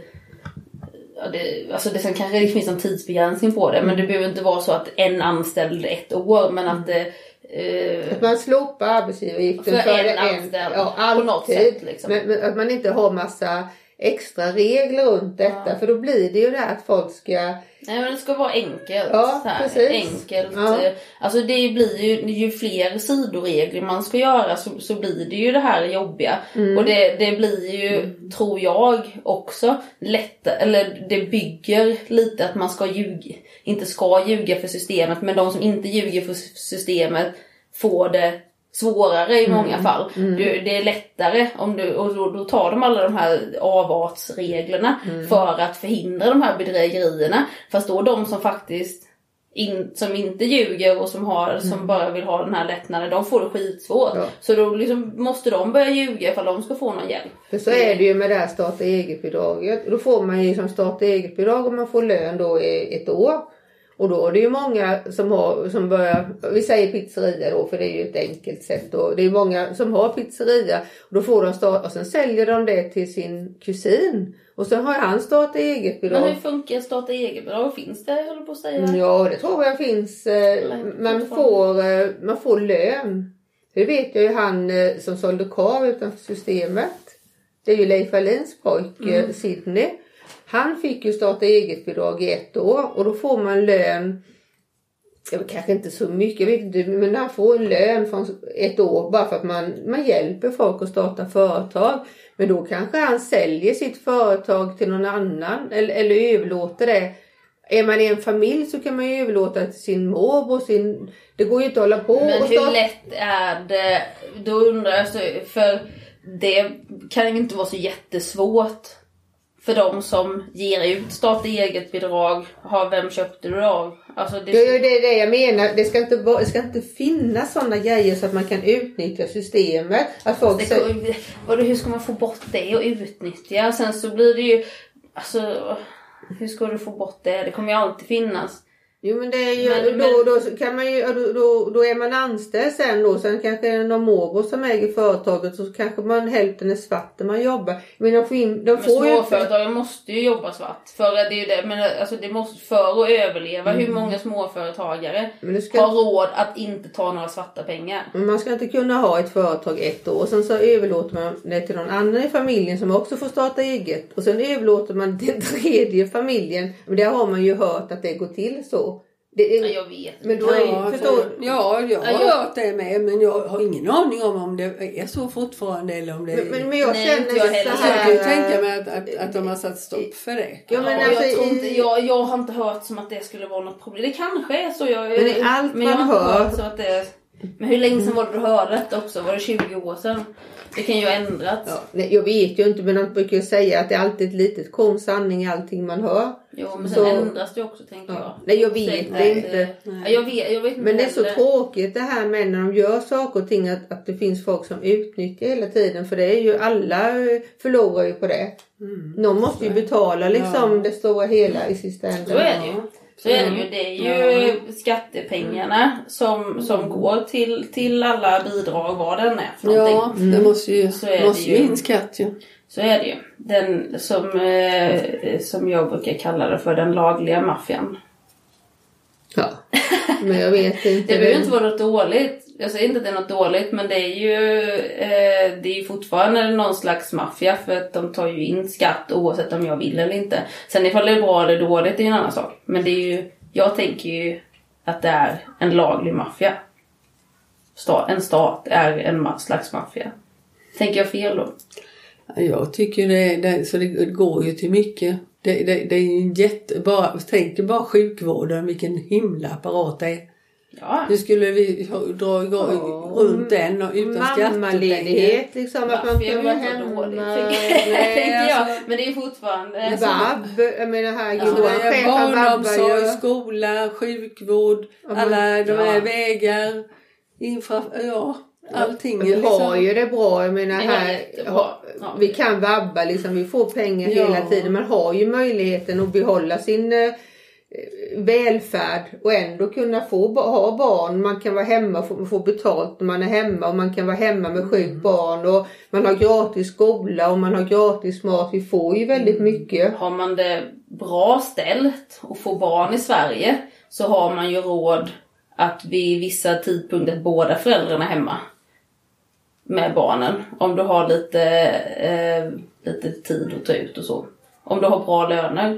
Ja, det, alltså det sen kanske det finns en tidsbegränsning på det, mm. men det behöver inte vara så att en anställd ett år, men att det... Uh, att man slopar arbetsgivaravgiften för, för en, en anställd ja, på något sätt liksom. Men, men att man inte har massa extra regler runt detta. Ja. För då blir det ju det att folk ska... Nej men det ska vara enkelt. Ja, så här, precis. Enkelt. Ja. Alltså det blir ju, ju fler sidoregler man ska göra så, så blir det ju det här jobbiga. Mm. Och det, det blir ju, mm. tror jag också, lätt, eller det bygger lite att man ska ljuga. Inte ska ljuga för systemet, men de som inte ljuger för systemet får det svårare i många mm. fall. Mm. Du, det är lättare om du, och då, då tar de alla de här avartsreglerna mm. för att förhindra de här bedrägerierna. Fast då de som faktiskt in, som inte ljuger och som, har, mm. som bara vill ha den här lättnaden, de får det skitsvårt. Ja. Så då liksom måste de börja ljuga för att de ska få någon hjälp. För så är det ju med det här starta-eget-bidraget. Då får man ju som starta-eget-bidrag om man får lön då i ett år. Och då är det ju många som har, som börjar, vi säger pizzeria då för det är ju ett enkelt sätt då. Det är många som har pizzeria och då får de starta och sen säljer de det till sin kusin. Och sen har han startat eget bidrag. Men hur funkar starta eget bidrag? Finns det, jag håller på att säga? Ja, det tror jag finns. Man får, man får lön. Det vet jag ju han som sålde korv utanför systemet. Det är ju Leif Alins pojk, mm. Sydney. Han fick ju starta eget bidrag i ett år och då får man lön, jag kanske inte så mycket, jag vet inte, men han får en lön från ett år bara för att man, man hjälper folk att starta företag. Men då kanske han säljer sitt företag till någon annan eller, eller överlåter det. Är man i en familj så kan man ju överlåta till sin morbror, sin, det går ju inte att hålla på. Men och hur starta... lätt är det, då undrar jag, för det kan ju inte vara så jättesvårt. För de som ger ut starta eget bidrag, har vem köpte du av? Alltså det... det är det, det jag menar. Det ska, inte, det ska inte finnas sådana grejer så att man kan utnyttja systemet. Att folk det går, så... Hur ska man få bort det och utnyttja? Sen så blir det ju... Alltså, hur ska du få bort det? Det kommer ju alltid finnas. Jo men det är ju, Men- då, då kan man ju, då, då, då är man anställd sen då. Sen kanske är det någon morbror som äger företaget. Så kanske man hälften är svart när man jobbar. Men de får, in, de Men får ju inte... småföretagare måste ju jobba svart. För att det är ju det, men alltså det måste, för att överleva, hur många småföretagare Men det ska- har råd att inte ta några svarta pengar? Men man ska inte kunna ha ett företag ett år. Och sen så överlåter man det till någon annan i familjen som också får starta eget. Och sen överlåter man till den tredje familjen. Men där har man ju hört att det går till så. Det är, Ja, jag vet. men då är, Ja, förstår, för, ja, jag har Ja, jag- hört det med, men jag har ingen aning om om det är så fortfarande eller om det är... men, men, men jag Nej, känner inte jag heller. så Så jag här... kan ju tänka mig att, att, att de har satt stopp för det. Ja, men Ja, alltså, jag, tror i- inte, jag, jag har inte hört som att det skulle vara något problem. Det kanske är så. Jag, Men i allt men jag man har inte hör- hört så att det, men hur länge sedan var det du hörde det också? Var det tjugo år sedan? Det kan ju ha ändrats. Ja, nej, jag vet ju inte, men de brukar ju säga att det är alltid ett litet korn sanning i allting man hör. Jo, men Så- sen ändras det också, tänker jag. Ja. Nej, jag vet Säkert, det inte. eh, Ja, jag vet, jag vet inte Men det är så heller. tråkigt det här med när de gör saker och ting att, att det finns folk som utnyttjar hela tiden. För det är ju, alla eh, förlorar ju på det. Mm. Någon måste ju betala liksom Ja. det stora hela i sista änden. Så är det ju. Så är det ju. Det är ju Ja. skattepengarna som, som går till, till alla bidrag, vad den är för någonting. Ja, det måste ju, Så är det måste ju ju. in skatt ju. Så är det ju. Den som, eh, som jag brukar kalla det för den lagliga maffian. Ja, men jag vet inte. Det behöver ju inte vara något dåligt. Jag säger inte att det är något dåligt, men det är ju, eh, det är ju fortfarande någon slags maffia, för att de tar ju in skatt oavsett om jag vill eller inte. Sen ifall det är bra eller dåligt är en annan sak. Men det är ju, jag tänker ju att det är en laglig maffia. Stat, en stat är en ma- slags maffia. Tänker jag fel då? Ja, jag tycker det, det, så det går ju till mycket. Det, det, det är ju en jätte, bara, tänk bara sjukvården, vilken himla apparat det är. Ja. Nu skulle vi dra igång Ja. runt den och utan skattepengar. Mammaledighet liksom, att man Maffia är kan ju vara inte hemma. dåligt, Nej, tänker jag. alltså- Men det är ju fortfarande... Vab, jag menar här, Alltså, Johan det är chef av barnomsorg, Vabba ju. skola, sjukvård, men- alla de här ja. vägar, infra, ja, allting. Vi har liksom. ju det bra, jag menar Vi har här, jättebra. ha- Ja. vi kan vabba liksom, vi får pengar Ja. hela tiden. Man har ju möjligheten att behålla sin eh, välfärd och ändå kunna få ba- ha barn. Man kan vara hemma och få, få betalt när man är hemma, och man kan vara hemma med sjukt barn, och man har gratis skola och man har gratis mat. Vi får ju väldigt mycket. Har man det bra ställt och får barn i Sverige, så har man ju råd att vid vissa tidpunkter båda föräldrarna är hemma med barnen. Om du har lite, eh, lite tid att ta ut och så. Om du har bra löner,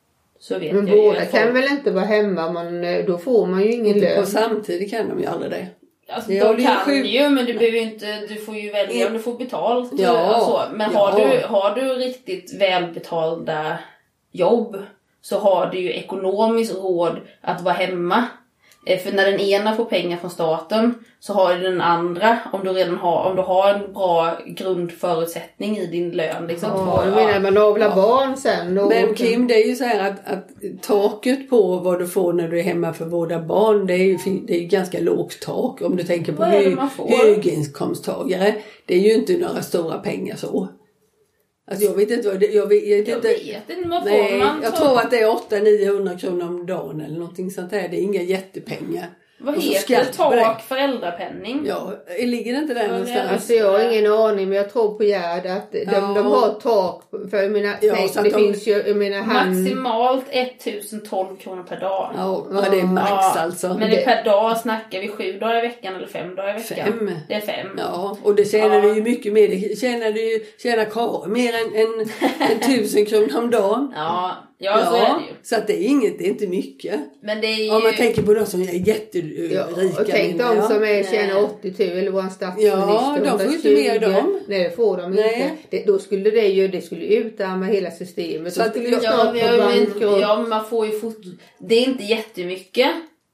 så vet Men jag ju båda att kan folk- väl inte vara hemma, men eh, då får man ju ingen Inte lön. på samtidigt kan de ju aldrig det. Alltså, Ja, de det är kan sjukt. ju, men du behöver ju inte, du får ju välja om du får betalt. Ja, och så. Men ja. har, du, har du riktigt välbetalda jobb, så har du ju ekonomiskt råd att vara hemma. Eh, För när den ena får pengar från staten, så har ju den andra, om du redan har, om du har en bra grundförutsättning i din lön. Liksom, Ja, två- du menar man avlar barn sen. Och, Men Kim, det är ju så här att, att taket på vad du får när du är hemma för vårda barn, det är ju, fin- det är ju ganska lågt tak om du tänker på Vad är det hög, man får? höginkomsttagare. Det är ju inte några stora pengar så. Alltså jag vet inte vad det, jag vet, jag vet Jag inte. vet inte, vad får Nej, man? jag ta- tror att det är åtta till niohundra kronor om dagen eller någonting sånt där. Det är inga jättepengar. Vad Och så heter det? skatt på det. Tak, föräldrapenning? Ja, ligger det inte där Ja, någonstans? Alltså jag har ingen aning, men jag tror på Gerd att de, Ja. de har tak. För jag menar, Ja, tänk, så att det de- finns ju, jag menar han... Maximalt etttusen tolv kronor per dag. Ja, ja, det är max Ja, alltså. Men det per dag snackar vi sju dagar i veckan eller fem dagar i veckan? Fem. Det är fem. Ja, och det tjänar Ja. du ju mycket mer. Det tjänar du ju, tjänar Karin mer än, än, än tusen kronor om dagen. Ja, ja, så är det ju. Så att det är inget, det är inte mycket. Men det är ju... Om man tänker på de som är Ja, jätterika. och tänk menar de jag. som är, tjänar Nej. åttio tusen eller vår statsminister. Ja, de får ju inte hundratjugo. mer de. Nej, det får de Nej. inte. Det, då skulle det ju, det skulle utarma hela systemet. Så Då att- skulle ja, ju Ja, snart men, få jag, men, bankrott. ja, men man får ju fort... Det är inte jättemycket.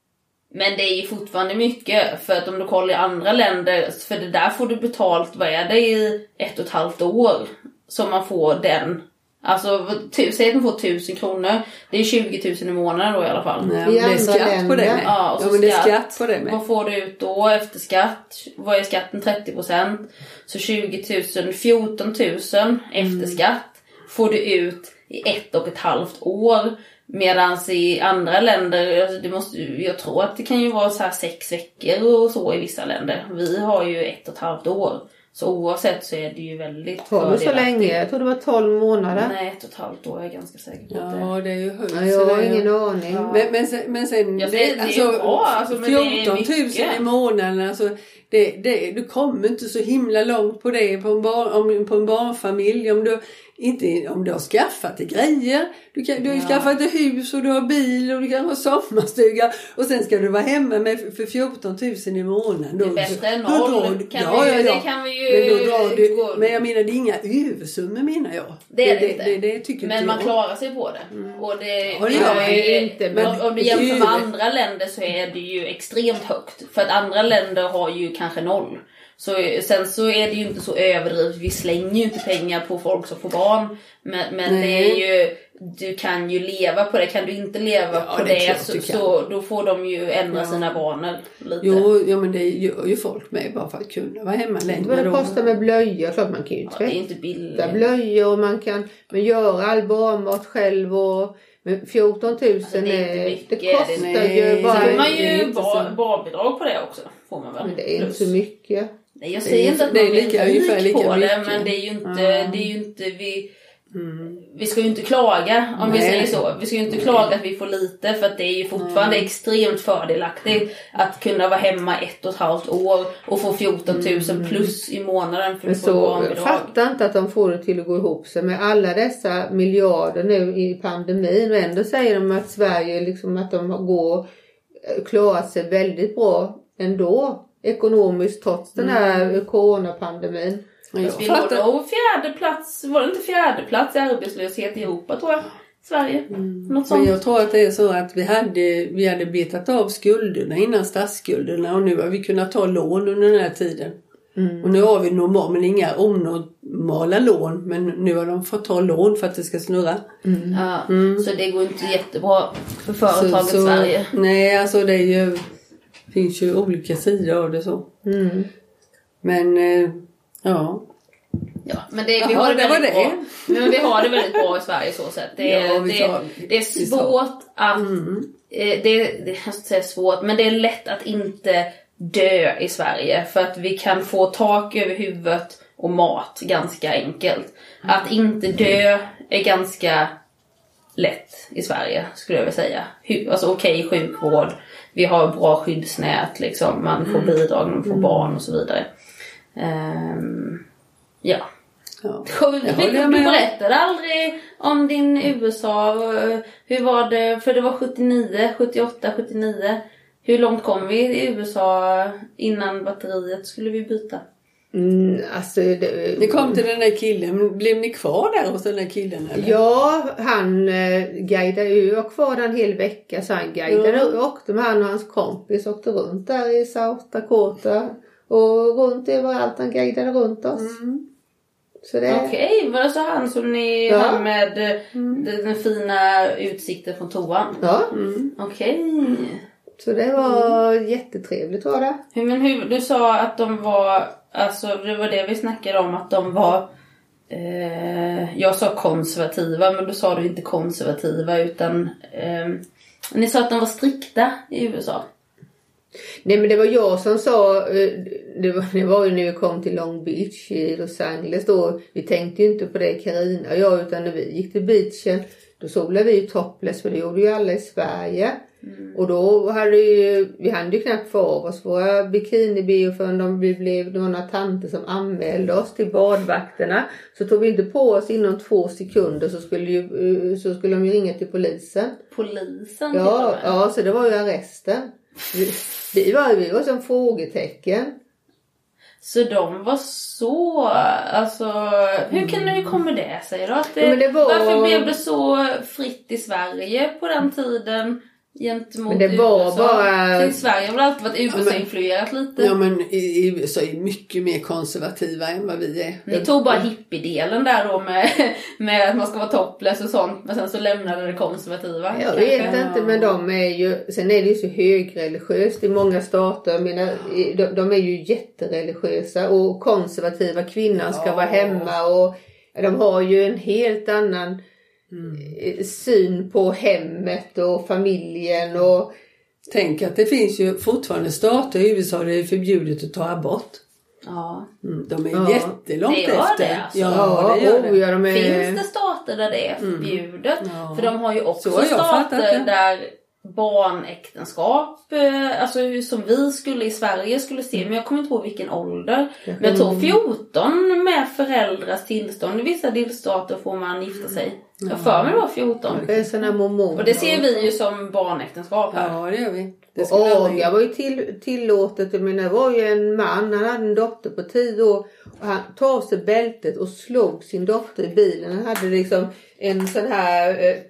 Men det är ju fortfarande mycket. För att om du kollar i andra länder, för det där får du betalt, vad är det, i ett och ett halvt år. Som man får den. Alltså, tu, säg att man får tusen kronor. Det är tjugo tusen i månaden då i alla fall. Nej, I men det är andra skatt på det länder. med. Ja, och så Ja, men det är skatt. skatt på det med. Vad får du ut då efter skatt? Vad är skatten? trettio procent. Så tjugo tusen, fjorton tusen efter skatt får du ut i ett och ett halvt år. Medans i andra länder, alltså det måste, jag tror att det kan ju vara så här sex veckor och så i vissa länder. Vi har ju ett och ett halvt år. Så oavsett så är det ju väldigt Har du så länge? Jag tror det var tolv månader. Nej, ett och ett halvt år är jag ganska säker på. Ja, det är ju högt. Ja, jag har ingen ju... aning. Ja. Men, men sen, men sen det, det, det alltså, är bra. Alltså, fjorton tusen i månaden. Alltså, det, det, du kommer inte så himla långt på det på en, bar, om, på en barnfamilj. Om du, inte, om du har skaffat dig grejer. Du, kan, du har ju ja. skaffat ett hus och du har bil och du kan ha sommarstuga. Och sen ska du vara hemma med för fjorton tusen i månaden. Då, det är bättre än noll. Då, kan ja, vi, ja, ja. Det kan vi ju... Men, då drar du, men jag menar, det är inga översummor menar jag. Det är det, det inte. Det, det, det tycker men man jag. klarar sig på det. Mm. Och det, ja, det gör man ju inte. Men om du jämför med andra länder så är det ju extremt högt. För att andra länder har ju kanske noll. Så, sen så är det ju inte så överdrivet. Vi slänger ju inte pengar på folk som får barn. Men, men det är ju... Du kan ju leva på det. Kan du inte leva ja, på det, det så, så då får de ju ändra ja. sina vanor lite. Jo, ja, men det gör ju folk med bara för att kunna vara hemma längre. Vad det kostar med blöjor. Klart man kan ju tvätta ja, det är inte billigt. blöjor och man kan men göra all barnmat själv och... Men fjorton tusen alltså, det, är är, det kostar det ju bara... Så får man ju bar, barbidrag på det också. Får man väl. Men det är inte så mycket. Nej, jag säger inte att man blir lika, rik lika på mycket. det. Men det är ju inte... Ja. Det är ju inte vi, mm. vi ska ju inte klaga om Nej. vi säger så. Vi ska ju inte klaga att vi får lite. För att det är ju fortfarande Nej. extremt fördelaktigt att kunna vara hemma ett och ett halvt år och få fjorton tusen mm. plus i månaden för att få barnbidrag. Jag fattar inte att de får det till att gå ihop sig med alla dessa miljarder nu i pandemin. Och ändå säger de att Sverige liksom att de går klarat sig väldigt bra ändå. Ekonomiskt trots den här mm. coronapandemin. Vi låg nog fjärde plats, var det inte fjärde plats i arbetslöshet i Europa tror jag, Sverige. Mm. Något sånt. Men jag tror att det är så att vi hade, vi hade betat av skulderna innan statsskulderna och nu har vi kunnat ta lån under den här tiden. Mm. Och nu har vi normala, men inga onormala lån, men nu har de fått ta lån för att det ska snurra. Mm. Ja, mm. Så det går inte jättebra för företaget så, så, Sverige. Nej, alltså det är ju... Det finns ju olika sidor av det så. Mm. Men, eh, ja. Ja, men det, vi, Jaha, har det väldigt det. Bra. Men vi har det väldigt bra i Sverige så sätt. Det, ja, det, tar, det är svårt att... Mm. Eh, det, det jag ska säga svårt, men det är lätt att inte dö i Sverige. För att vi kan få tak över huvudet och mat ganska enkelt. Mm. Att inte dö är ganska lätt i Sverige, skulle jag vilja säga. Alltså okej, okay, sjukvård. Vi har bra skyddsnät liksom. Man får bidrag, man får mm. barn och så vidare. Um, ja. ja. Du, du berättade aldrig om din U S A. Hur var det? För det var sjuttionio, sjuttioåtta, sjuttionio. Hur långt kom vi i U S A innan batteriet skulle vi byta? Mm, alltså det, ni kom till den där killen. Blev ni kvar där hos den där killen? Eller? Ja, han eh, guidade ju. Jag var kvar där en hel vecka. Så han guidade ja. och åkte med han och hans kompis. Åkte runt där i South Dakota. Och runt överallt. Han guidade runt oss. Mm. Okej, okay, var det så han som ni ja. har med mm. den, den fina utsikten från toan? Ja. Mm. Okej. Okay. Så det var mm. jättetrevligt var det. Men hur, du sa att de var... Alltså det var det vi snackade om, att de var eh, jag sa konservativa, men då sa du inte konservativa utan eh, ni sa att de var strikta i U S A. Nej, men det var jag som sa, det var, det var ju när vi kom till Long Beach i Los Angeles då, vi tänkte ju inte på det Carina och jag, utan när vi gick till beachen då solade vi ju topless, för det gjorde ju alla i Sverige. Mm. Och då hade ju, vi hade ju knappt för oss våra bikinibio förrän de blev, det var några tanter som anmälde oss till badvakterna. Så tog vi inte på oss inom två sekunder så skulle, ju, så skulle de ju ringa till polisen. Polisen? Ja, ja, så det var ju arresten. Vi, vi, var, vi var som frågetecken. Så de var så, alltså, hur kan det komma det sig då? Att det, ja, det var... Varför blev det så fritt i Sverige på den tiden gentemot men det var U S A? Bara... Till Sverige har väl alltid varit U S A-influerat lite. Ja, men i U S A är mycket mer konservativa än vad vi är. Ni tog bara hippie-delen där då med, med att man ska vara topless och sånt. Men sen så lämnade det konservativa. Jag kanske. vet inte, men de är ju... Sen är det ju så högreligiöst i många stater. Jag menar, de, de är ju jättereligiösa. Och konservativa kvinnan ska ja. vara hemma. Och de har ju en helt annan mm. syn på hemmet och familjen. Och... Tänk att det finns ju fortfarande stater i U S A där det är förbjudet att ta abort. Ja. Mm, de är ja. jättelångt det gör efter. Det, alltså. Ja, det gör det. Oh, ja, de är... Finns det stater där det är förbjudet? Mm. Ja. För de har ju också har stater där barnäktenskap, alltså som vi skulle i Sverige skulle se, men jag kommer inte ihåg vilken ålder. Men jag tror fjorton med föräldrars tillstånd. I vissa delstater får man gifta sig. Jag för mig det var fjorton. Det är såna mormoner. Och det ser vi ju som barnäktenskap här. Ja, det gör vi. Det och aga var ju till, tillåtet. Men det var ju en man, han hade en dotter på tio år. Och han tog av sig bältet och slog sin dotter i bilen. Han hade liksom en sån här... Eh,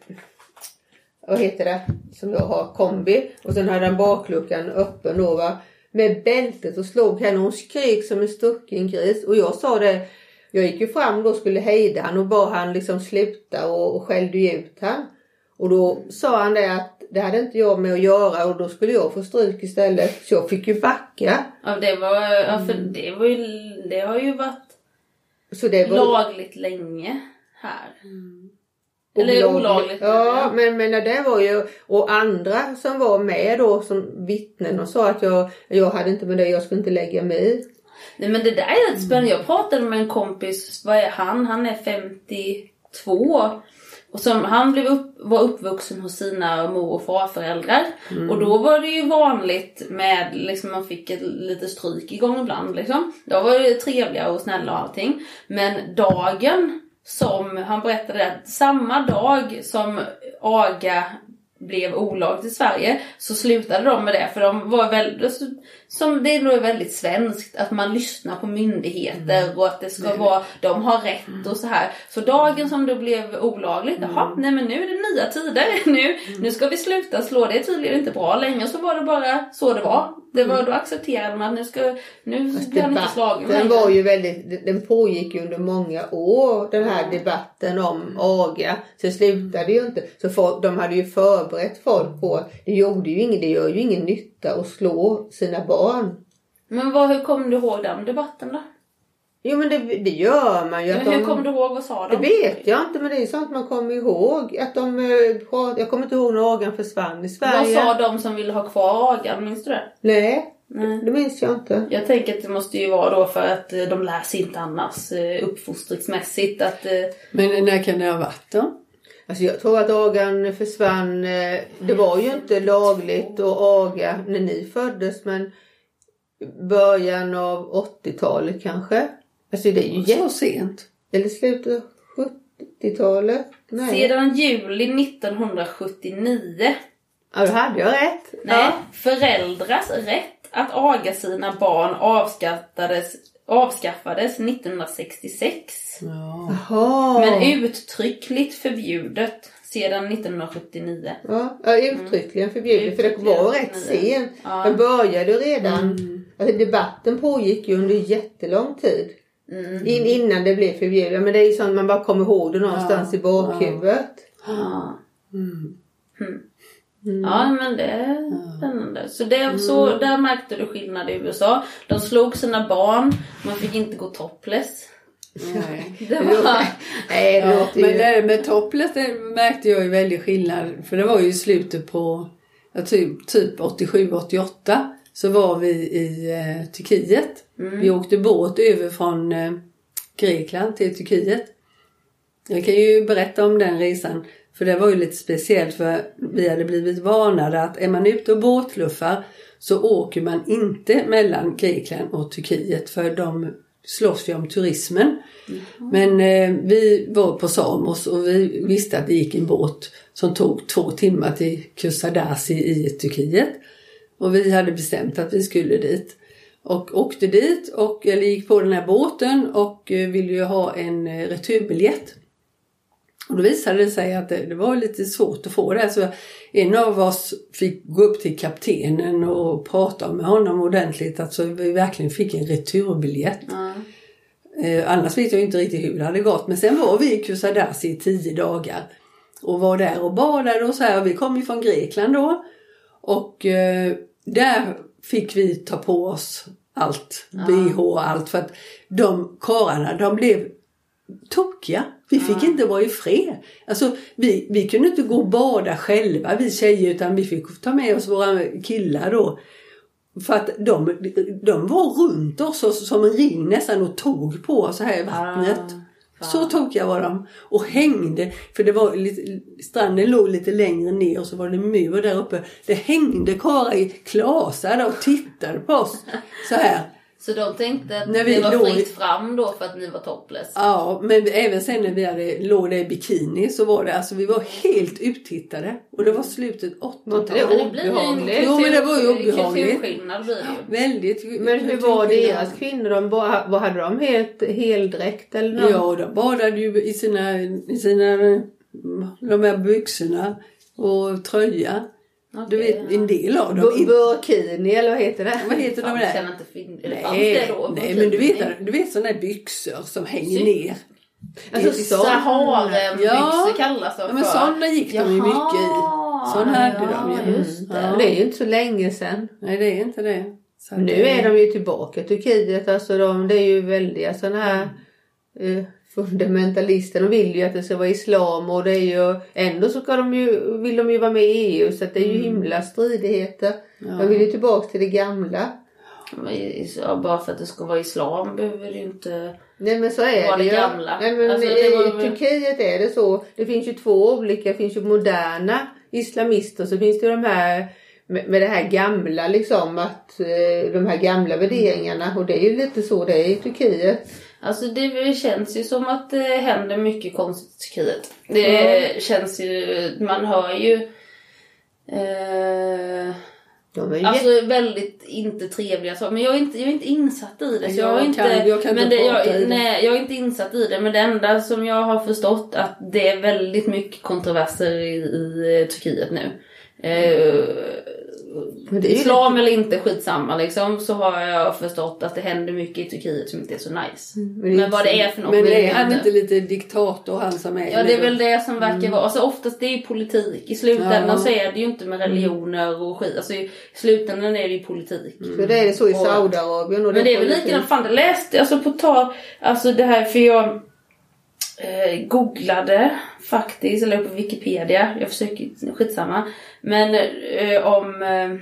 vad heter det? Som jag har, kombi. Och sen hade han bakluckan öppen då, va? Med bältet och slog henne. Hon skrek som en stucken gris. Och jag sa det... Jag gick ju fram då och skulle hejda han och bara han liksom sluta och, och skällde ut han. Och då sa han det att det hade inte jag med att göra och då skulle jag få stryk istället. Så jag fick ju backa. Ja, det var, ja, för det var ju, det har ju varit så det var... lagligt länge här. Mm. Eller olagligt. olagligt ja, men, men det var ju, och andra som var med då som vittnen och sa att jag, jag hade inte med det, jag skulle inte lägga mig i. Nej, men det där är lite spännande. Jag pratade med en kompis, vad är han? Han är femtiotvå. Och som, han blev upp, var uppvuxen hos sina mor- och farföräldrar. Mm. Och då var det ju vanligt med, liksom man fick ett, lite stryk igång ibland. Liksom. Då var det trevliga och snälla och allting. Men dagen som, han berättade att samma dag som aga blev olagligt i Sverige så slutade de med det, för de var väldigt, som det är nog väldigt svenskt att man lyssnar på myndigheter mm. och att det ska mm. vara, de har rätt mm. och så här. Så dagen som det blev olagligt, mm. jaha, nej men nu är det nya tider, nu, mm. nu ska vi sluta slå, det är tydligen inte bra längre, så var det bara så det var. Det var då accepterade man att nu ska, nu blir han inte slagen. Den var ju väldigt, den pågick ju under många år, den här mm. debatten om aga. Så slutade ju inte, så folk, de hade ju förberett folk på, det gjorde ju ingen, det gör ju ingen nytta att slå sina barn. Men vad, hur kommer du ihåg den debatten då? Jo men det, det gör man ju. Men att hur de, kommer du ihåg, vad sa de? Det vet jag inte, men det är sånt man kommer ihåg. Att de, jag kommer inte ihåg när agan försvann i Sverige. Vad sa de som ville ha kvar agan, minns du det? Nej, Nej. det minns jag inte. Jag tänker att det måste ju vara då för att de lär sig inte annars uppfostringsmässigt. Att, men när kan det ha varit då? Alltså jag tror att agan försvann, det var ju inte lagligt att aga när ni föddes, men början av åttiotalet kanske. Alltså det är ju så jätt... sent. Eller slutet av sjuttiotalet. Nej. Sedan juli nittonhundrasjuttionio. Ja, då hade jag rätt. Nej, ja. Föräldrars rätt att aga sina barn avskaffades, avskaffades nittonhundrasextiosex. Ja. Men uttryckligt förbjudet sedan nittonhundrasjuttionio. Ja, ja uttryckligen förbjudet. Mm. För det var rätt sent. Ja. Den började redan. Mm. Alltså debatten pågick ju under jättelång tid. Mm. In, innan det blev förbjudet. Men det är ju sånt man bara kommer ihåg det någonstans ja. i bakhuvudet. Ja. Mm. Mm. Mm. Ja, men det är spännande. Så, det, så mm. där märkte du skillnad i U S A. De slog sina barn. Man fick inte gå topless. Nej. Det var... Nej, det ja, men det med topless det märkte jag ju väldigt skillnad. För det var ju i slutet på typ, typ åttiosju åttioåtta. Så var vi i eh, Turkiet. Mm. Vi åkte båt över från eh, Grekland till Turkiet. Jag kan ju berätta om den resan. För det var ju lite speciellt, för vi hade blivit varnade att är man ute och båtluffar så åker man inte mellan Grekland och Turkiet, för de slåss ju om turismen. Mm. Men eh, vi var på Samos och vi visste att det gick en båt som tog två timmar till Kusadasi i Turkiet. Och vi hade bestämt att vi skulle dit. Och åkte dit och eller gick på den här båten och eh, ville ju ha en eh, returbiljett. Och då visade det sig att det, det var lite svårt att få det. Så en av oss fick gå upp till kaptenen och prata med honom ordentligt. Att så vi verkligen fick en returbiljett. Mm. Eh, annars vet jag inte riktigt hur det hade gått. Men sen var vi i Kusadasi i tio dagar. Och var där och badade och så här. Vi kom ju från Grekland då. Och eh, där fick vi ta på oss allt. Mm. B H och allt. För att de karlarna, de blev tokiga. Vi fick inte vara i fred. Alltså, vi, vi kunde inte gå och bada själva, vi tjejer, utan vi fick ta med oss våra killar då. För att de, de var runt oss som en ring nästan och tog på oss här i vattnet. Ah, så tokiga var de. Och hängde, för det var lite, stranden låg lite längre ner och så var det mur där uppe. Det hängde kara i klasar och tittade på oss så här. Så de tänkte att när vi det var låg... fritt fram då för att ni var topless? Ja, men även sen när vi hade, låg där i bikini så var det, alltså vi var helt uttittade. Och det var slutet åttiotalet. Det var obehagligt. Jo, men det var ju obehagligt. Kulturskillnad blir det ju. Väldigt. Men hur var deras kvinnor? De bara, vad hade de helt heldräkt eller något? Ja, de badade ju i sina, i sina de här byxorna och tröja. Okay, du vet, ja. En del av dem. B- burkini eller vad heter det? Vad heter de där? Inte fin- eller nej, det då, nej men du vet, du vet sådana där byxor som hänger Sy- ner. Alltså Sahara-byxor ja. kallas de för. Ja, men sådana gick Jaha. de ju mycket i. Sådana hade ja, de ju. Just det. Ja. Det är ju inte så länge sedan. Nej, det är inte det. Så nu det... är de ju tillbaka i Turkiet. Alltså de, det är ju väldiga sådana här... Uh, fundamentalister, de vill ju att det ska vara islam och det är ju ändå så ska de ju, vill de ju vara med i E U så att det är ju himla stridigheter. Ja. De vill ju tillbaka till det gamla. Men, bara för att det ska vara islam behöver det ju inte Nej men så är vara det, det ju. gamla. Nej, men alltså, i det var... Turkiet är det så. Det finns ju två olika, det finns ju moderna islamister så finns det ju de här med, med det här gamla liksom att eh, de här gamla värderingarna och det är ju lite så det är i Turkiet. Alltså det känns ju som att det händer mycket konstigt i Turkiet. Det mm. känns ju, man hör ju eh, alltså jätt... väldigt inte trevliga saker. Men jag är inte, jag är inte insatt i det. Så jag, jag, inte, kan, jag kan men inte det, jag, i det. Nej, jag är inte insatt i det. Men det enda som jag har förstått att det är väldigt mycket kontroverser i, i Turkiet nu. Eh, Men det är islam lite... eller inte skitsamma liksom, så har jag förstått att det händer mycket i Turkiet som inte är så nice. Mm, men, men vad det är för något. Men det är han inte lite diktator han som är. Ja, det är väl det som verkar mm. vara. Alltså oftast det är ju politik. I slutändan ja. så är det ju inte med religioner och skit. Alltså i slutändan är det ju politik. Mm. Så det är det så i Saudiarabien. Men det är väl likadant, fan det läste alltså på tal, alltså det här för jag eh, googlade faktiskt, eller på Wikipedia, jag försöker, skitsamma. Men eh, om eh,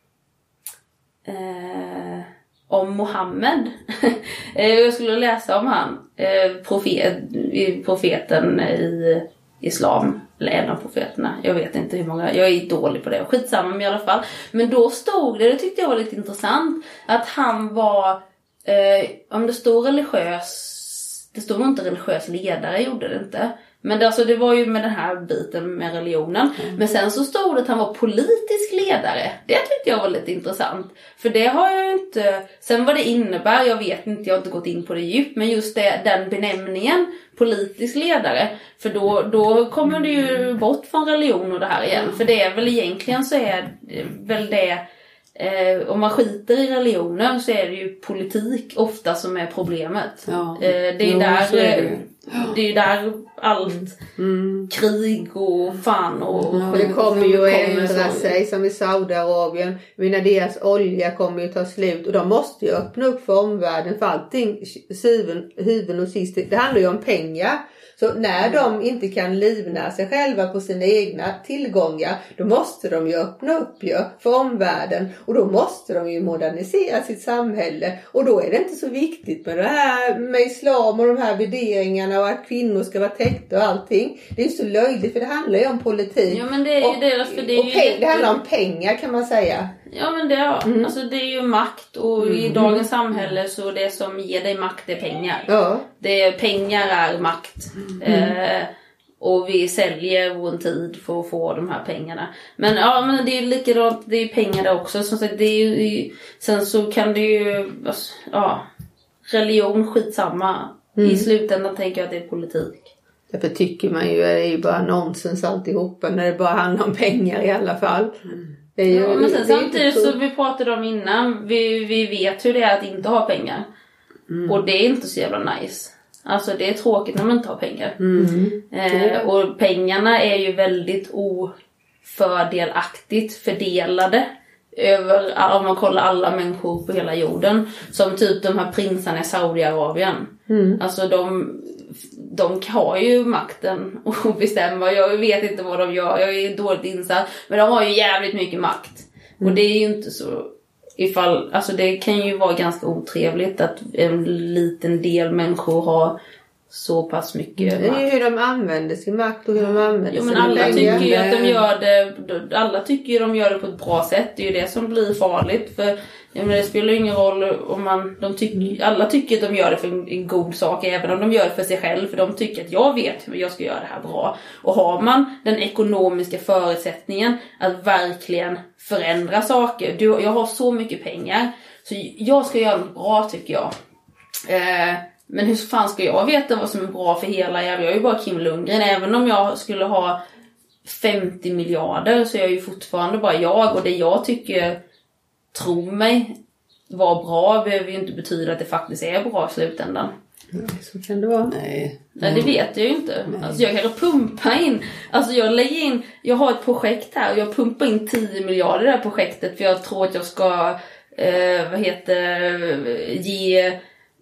eh, om Mohammed jag skulle läsa om han eh, profet, profeten i islam, eller en av profeterna, jag vet inte hur många, jag är dålig på det, skitsamma men i alla fall. Men då stod det, det tyckte jag var lite intressant, att han var eh, om det stod religiös, det stod nog inte religiös ledare, gjorde det inte. Men det, alltså, det var ju med den här biten med religionen. Mm. Men sen så stod det att han var politisk ledare. Det tyckte jag var lite intressant. För det har jag ju inte... Sen vad det innebär, jag vet inte, jag har inte gått in på det djupt. Men just det, den benämningen, politisk ledare. För då, då kommer det ju bort från religion och det här igen. Mm. För det är väl egentligen så är det väl det... Eh, om man skiter i religioner så är det ju politik ofta som är problemet. Ja. Eh, det är ju där... Är det. Det är ju där allt mm. krig och fan och... Mm. Det kommer ju att ändra sig som i Saudiarabien. Men när deras olja kommer ju ta slut. Och de måste ju öppna upp för omvärlden. För allting, huvuden och sist. Det handlar ju om pengar. Så när de inte kan livna sig själva på sina egna tillgångar, då måste de ju öppna upp ju för omvärlden. Och då måste de ju modernisera sitt samhälle. Och då är det inte så viktigt med det här med islam och de här värderingarna och att kvinnor ska vara täckta och allting. Det är så löjligt för det handlar ju om politik. Ja, men det är ju och, deras, för det är och ju peng, jätte... det handlar om pengar kan man säga. Ja men det är, mm. alltså det är ju makt och mm. i dagens samhälle så det som ger dig makt är pengar. Ja. Det är, pengar är makt. Mm. Eh, och vi säljer vår tid för att få de här pengarna. Men ja, men det är likadant, det är pengar där också. Som sagt, det är ju, sen så kan det ju, alltså, ja, religion skitsamma. Mm. I slutändan tänker jag att det är politik. Därför tycker man ju att det är ju bara nonsens alltihopa när det bara handlar om pengar i alla fall. Mm. Det är ju, ja, men sen samtidigt så... så vi pratade om innan, vi, vi vet hur det är att inte ha pengar. Mm. Och det är inte så jävla nice. Alltså det är tråkigt när man inte har pengar. Mm. Eh, och pengarna är ju väldigt ofördelaktigt fördelade över, om man kollar alla människor på hela jorden. Som typ de här prinsarna i Saudiarabien. Mm. Alltså de, de har ju makten att bestämma. Jag vet inte vad de gör, jag är dåligt insatt. Men de har ju jävligt mycket makt. Mm. Och det är ju inte så... Ifall, alltså det kan ju vara ganska otrevligt att en liten del människor har så pass mycket makt. Det är ju hur de använder sin makt och hur de använder jo, sin men alla pengar. tycker ju att de gör det alla tycker ju de gör det på ett bra sätt. Det är ju det som blir farligt. För jag menar, det spelar ju ingen roll om man de tycker, alla tycker att de gör det för en, en god sak, även om de gör det för sig själv. För de tycker att jag vet hur jag ska göra det här bra. Och har man den ekonomiska förutsättningen att verkligen förändra saker. Du, jag har så mycket pengar, så jag ska göra något bra, tycker jag. Eh, men hur fan ska jag veta vad som är bra för hela jävla? Jag är ju bara Kim Lundgren. Även om jag skulle ha femtio miljarder så är jag ju fortfarande bara jag. Och det jag tycker, tror mig, var bra behöver ju inte betyda att det faktiskt är bra i slutändan. Nej, så kan det vara. Nej. Nej, det vet jag ju inte. Nej. Alltså jag kan pumpa in. Alltså jag lägger in, jag har ett projekt här och jag pumpar in tio miljarder i det här projektet. För jag tror att jag ska, eh, vad heter, ge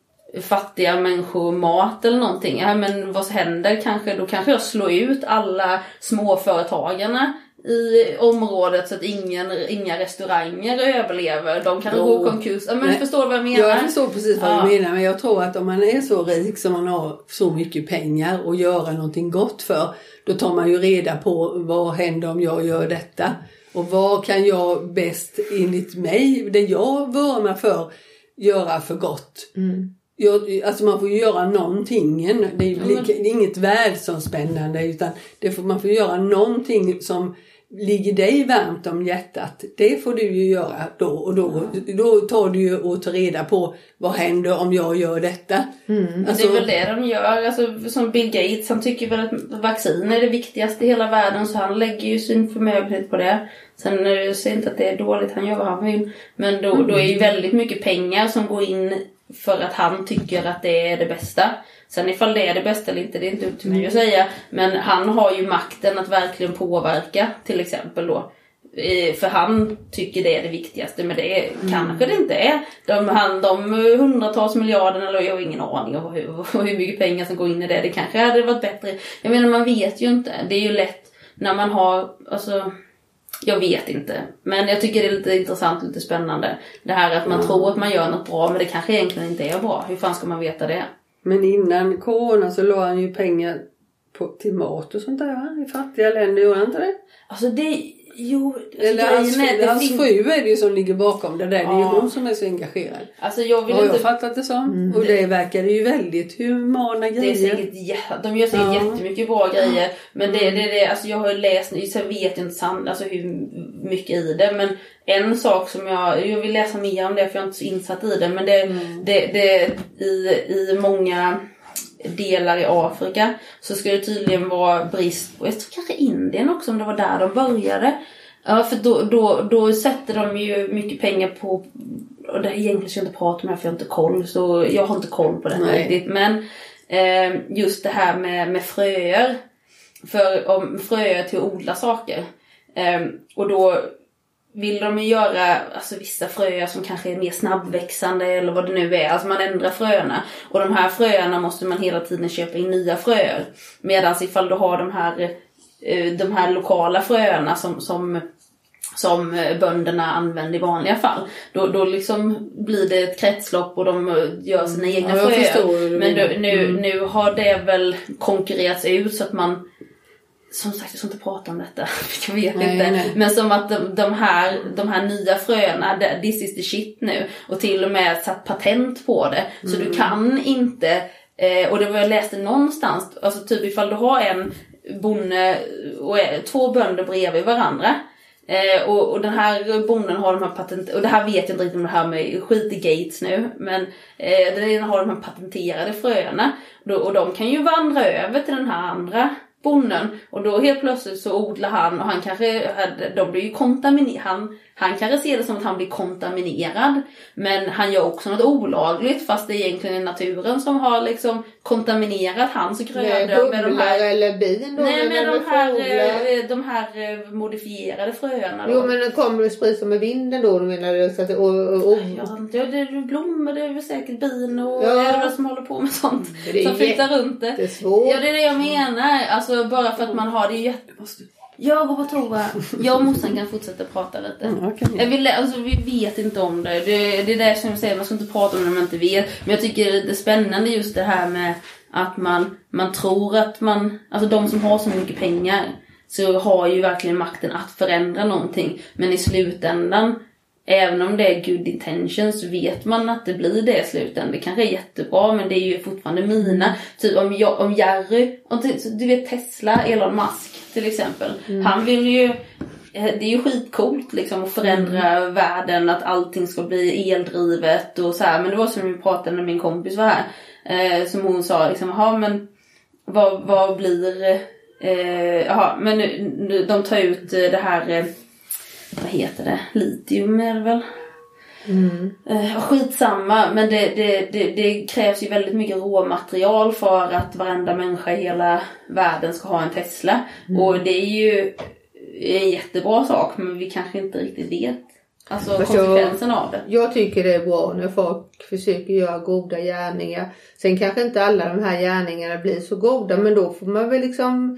fattiga människor mat eller någonting. Ja, men vad händer? Kanske, då kanske jag slår ut alla småföretagarna i området så att ingen, inga restauranger överlever. De kan gå konkurs. Ja, men Nej. Förstår du vad jag menar? Jag förstår precis vad ja. du menar. Men jag tror att om man är så rik som man har så mycket pengar och göra någonting gott för, då tar man ju reda på vad händer om jag gör detta. Och vad kan jag bäst enligt mig, det jag vurmar för, göra för gott. Mm. Jag, alltså man får ju göra någonting. Det är, ja, men... det är inget världsomspännande, utan det får, man får göra någonting som ligger dig varmt om hjärtat. Det får du ju göra då. Och då, ja. då tar du ju och tar reda på vad händer om jag gör detta. Mm. Alltså, det är väl det de gör. Alltså, som Bill Gates, han tycker väl att vaccin är det viktigaste i hela världen. Så han lägger ju sin förmögenhet på det. Sen jag säger inte att det är dåligt, han gör vad han vill. Men då, mm. då är ju väldigt mycket pengar som går in för att han tycker att det är det bästa. Sen ifall det är det bästa eller inte, det är inte upp till mig att säga. Men han har ju makten att verkligen påverka, till exempel då. För han tycker det är det viktigaste, men det är, mm. kanske det inte är. De, han, de hundratals miljarderna, eller jag har ingen aning om hur, hur mycket pengar som går in i det. Det kanske hade varit bättre. Jag menar, man vet ju inte. Det är ju lätt när man har, alltså... Jag vet inte. Men jag tycker det är lite intressant, lite spännande. Det här att man mm. tror att man gör något bra, men det kanske egentligen inte är bra. Hur fan ska man veta det? Men innan corona så la han ju pengar på, till mat och sånt där, va? I fattiga länder, gjorde han inte det? Alltså det... Jo, alltså eller hans, nej, det hans fru är det ju som ligger bakom det där. Ja. Det är ju hon som är så engagerad. Alltså jag vill och inte... jag fattat det som. Mm. Och det verkar ju väldigt humana grejer. Det är säkert, ja, de gör säkert ja. jättemycket bra grejer. Men det, det, det, alltså jag har läst, sen vet jag inte sant, alltså hur mycket i det. Men en sak som jag, jag vill läsa mer om det för jag är inte så insatt i det. Men det, mm. det, det i, i många... delar i Afrika så ska det tydligen vara brist på, jag tror kanske Indien också, om det var där de började. Ja, för då, då, då sätter de ju mycket pengar på, och det är egentligen ska jag inte prata om det här för jag har inte koll, så jag har inte koll på det här riktigt, men eh, just det här med, med fröer, för om fröer till att odla saker, eh, och då vill de ju göra alltså, vissa fröer som kanske är mer snabbväxande eller vad det nu är. Alltså man ändrar fröerna. Och de här fröerna måste man hela tiden köpa in nya fröer. Medan ifall du har de här, de här lokala fröerna som, som, som bönderna använder i vanliga fall. Då, då liksom blir det ett kretslopp och de gör sina mm. egna ja, fröer. Men då, nu, mm. nu har det väl konkurrerats ut så att man... Som sagt, jag ska inte prata om detta. Jag vet nej, inte. Nej. Men som att de, de, här, de här nya fröna, this is the shit nu. Och till och med satt patent på det. Så mm. du kan inte, eh, och det var jag läste någonstans. Alltså typ ifall du har en bonde och två bönder bredvid varandra. Eh, och, och den här bonden har de här patent, och det här vet jag inte riktigt om det här med skit i Gates nu. Men eh, den ena har de här patenterade fröna. Och, och de kan ju vandra över till den här andra bonden, och då helt plötsligt så odlar han och han kanske, de blir ju kontaminerade, han, han kanske ser det som att han blir kontaminerad. Men han gör också något olagligt, fast det är egentligen naturen som har liksom kontaminerat hans grödor med de här eller bin då, nej, med de här, de här modifierade fröerna då. Jo, men det kommer det sprids med vinden då, menar du? Så att, och, och, och. Ja, det är blommor, det är väl säkert bin och ja. är det som håller på med sånt. Det som flyttar runt det. Det är svårt. Ja, det är det jag menar. Alltså bara för att man har det jätte... Jag går på toa. Jag och morsan kan fortsätta prata lite. Mm, okay. Jag vill, alltså, vi vet inte om det. det. Det är det som jag säger, man ska inte prata om det man inte vet. Men jag tycker det är spännande just det här med att man, man tror att man... Alltså de som har så mycket pengar så har ju verkligen makten att förändra någonting. Men i slutändan, även om det är good intentions, så vet man att det blir det i slutändan. Det kanske är jättebra, men det är ju fortfarande mina. Typ om, jag, om Jerry, om du, du vet Tesla, Elon Musk till exempel. Mm. Han vill ju, det är ju skitcoolt liksom att förändra mm. världen, att allting ska bli eldrivet och så här. Men det var som vi pratade när min kompis var här. Eh, som hon sa liksom, jaha men vad, vad blir, eh, jaha men nu, nu, de tar ut det här... Eh, vad heter det? Litium är det väl? Mm. Uh, skitsamma, men det, det, det, det krävs ju väldigt mycket råmaterial för att varenda människa i hela världen ska ha en Tesla. Mm. Och det är ju en jättebra sak, men vi kanske inte riktigt vet alltså Fast konsekvensen jag, av det. Jag tycker det är bra när folk försöker göra goda gärningar. Sen kanske inte alla de här gärningarna blir så goda, men då får man väl liksom...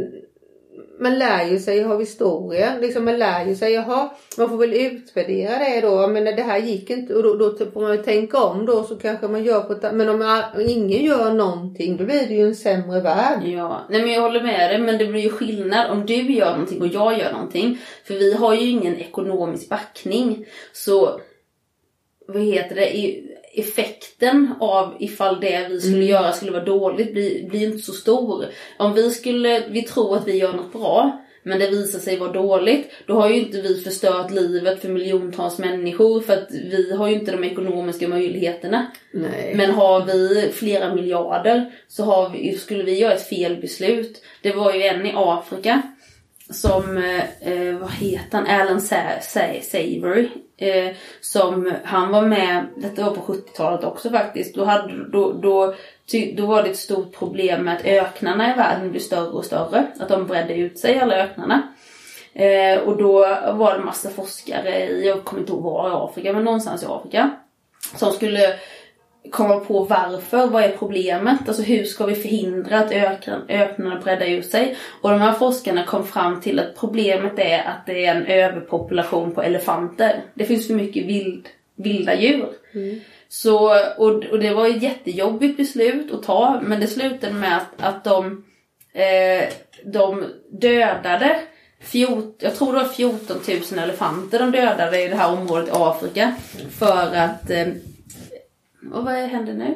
Man lär ju sig av historien. Liksom man lär ju sig, jaha, man får väl utvärdera det då. Men när det här gick inte, och då, då får man ju tänka om då, så kanske man gör på ett, men om ingen gör någonting, då blir det ju en sämre värld. Ja, nej men jag håller med dig, men det blir ju skillnad om du gör någonting och jag gör någonting. För vi har ju ingen ekonomisk backning. Så, vad heter det, effekten av ifall det vi skulle mm. göra skulle vara dåligt blir, blir inte så stor. Om vi skulle, vi tror att vi gör något bra, men det visar sig vara dåligt, då har ju inte vi förstört livet för miljontals människor, för att vi har ju inte de ekonomiska möjligheterna. Nej. Men har vi flera miljarder så har vi, skulle vi göra ett fel beslut. Det var ju en i Afrika som, eh, vad heter han, Alan Savory, eh, som han var med, detta var på sjuttiotalet också faktiskt, då, hade, då, då, ty, då var det ett stort problem med att öknarna i världen blir större och större, att de bredde ut sig alla öknarna. Eh, och då var det en massa forskare i, jag kommer inte ihåg var i Afrika, men någonstans i Afrika, som skulle komma på varför, vad är problemet, alltså hur ska vi förhindra att ökn, öknarna breddar ut sig. Och de här forskarna kom fram till att problemet är att det är en överpopulation på elefanter. Det finns för mycket vild, vilda djur. Mm. Så, och, och det var ett jättejobbigt beslut att ta, men det slutade med att, att de, eh, de dödade fjorton, jag tror det var fjorton tusen elefanter de dödade i det här området i Afrika för att eh, och vad händer nu?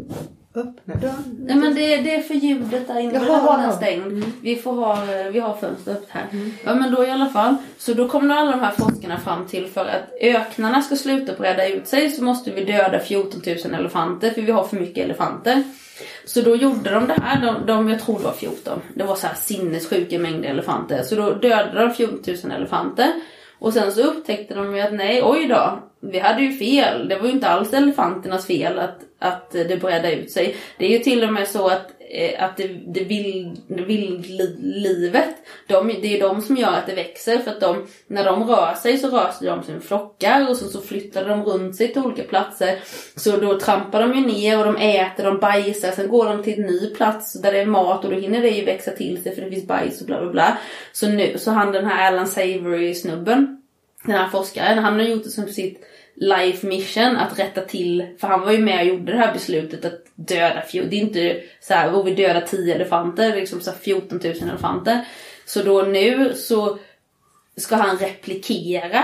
Öppna dörren. Nej, men det, det är för ljudet där inne. Jaha, den är stängd. Mm. Vi får ha, vi har fönster öppet här. Mm. Ja, men då i alla fall. Så då kommer alla de här forskarna fram till, för att öknarna ska sluta bredda ut sig så måste vi döda fjorton tusen elefanter, för vi har för mycket elefanter. Så då gjorde de det här, de, de, jag tror det var fjorton. Det var så här sinnessjuka mängder elefanter. Så då dödade de fjorton tusen elefanter. Och sen så upptäckte de ju att nej, oj då, vi hade ju fel. Det var ju inte alls elefanternas fel att, att det bredde ut sig. Det är ju till och med så att, att det, det vild, det vildlivet, de, det är de som gör att det växer. För att de, när de rör sig så rör sig de som flockar, och så, så flyttar de runt sig till olika platser. Så då trampar de ju ner och de äter, de bajsar. Sen går de till en ny plats där det är mat, och då hinner det ju växa till sig för det finns bajs och bla bla bla. Så nu, så han, den här Alan Savory-snubben, den här forskaren, han har gjort det som sitt life mission att rätta till, för han var ju med och gjorde det här beslutet att döda fjorton, det är inte så här, vad vi döda tio elefanter, liksom så här fjorton tusen elefanter. Så då nu så ska han replikera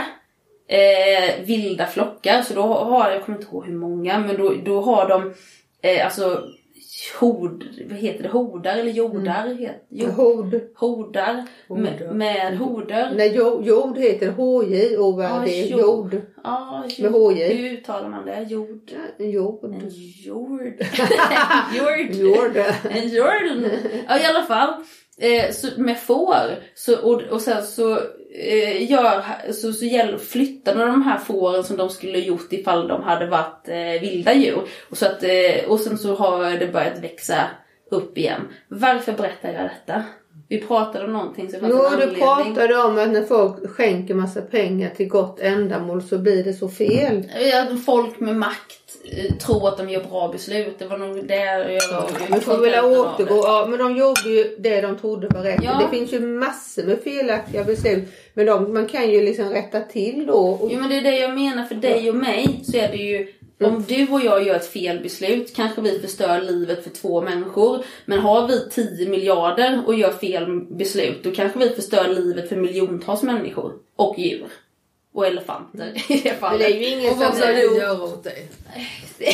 eh, vilda flockar, så då har, jag kommer inte ihåg hur många, men då, då har de eh, alltså hord, vad heter det, hordar eller jordar? Mm. Het, jord, hord. Hordar med, med horder. Nej, jord, jord heter H J O R D, ah, jord. jord. Ah, med H J. Hur uttalar man det? Jord. En jord. En jord. jord. Jord. En jord. Ja, i alla fall. Eh, så med får så, och, och sen så eh, gör så, så gäller, flyttar de här fåren som de skulle gjort ifall de hade varit eh, vilda djur och, så att, eh, och sen så har det börjat växa upp igen. Varför berättar jag detta? Vi pratade om någonting så Jo, du pratade om att när folk skänker massa pengar till gott ändamål så blir det så fel. Ja, folk med makt tror att de gör bra beslut. Det var nog det jag ja, men får väl återgå. Ja, men de gjorde ju det de trodde var rätt. Ja. Det finns ju massor med felaktiga beslut. Men de, man kan ju liksom rätta till då. Och... Jo, men det är det jag menar för dig och mig. Så är det ju, om du och jag gör ett fel beslut kanske vi förstör livet för två människor. Men har vi tio miljarder och gör fel beslut, då kanske vi förstör livet för miljontals människor. Och djur. Och elefanter i det fallet. Det är ju ingen och vad som ska du göra åt det? Det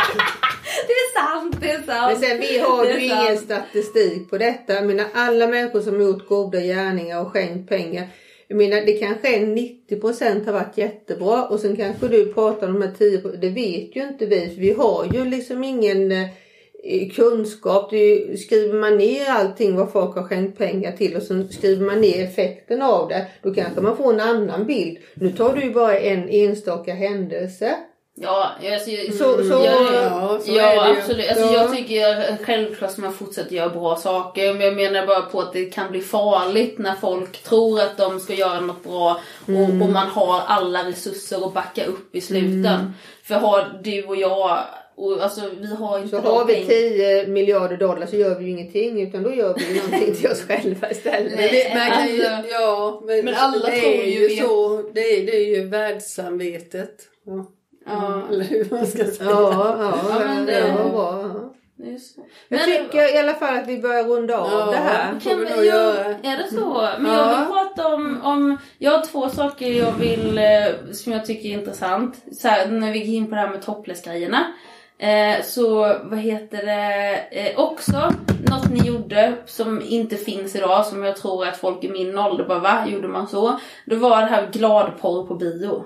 är sant, det är sant. Men sen vi har ju ingen sant. statistik på detta. Jag menar, alla människor som har gjort goda gärningar och skänkt pengar. Jag menar, det kanske är nittio procent har varit jättebra. Och sen kanske du pratar om de här tio procent. Det vet ju inte vi. För vi har ju liksom ingen eh, kunskap. Det skriver man ner allting vad folk har skänkt pengar till. Och sen skriver man ner effekten av det. Då kanske man får en annan bild. Nu tar du ju bara en enstaka händelse. Ja, alltså, så, så, jag, ja, så ja är det absolut. Alltså, ja. Jag tycker självklart att man fortsätter göra bra saker. Men jag menar bara på att det kan bli farligt när folk tror att de ska göra något bra. Mm. Och, och man har alla resurser att backa upp i sluten. Mm. För har du och jag... Och alltså, vi har inte så har vi tio miljarder dollar så gör vi ju ingenting, utan då gör vi ju någonting till oss själva istället. Men det, man kan ju, alltså, ja, men, men alla det tror är ju ju vet. så, det är, det är ju världssamvetet. Ja. Ja. Eller hur man ska säga. Ja, ja, ja men det, det var bra. Just. Jag men, tycker i alla fall att vi börjar runda av ja, det här. Kan vi, jag, göra. är det så? Men Ja. jag vill prata om, om... Jag har två saker jag vill, eh, som jag tycker är intressant. Så här, när vi går in på det här med topless-grejerna. Eh, så vad heter det eh, också något ni gjorde som inte finns idag, som jag tror att folk i min ålder bara, va? Gjorde man så? Det var det här gladporr på bio.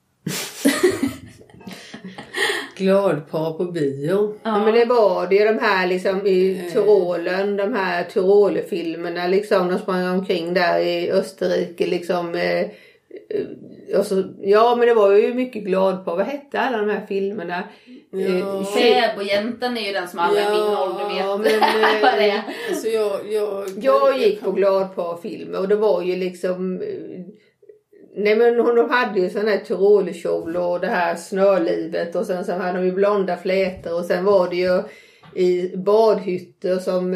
Gladpar på bio. Ja. Ja, men det var det ju de här liksom i Tyrolen, de här Tyrolefilmerna liksom, de sprang omkring där i Österrike liksom eh, och så, ja men det var ju mycket gladpar. Vad hette alla de här filmerna? Ja. Fäbodjäntan är ju den som alla ja, min ålder vet. Men, vad det är. Alltså jag, jag, jag gick på gladparfilmer och det var ju liksom... Nej men hon hade ju sån här tyrolerkjol och det här snölivet och sen så hade de ju blonda flätor och sen var det ju i badhytter som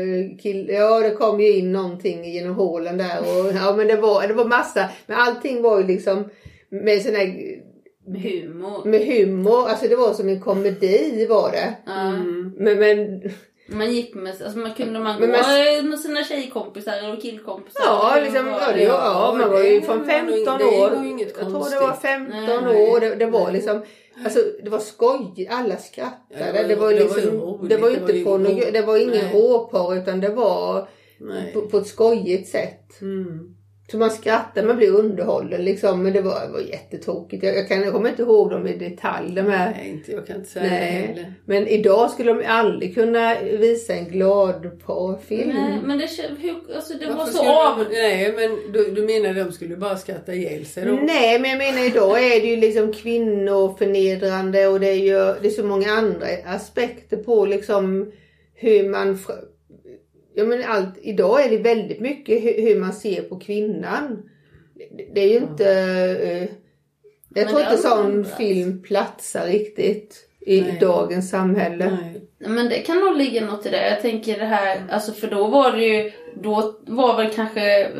kill, ja det kom ju in någonting genom hålen där och ja men det var det var massa, men allting var ju liksom med sån här med humor. Med humor, alltså det var som en komedi var det. Mm. Men men man gick med, alltså man kunde man men gå man, med sina tjejkompisar och killkompisar. Ja, liksom, var, ja, det, ja, ja, man var ju från femton år. Jag tror det var femton nej, år. Det, det var liksom, alltså det var skojigt. Alla skrattade. Ja, det, var, det var liksom, det var, det var ju inte det på något, det var ingen råpar utan det var på, på ett skojigt sätt. Mm. Så man skrattade, man blev underhållen liksom, men det var, det var jättetråkigt. Jag, jag, kan, jag kommer inte ihåg dem i detalj. De här, nej, inte, jag kan inte säga nej. det heller. Men idag skulle de aldrig kunna visa en glad parfilm. Nej, men det, hur, alltså det var så av... av... Nej, men du, du menar att de skulle bara skratta ihjäl sig då? Nej, men jag menar idag är det ju liksom kvinnoförnedrande och det är ju det är så många andra aspekter på liksom hur man... Ja, men allt, idag är det väldigt mycket hur, hur man ser på kvinnan. Det, det är ju inte... Uh, jag men tror inte sån film platsar riktigt i nej. Dagens samhälle. Nej. Men det kan nog ligga något i det. Jag tänker det här, alltså för då var det ju, då var väl kanske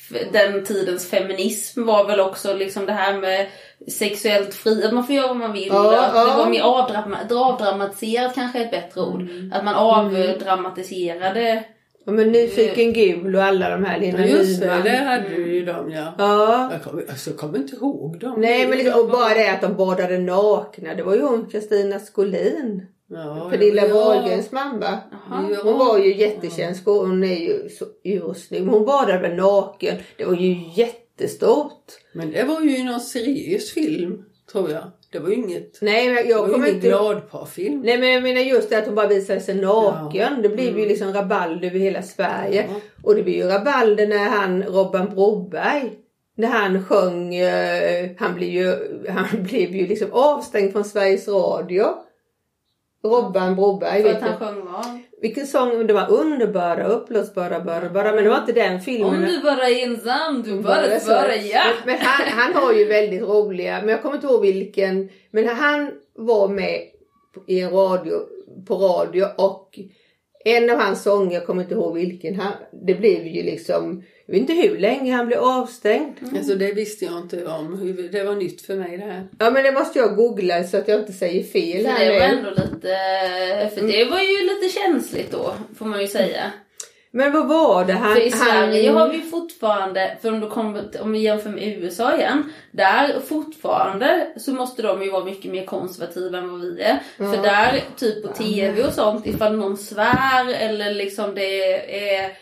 den tidens feminism var väl också liksom det här med sexuellt fri, att man får göra vad man vill. Ja, att ja. Det var mer avdrama- avdramatiserat kanske är ett bättre ord. Mm. Att man avdramatiserade. Ja, men Nyfiken gul och alla de här Lena just det, Nyman. det hade mm. ju de, ja. Ja. Jag kommer, alltså, jag kommer inte ihåg dem. Nej, men liksom, och bara det att de badade nakna. Det var ju hon Kristina Skolin. Ja, Pernilla ja. Wahlgrens mamma. Aha. Hon var ju jättekänd. Hon är ju så ursnygg. Hon badade väl naken. Det var ju jättestort. Men det var ju någon seriös film, tror jag. Det var ju inget, Nej, men jag det var kommer ingen inte... gladparfilm. Nej, men jag menar just det att hon bara visade sig naken. Ja. Det blev Mm. ju liksom rabalder över hela Sverige. Ja. Och det blev ju rabalder när han, Robban Broberg, när han sjöng, eh, han blev ju, han blev ju liksom avstängd från Sveriges Radio. Robban Broberg, För vet att han du. sjöng vad? Vilken sång, det var underbara, upplösbara, bara, bara, men det var inte den filmen. Om du bara är ensam, du bara svara ja. Men, men han, han har ju väldigt roliga, men jag kommer inte ihåg vilken, men han var med i en radio, på radio och en av hans sånger, jag kommer inte ihåg vilken, han, det blev ju liksom, jag vet inte hur länge han blev avstängd. Mm. Alltså det visste jag inte om. Det var nytt för mig det här. Ja, men det måste jag googla så att jag inte säger fel För här det var nu. ändå lite, för det var ju lite känsligt då, får man ju säga. Men vad var det? Han, För i Sverige han... har vi fortfarande, för om, du kommer, om vi jämför med U S A igen, där fortfarande så måste de ju vara mycket mer konservativa än vad vi är. Ja. För där, typ på tv och sånt, ifall någon svär eller liksom det är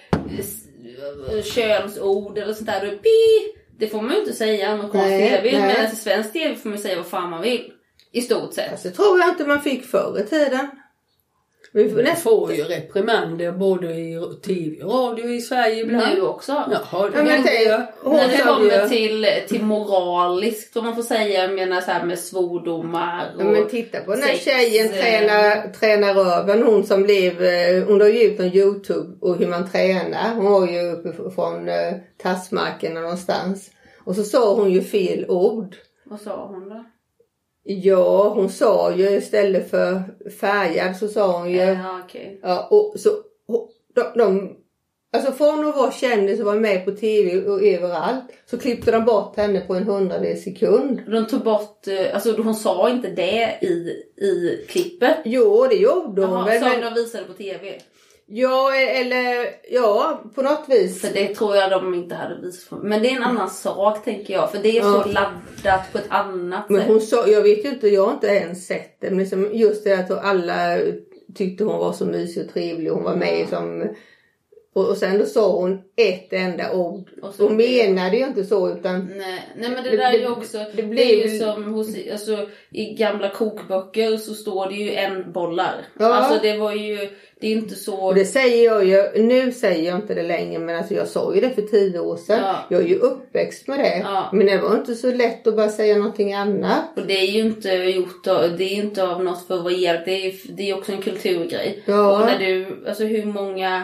könsord eller sånt där, då är pi, det får man ju inte säga om Nej, tv. nej. Men i svensk tv får man säga vad fan man vill. I stort sett. Alltså, tror jag inte man fick förr i tiden. Vi får Man nästan... får ju reprimander både i tv och radio i Sverige ibland. Nu också. Jaha, det Ja, men händer det- ju. Hon När det sa kommer ju- till, till moraliskt, vad man får säga, jag menar så här med svordomar och Ja, men titta på den här sex, tjejen eh, tränar, tränar röven. Hon som blev, eh, hon har ju ut på YouTube och hur man tränar. Hon var ju uppe från eh, Tassmarken någonstans. Och så sa hon ju fel ord. Vad sa hon då? Ja, hon sa ju istället för färgad så sa hon ju. Ja, okej. Ja, och så de, de alltså från att vara kändis och vara med på tv och överallt så klippte de bort henne på en hundradels sekund. De tog bort, eh, alltså hon sa inte det i, i klippet. Jo, det gjorde hon Jaha, väl. som Men, de visade på tv. ja, eller ja, på något vis. För det tror jag de inte hade visat. Men det är en annan sak tänker jag. För det är Ja. så laddat på ett annat Men sätt. hon sa, jag vet ju inte, jag har inte ens sett det. Men liksom just det att alla tyckte hon var så mysig och trevlig. Hon var med som... Och, och sen då sa hon ett enda ord. Och så Hon menade ju inte så utan... Nej, nej men det Det- där är det- ju också, det det, blev är ju ju- som hos, alltså, i gamla kokböcker så står det ju en bollar. Ja. Alltså det var ju, det är inte så... Och det säger jag ju, nu säger jag inte det längre, men alltså jag sa ju det för tio år sedan. Ja. Jag är ju uppväxt med det. Ja. Men det var inte så lätt att bara säga någonting annat. Och det är ju inte gjort av, det är ju inte av något för att vara elak, det är ju det är också en kulturgrej. Ja. Och när du, alltså hur många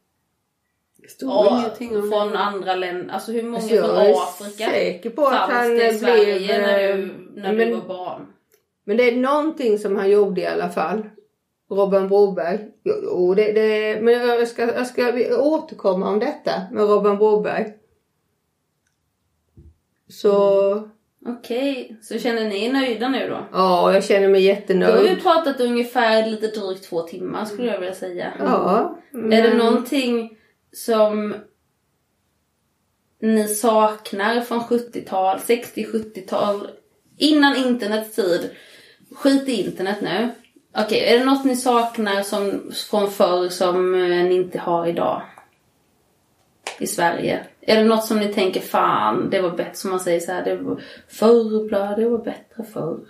Det stod ja, ingenting om från det. andra länder, alltså hur många Alltså jag från är Afrika säker på att fanns han det i Sverige blev... när eh, du, när men, du var barn? men det är någonting som han gjorde i alla fall. Robban Broberg. Jo, det, det, men jag ska, jag ska återkomma om detta med Robban Broberg. Så... Mm. Okej, så känner ni er nöjda nu då? Ja, jag känner mig Då har jättenöjd. vi pratat ungefär lite drygt två timmar skulle jag vilja säga. Ja. Är det men- någonting som ni saknar från sjuttiotal, sextio-sjuttiotal, innan internets tid? Skit i internet nu. Okej, är det något ni saknar som, från förr som eh, ni inte har idag? I Sverige? Är det något som ni tänker, fan, det var bättre, som man säger så här, det var förr, bla, det var bättre förr.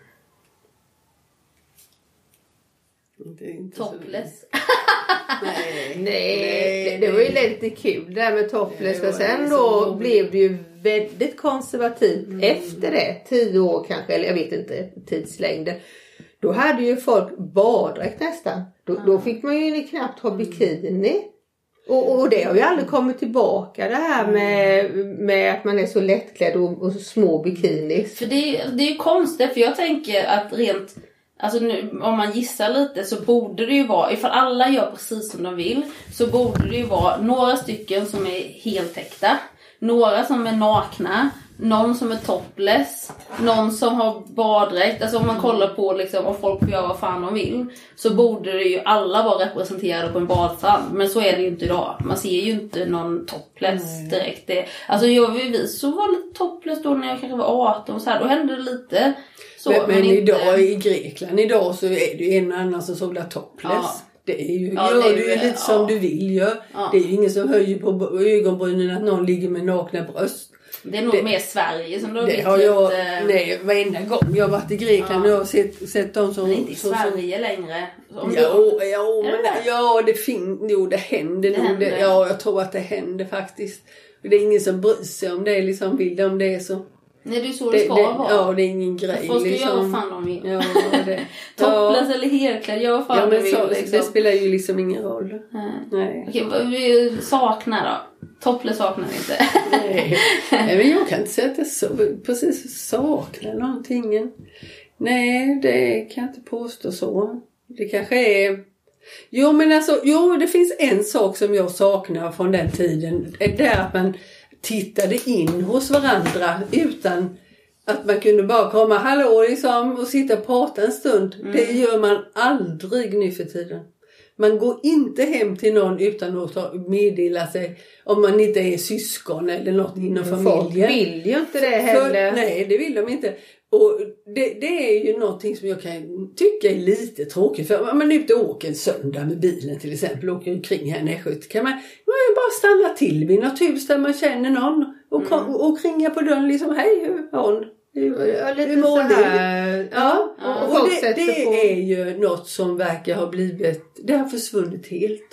Det är inte så- Topless. Nej. Nej, det, det var ju lite kul det där med topless. Det var För sen liksom då roligt. blev det ju väldigt konservativt efter det. Tio år kanske, eller jag vet inte tidslängden. Då hade ju folk baddräkt nästan. Då, då fick man ju knappt ha bikini. Och, och det har ju aldrig kommit tillbaka det här med, med att man är så lättklädd och, och så små bikinis. För det, det är ju konstigt, för jag tänker att rent, alltså nu, om man gissar lite så borde det ju vara, ifall alla gör precis som de vill, så borde det ju vara några stycken som är heltäckta, några som är nakna, någon som är topless, någon som har baddräkt. Alltså om man kollar på liksom, om folk får göra vad fan de vill, så borde det ju alla vara representerade på en badstrand. Men så är det ju inte idag. Man ser ju inte någon topless direkt. Det, alltså jag vi så var lite topless då när jag kanske var arton, så här, då hände det lite så. Men, men inte- idag i Grekland idag så är det ju en och annan som solar topless. Ja. Det är ju, ja, gör det är du ju ju, lite ja. som du vill gör. Ja. Det är ju ingen som höjer på ögonbrynen att någon ligger med nakna bröst. Det är nog det, mer Sverige som du har det blivit har jag, lite... Nej, varenda gång jag har varit i Grekland ja. och sett, sett de som... Men inte i som, Sverige som, längre. Om ja, du, ja, men, det? ja, det finns... Jo, det händer det nog. händer. Det, ja, jag tror att det händer faktiskt. Det är ingen som bryr sig om det, liksom vill de det så... Nej, det är så det, det ska det, vara. Ja, det är ingen grej. Folk ska liksom. göra vad fan de vill. Ja, det, Topless ja. eller helklädd, gör vad fan Ja, de men vill. så, Liksom. det spelar ju liksom ingen roll. Nej. Nej. Okej, vad vi saknar då? Topless saknar vi inte. Nej. Nej, men jag kan inte säga att jag så, precis saknar någonting. Nej, det kan jag inte påstå så. Det kanske är... Jo, men alltså, jo, det finns en sak som jag saknar från den tiden. Det är att man tittade in hos varandra utan att man kunde bara komma hallå liksom, och sitta och prata en stund. Mm. Det gör man aldrig nu för tiden. Man går inte hem till någon utan att meddela sig om man inte är syskon eller något inom familjen. Folk vill ju inte det heller. För, nej, det vill de inte. Och det, det är ju någonting som jag kan tycka är lite tråkigt. För om man är ute och åker en söndag med bilen till exempel, åker omkring här i Nässjö, kan man, man bara stanna till vid något hus där man känner någon och, mm. och, och ringa på dörren liksom, hej, hur hon? Ja, lite så här. Ja, ja. och, och det, det är ju något som verkar ha blivit, det har försvunnit helt.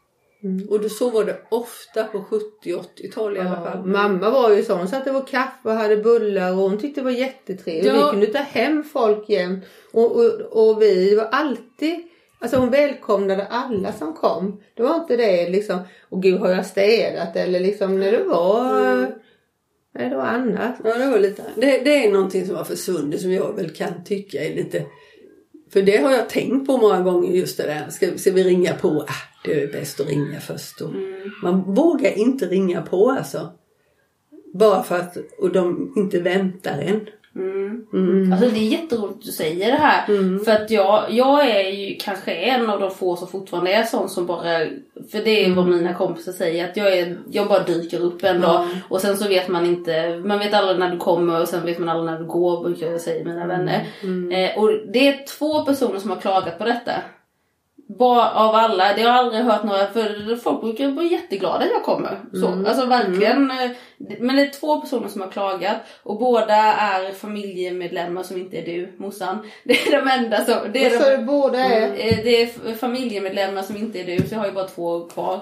Mm. Och då så var det ofta på sjuttio- åttio-tal i alla ja, fall. Mamma var ju sån så att det var kaffe och hade bullar och hon tyckte det var jättetrevligt. Ja. Vi kunde ta hem folk igen. Och, och, och vi var alltid, alltså hon välkomnade alla som kom. Det var inte det liksom, och gud har jag städat eller liksom när det var... Mm. Nej, det var annat. Ja, det var lite... Det, det är någonting som har försvunnit som jag väl kan tycka är lite... För det har jag tänkt på många gånger just det där. Ska, ska vi ringa på? Ah, det är bäst att ringa först. Och mm. Man vågar inte ringa på alltså. Bara för att och de inte väntar än. Mm. Mm. Alltså det är jätteroligt att du säger det här. Mm. För att jag, jag är ju kanske en av de få som fortfarande är sån som bara... För det är mm. vad mina kompisar säger. Att jag, är, jag bara dyker upp en dag. Mm. Och sen så vet man inte... Man vet aldrig när du kommer och sen vet man aldrig när du går. Brukar jag säga mina vänner. Mm. Eh, och det är två personer som har klagat på detta. Bara av alla. Det har jag aldrig hört några. För folk brukar vara jätteglada att jag kommer. Så, mm. Alltså verkligen. Mm. Men det är två personer som har klagat. Och båda är familjemedlemmar som inte är du, morsan. Det är de enda som... Det är, så de, båda är? Det är familjemedlemmar som inte är du. Så jag har ju bara två kvar.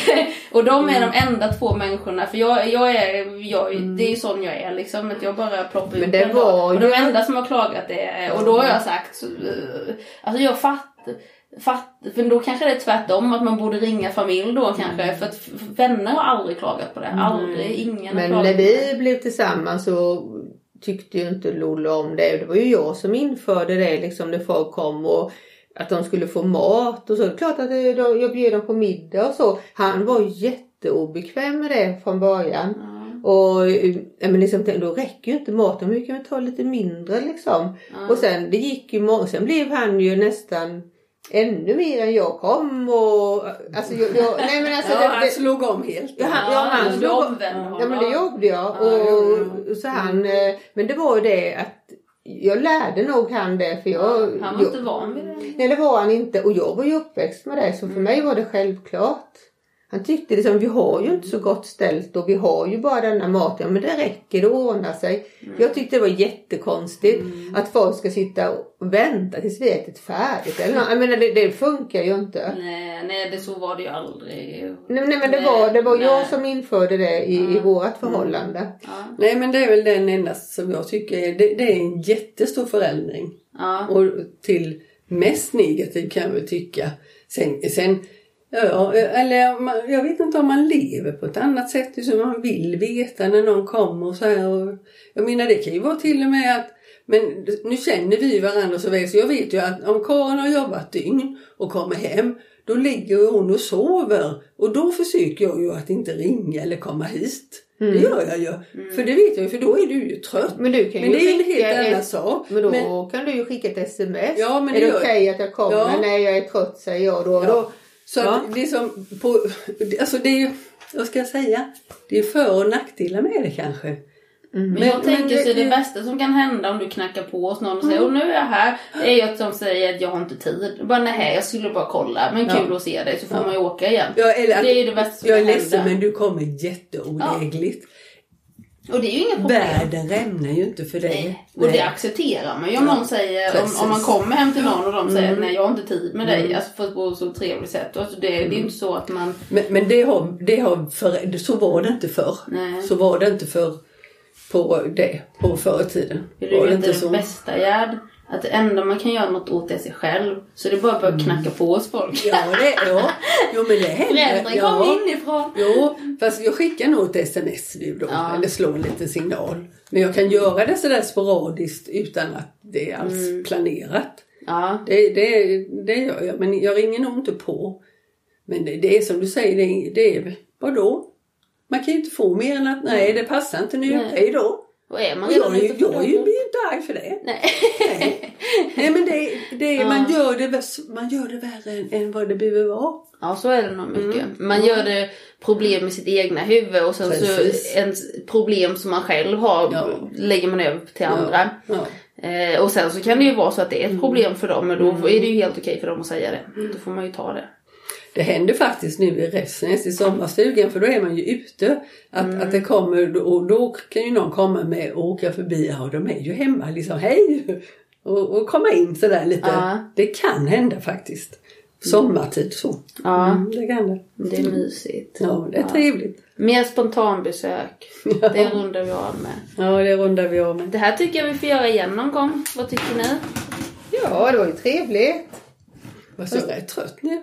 Och de är mm. de enda två människorna. För jag, jag är... Jag, mm. Det är ju sån jag är liksom. Att jag bara ploppar ut den var och de enda som har klagat är... Och då har jag sagt... Alltså jag fattar... Fatt, för då kanske det är tvärtom att man borde ringa familj då kanske mm. för att vänner har aldrig klagat på det, mm. aldrig, ingen men har när vi blev tillsammans så tyckte ju inte Lola om det. Det var ju jag som införde det liksom när folk kom och att de skulle få mat och så. Klart att det, då, jag bjöd dem på middag och så. Han var jätteobekväm med det från början. Mm. Och men liksom, då räcker ju inte maten, men vi kan ta lite mindre liksom. Mm. Och sen det gick ju och sen blev han ju nästan ännu mer än jag kom och alltså jag, jag nej men alltså ja, det, han det, slog om helt. Ja, han, ja, han slog om. Ja, men det gjorde jag och, och så han men det var ju det att jag lärde nog han det för jag han var jag, inte van vid det. Nej, det var han inte och jag var ju uppväxt med det så för mm. mig var det självklart. Han tyckte liksom, vi har ju inte så gott ställt och vi har ju bara denna mat. Ja, men det räcker, det ordnar sig. Mm. Jag tyckte det var jättekonstigt mm. att folk ska sitta och vänta tills vi ätit färdigt. Eller jag menar, det, det funkar ju inte. Nej, nej, det så var det ju aldrig. Nej, nej men det nej, var, det var jag som införde det i, mm. i vårt förhållande. Mm. Ja. Nej, men det är väl den enda som jag tycker är, det, det är en jättestor förändring. Ja. Och till mest negativ kan jag väl tycka. Sen... sen Ja, eller jag vet inte om man lever på ett annat sätt som man vill veta när någon kommer och så här. Och, jag menar det kan ju vara till och med att, men nu känner vi varandra så väl så jag vet ju att om Karin har jobbat dygn och kommer hem, då ligger hon och sover och då försöker jag ju att inte ringa eller komma hit. Mm. Det gör jag ju. Mm. För det vet jag ju, för då är du ju trött. Men, du kan men ju det är en helt ett, annan sak. Men då men, kan du ju skicka ett sms. Ja, men är det okej okay att jag kommer ja. när jag är trött, säger jag då. Ja. då Så ja. att det är som på, alltså det är ju, vad ska jag säga, det är för- och nackdelar med det kanske. Mm. Men jag men, tänker men, så det, det bästa som kan hända om du knackar på hos någon och säger, mm. och nu är jag här, det är ju att de säger att jag har inte tid. Bara nej, jag skulle bara kolla, men kul ja. att se dig, så får ja. man ju åka igen. Ja, eller det är ju det bästa som jag kan är ledsen, hända. men du kommer jätteolägligt. Ja. Och det är ju inga problem. Världen rämnar ju inte för dig. Nej. Och det accepterar man ju. Om, ja, någon säger, om, om man kommer hem till någon och de säger mm. nej, jag har inte tid med dig. Mm. Alltså för att på så trevligt sätt. Alltså det, mm. det är inte så att man... Men, men det har, det har för, så var det inte förr. Nej. Så var det inte för på det, på förr tiden. Det är ju inte det bästa, Gerd. Att det enda man kan göra något åt är sig själv. Så det är bara att börja knacka på hos folk. Ja, det, ja. Jo, men det händer. Föräldrar ja. kom inifrån. Jo, fast jag skickar nog ett sms nu då. Ja. Eller slår en liten signal. Men jag kan göra det sådär sporadiskt utan att det är alls mm. planerat. Ja. Det, det, det gör jag. Men jag ringer nog inte på. Men det, det är som du säger, det, det är vadå? Man kan ju inte få mer än att nej, det passar inte nu. Nej. Hej då. Och är man jag, jag, jag är ju inte arg för det. Nej. Nej. Nej, men det, det, ja. man, gör det, man gör det värre än, än vad det behöver vara. Ja, så är det nog mycket. Mm. Man gör det problem med sitt egna huvud. Och sen Precis. så en problem som man själv har ja. lägger man över till andra. Ja. Ja. Eh, och sen så kan det ju vara så att det är ett problem för dem. Men då mm. är det ju helt okej för dem att säga det. Mm. Då får man ju ta det. Det händer faktiskt nu i Räfsnäs i sommarstugan, för då är man ju ute. Att, mm. att det kommer, och då kan ju någon komma med och åka förbi. Ja, de är ju hemma liksom, hej! Och, och komma in sådär lite. Ja. Det kan hända faktiskt. Sommartid så. Ja, mm, det kan det. Det är mysigt. Ja, det är ja. trevligt. Mer spontanbesök. Ja. Det rundar vi av med. Ja, det rundar vi av med. Det här tycker jag vi får göra igen någon gång. Vad tycker ni? Ja, det var ju trevligt. Vad så rätt trött nu.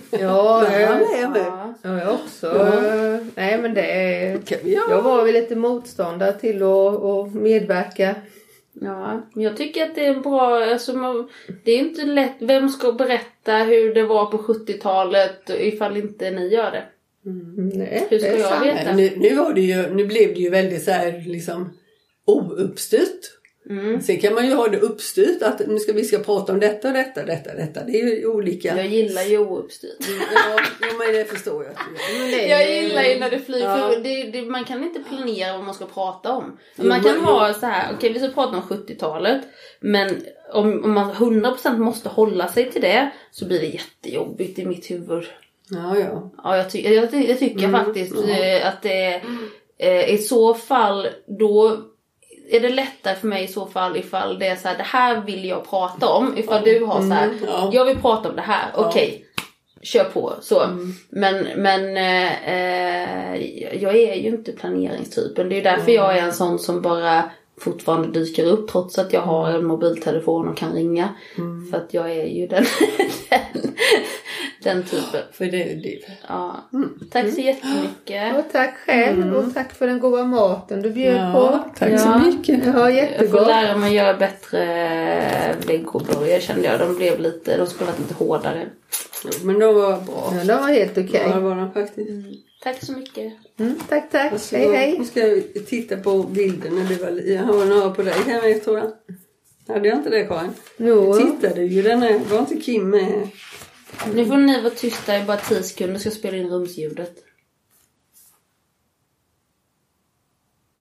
Ja, jag är med. Ja, jag också. Ja. Nej, men det är... Ja. Jag var väl lite motståndare till att, att medverka. Ja, men jag tycker att det är bra. Alltså, det är inte lätt. Vem ska berätta hur det var på sjuttiotalet ifall inte ni gör det? Mm, nej, hur ska jag sant. veta? Nu, nu, var det ju, nu blev det ju väldigt så här liksom ouppstyrt. Mm. Sen kan man ju ha det uppstyrt att nu ska vi ska prata om detta och detta och detta och detta. Det är ju olika. Jag gillar ju ouppstyrt. Ja, men det förstår jag. Det, jag gillar ju när det flyger. Ja. För det, det, man kan inte planera vad man ska prata om. Man jo, kan jo. ha så här, okej okay, vi ska prata om sjuttiotalet. Men om, om man hundra procent måste hålla sig till det så blir det jättejobbigt i mitt huvud. Ja, ja. Ja, jag, ty- jag, jag tycker mm. faktiskt ja. att det eh, i så fall då är det lättare för mig i så fall ifall det är så här, det här vill jag prata om. Ifall du har så här, mm, ja. jag vill prata om det här. Ja. Okej, okay, kör på. Så. Mm. Men, men eh, jag är ju inte planeringstypen. Det är därför mm. jag är en sån som bara fortfarande dyker upp trots att jag har en mobiltelefon och kan ringa. Mm. För att jag är ju den, den, den typen. För det är liv. Ja. Mm. Tack så jättemycket. Och tack själv. Mm. Och tack för den goda maten du bjöd ja, på. Tack ja. så mycket. Ja, jättegott. Jag får lära mig att göra bättre vegoburgare kände jag. De blev lite, de skulle varit lite hårdare. Men de var bra. Ja, de var helt okej. Okay. Ja, det var de faktiskt. Mm. Tack så mycket. Mm, tack, tack. Så, hej, hej. Nu ska jag titta på bilden när du var... Jag har några på dig här med, tror jag. Hade jag inte det, Karin? Jo. Jag tittade ju, den här. Var inte Kim med? Nu får ni vara tysta i bara tio sekunder. Jag ska spela in rumsljudet.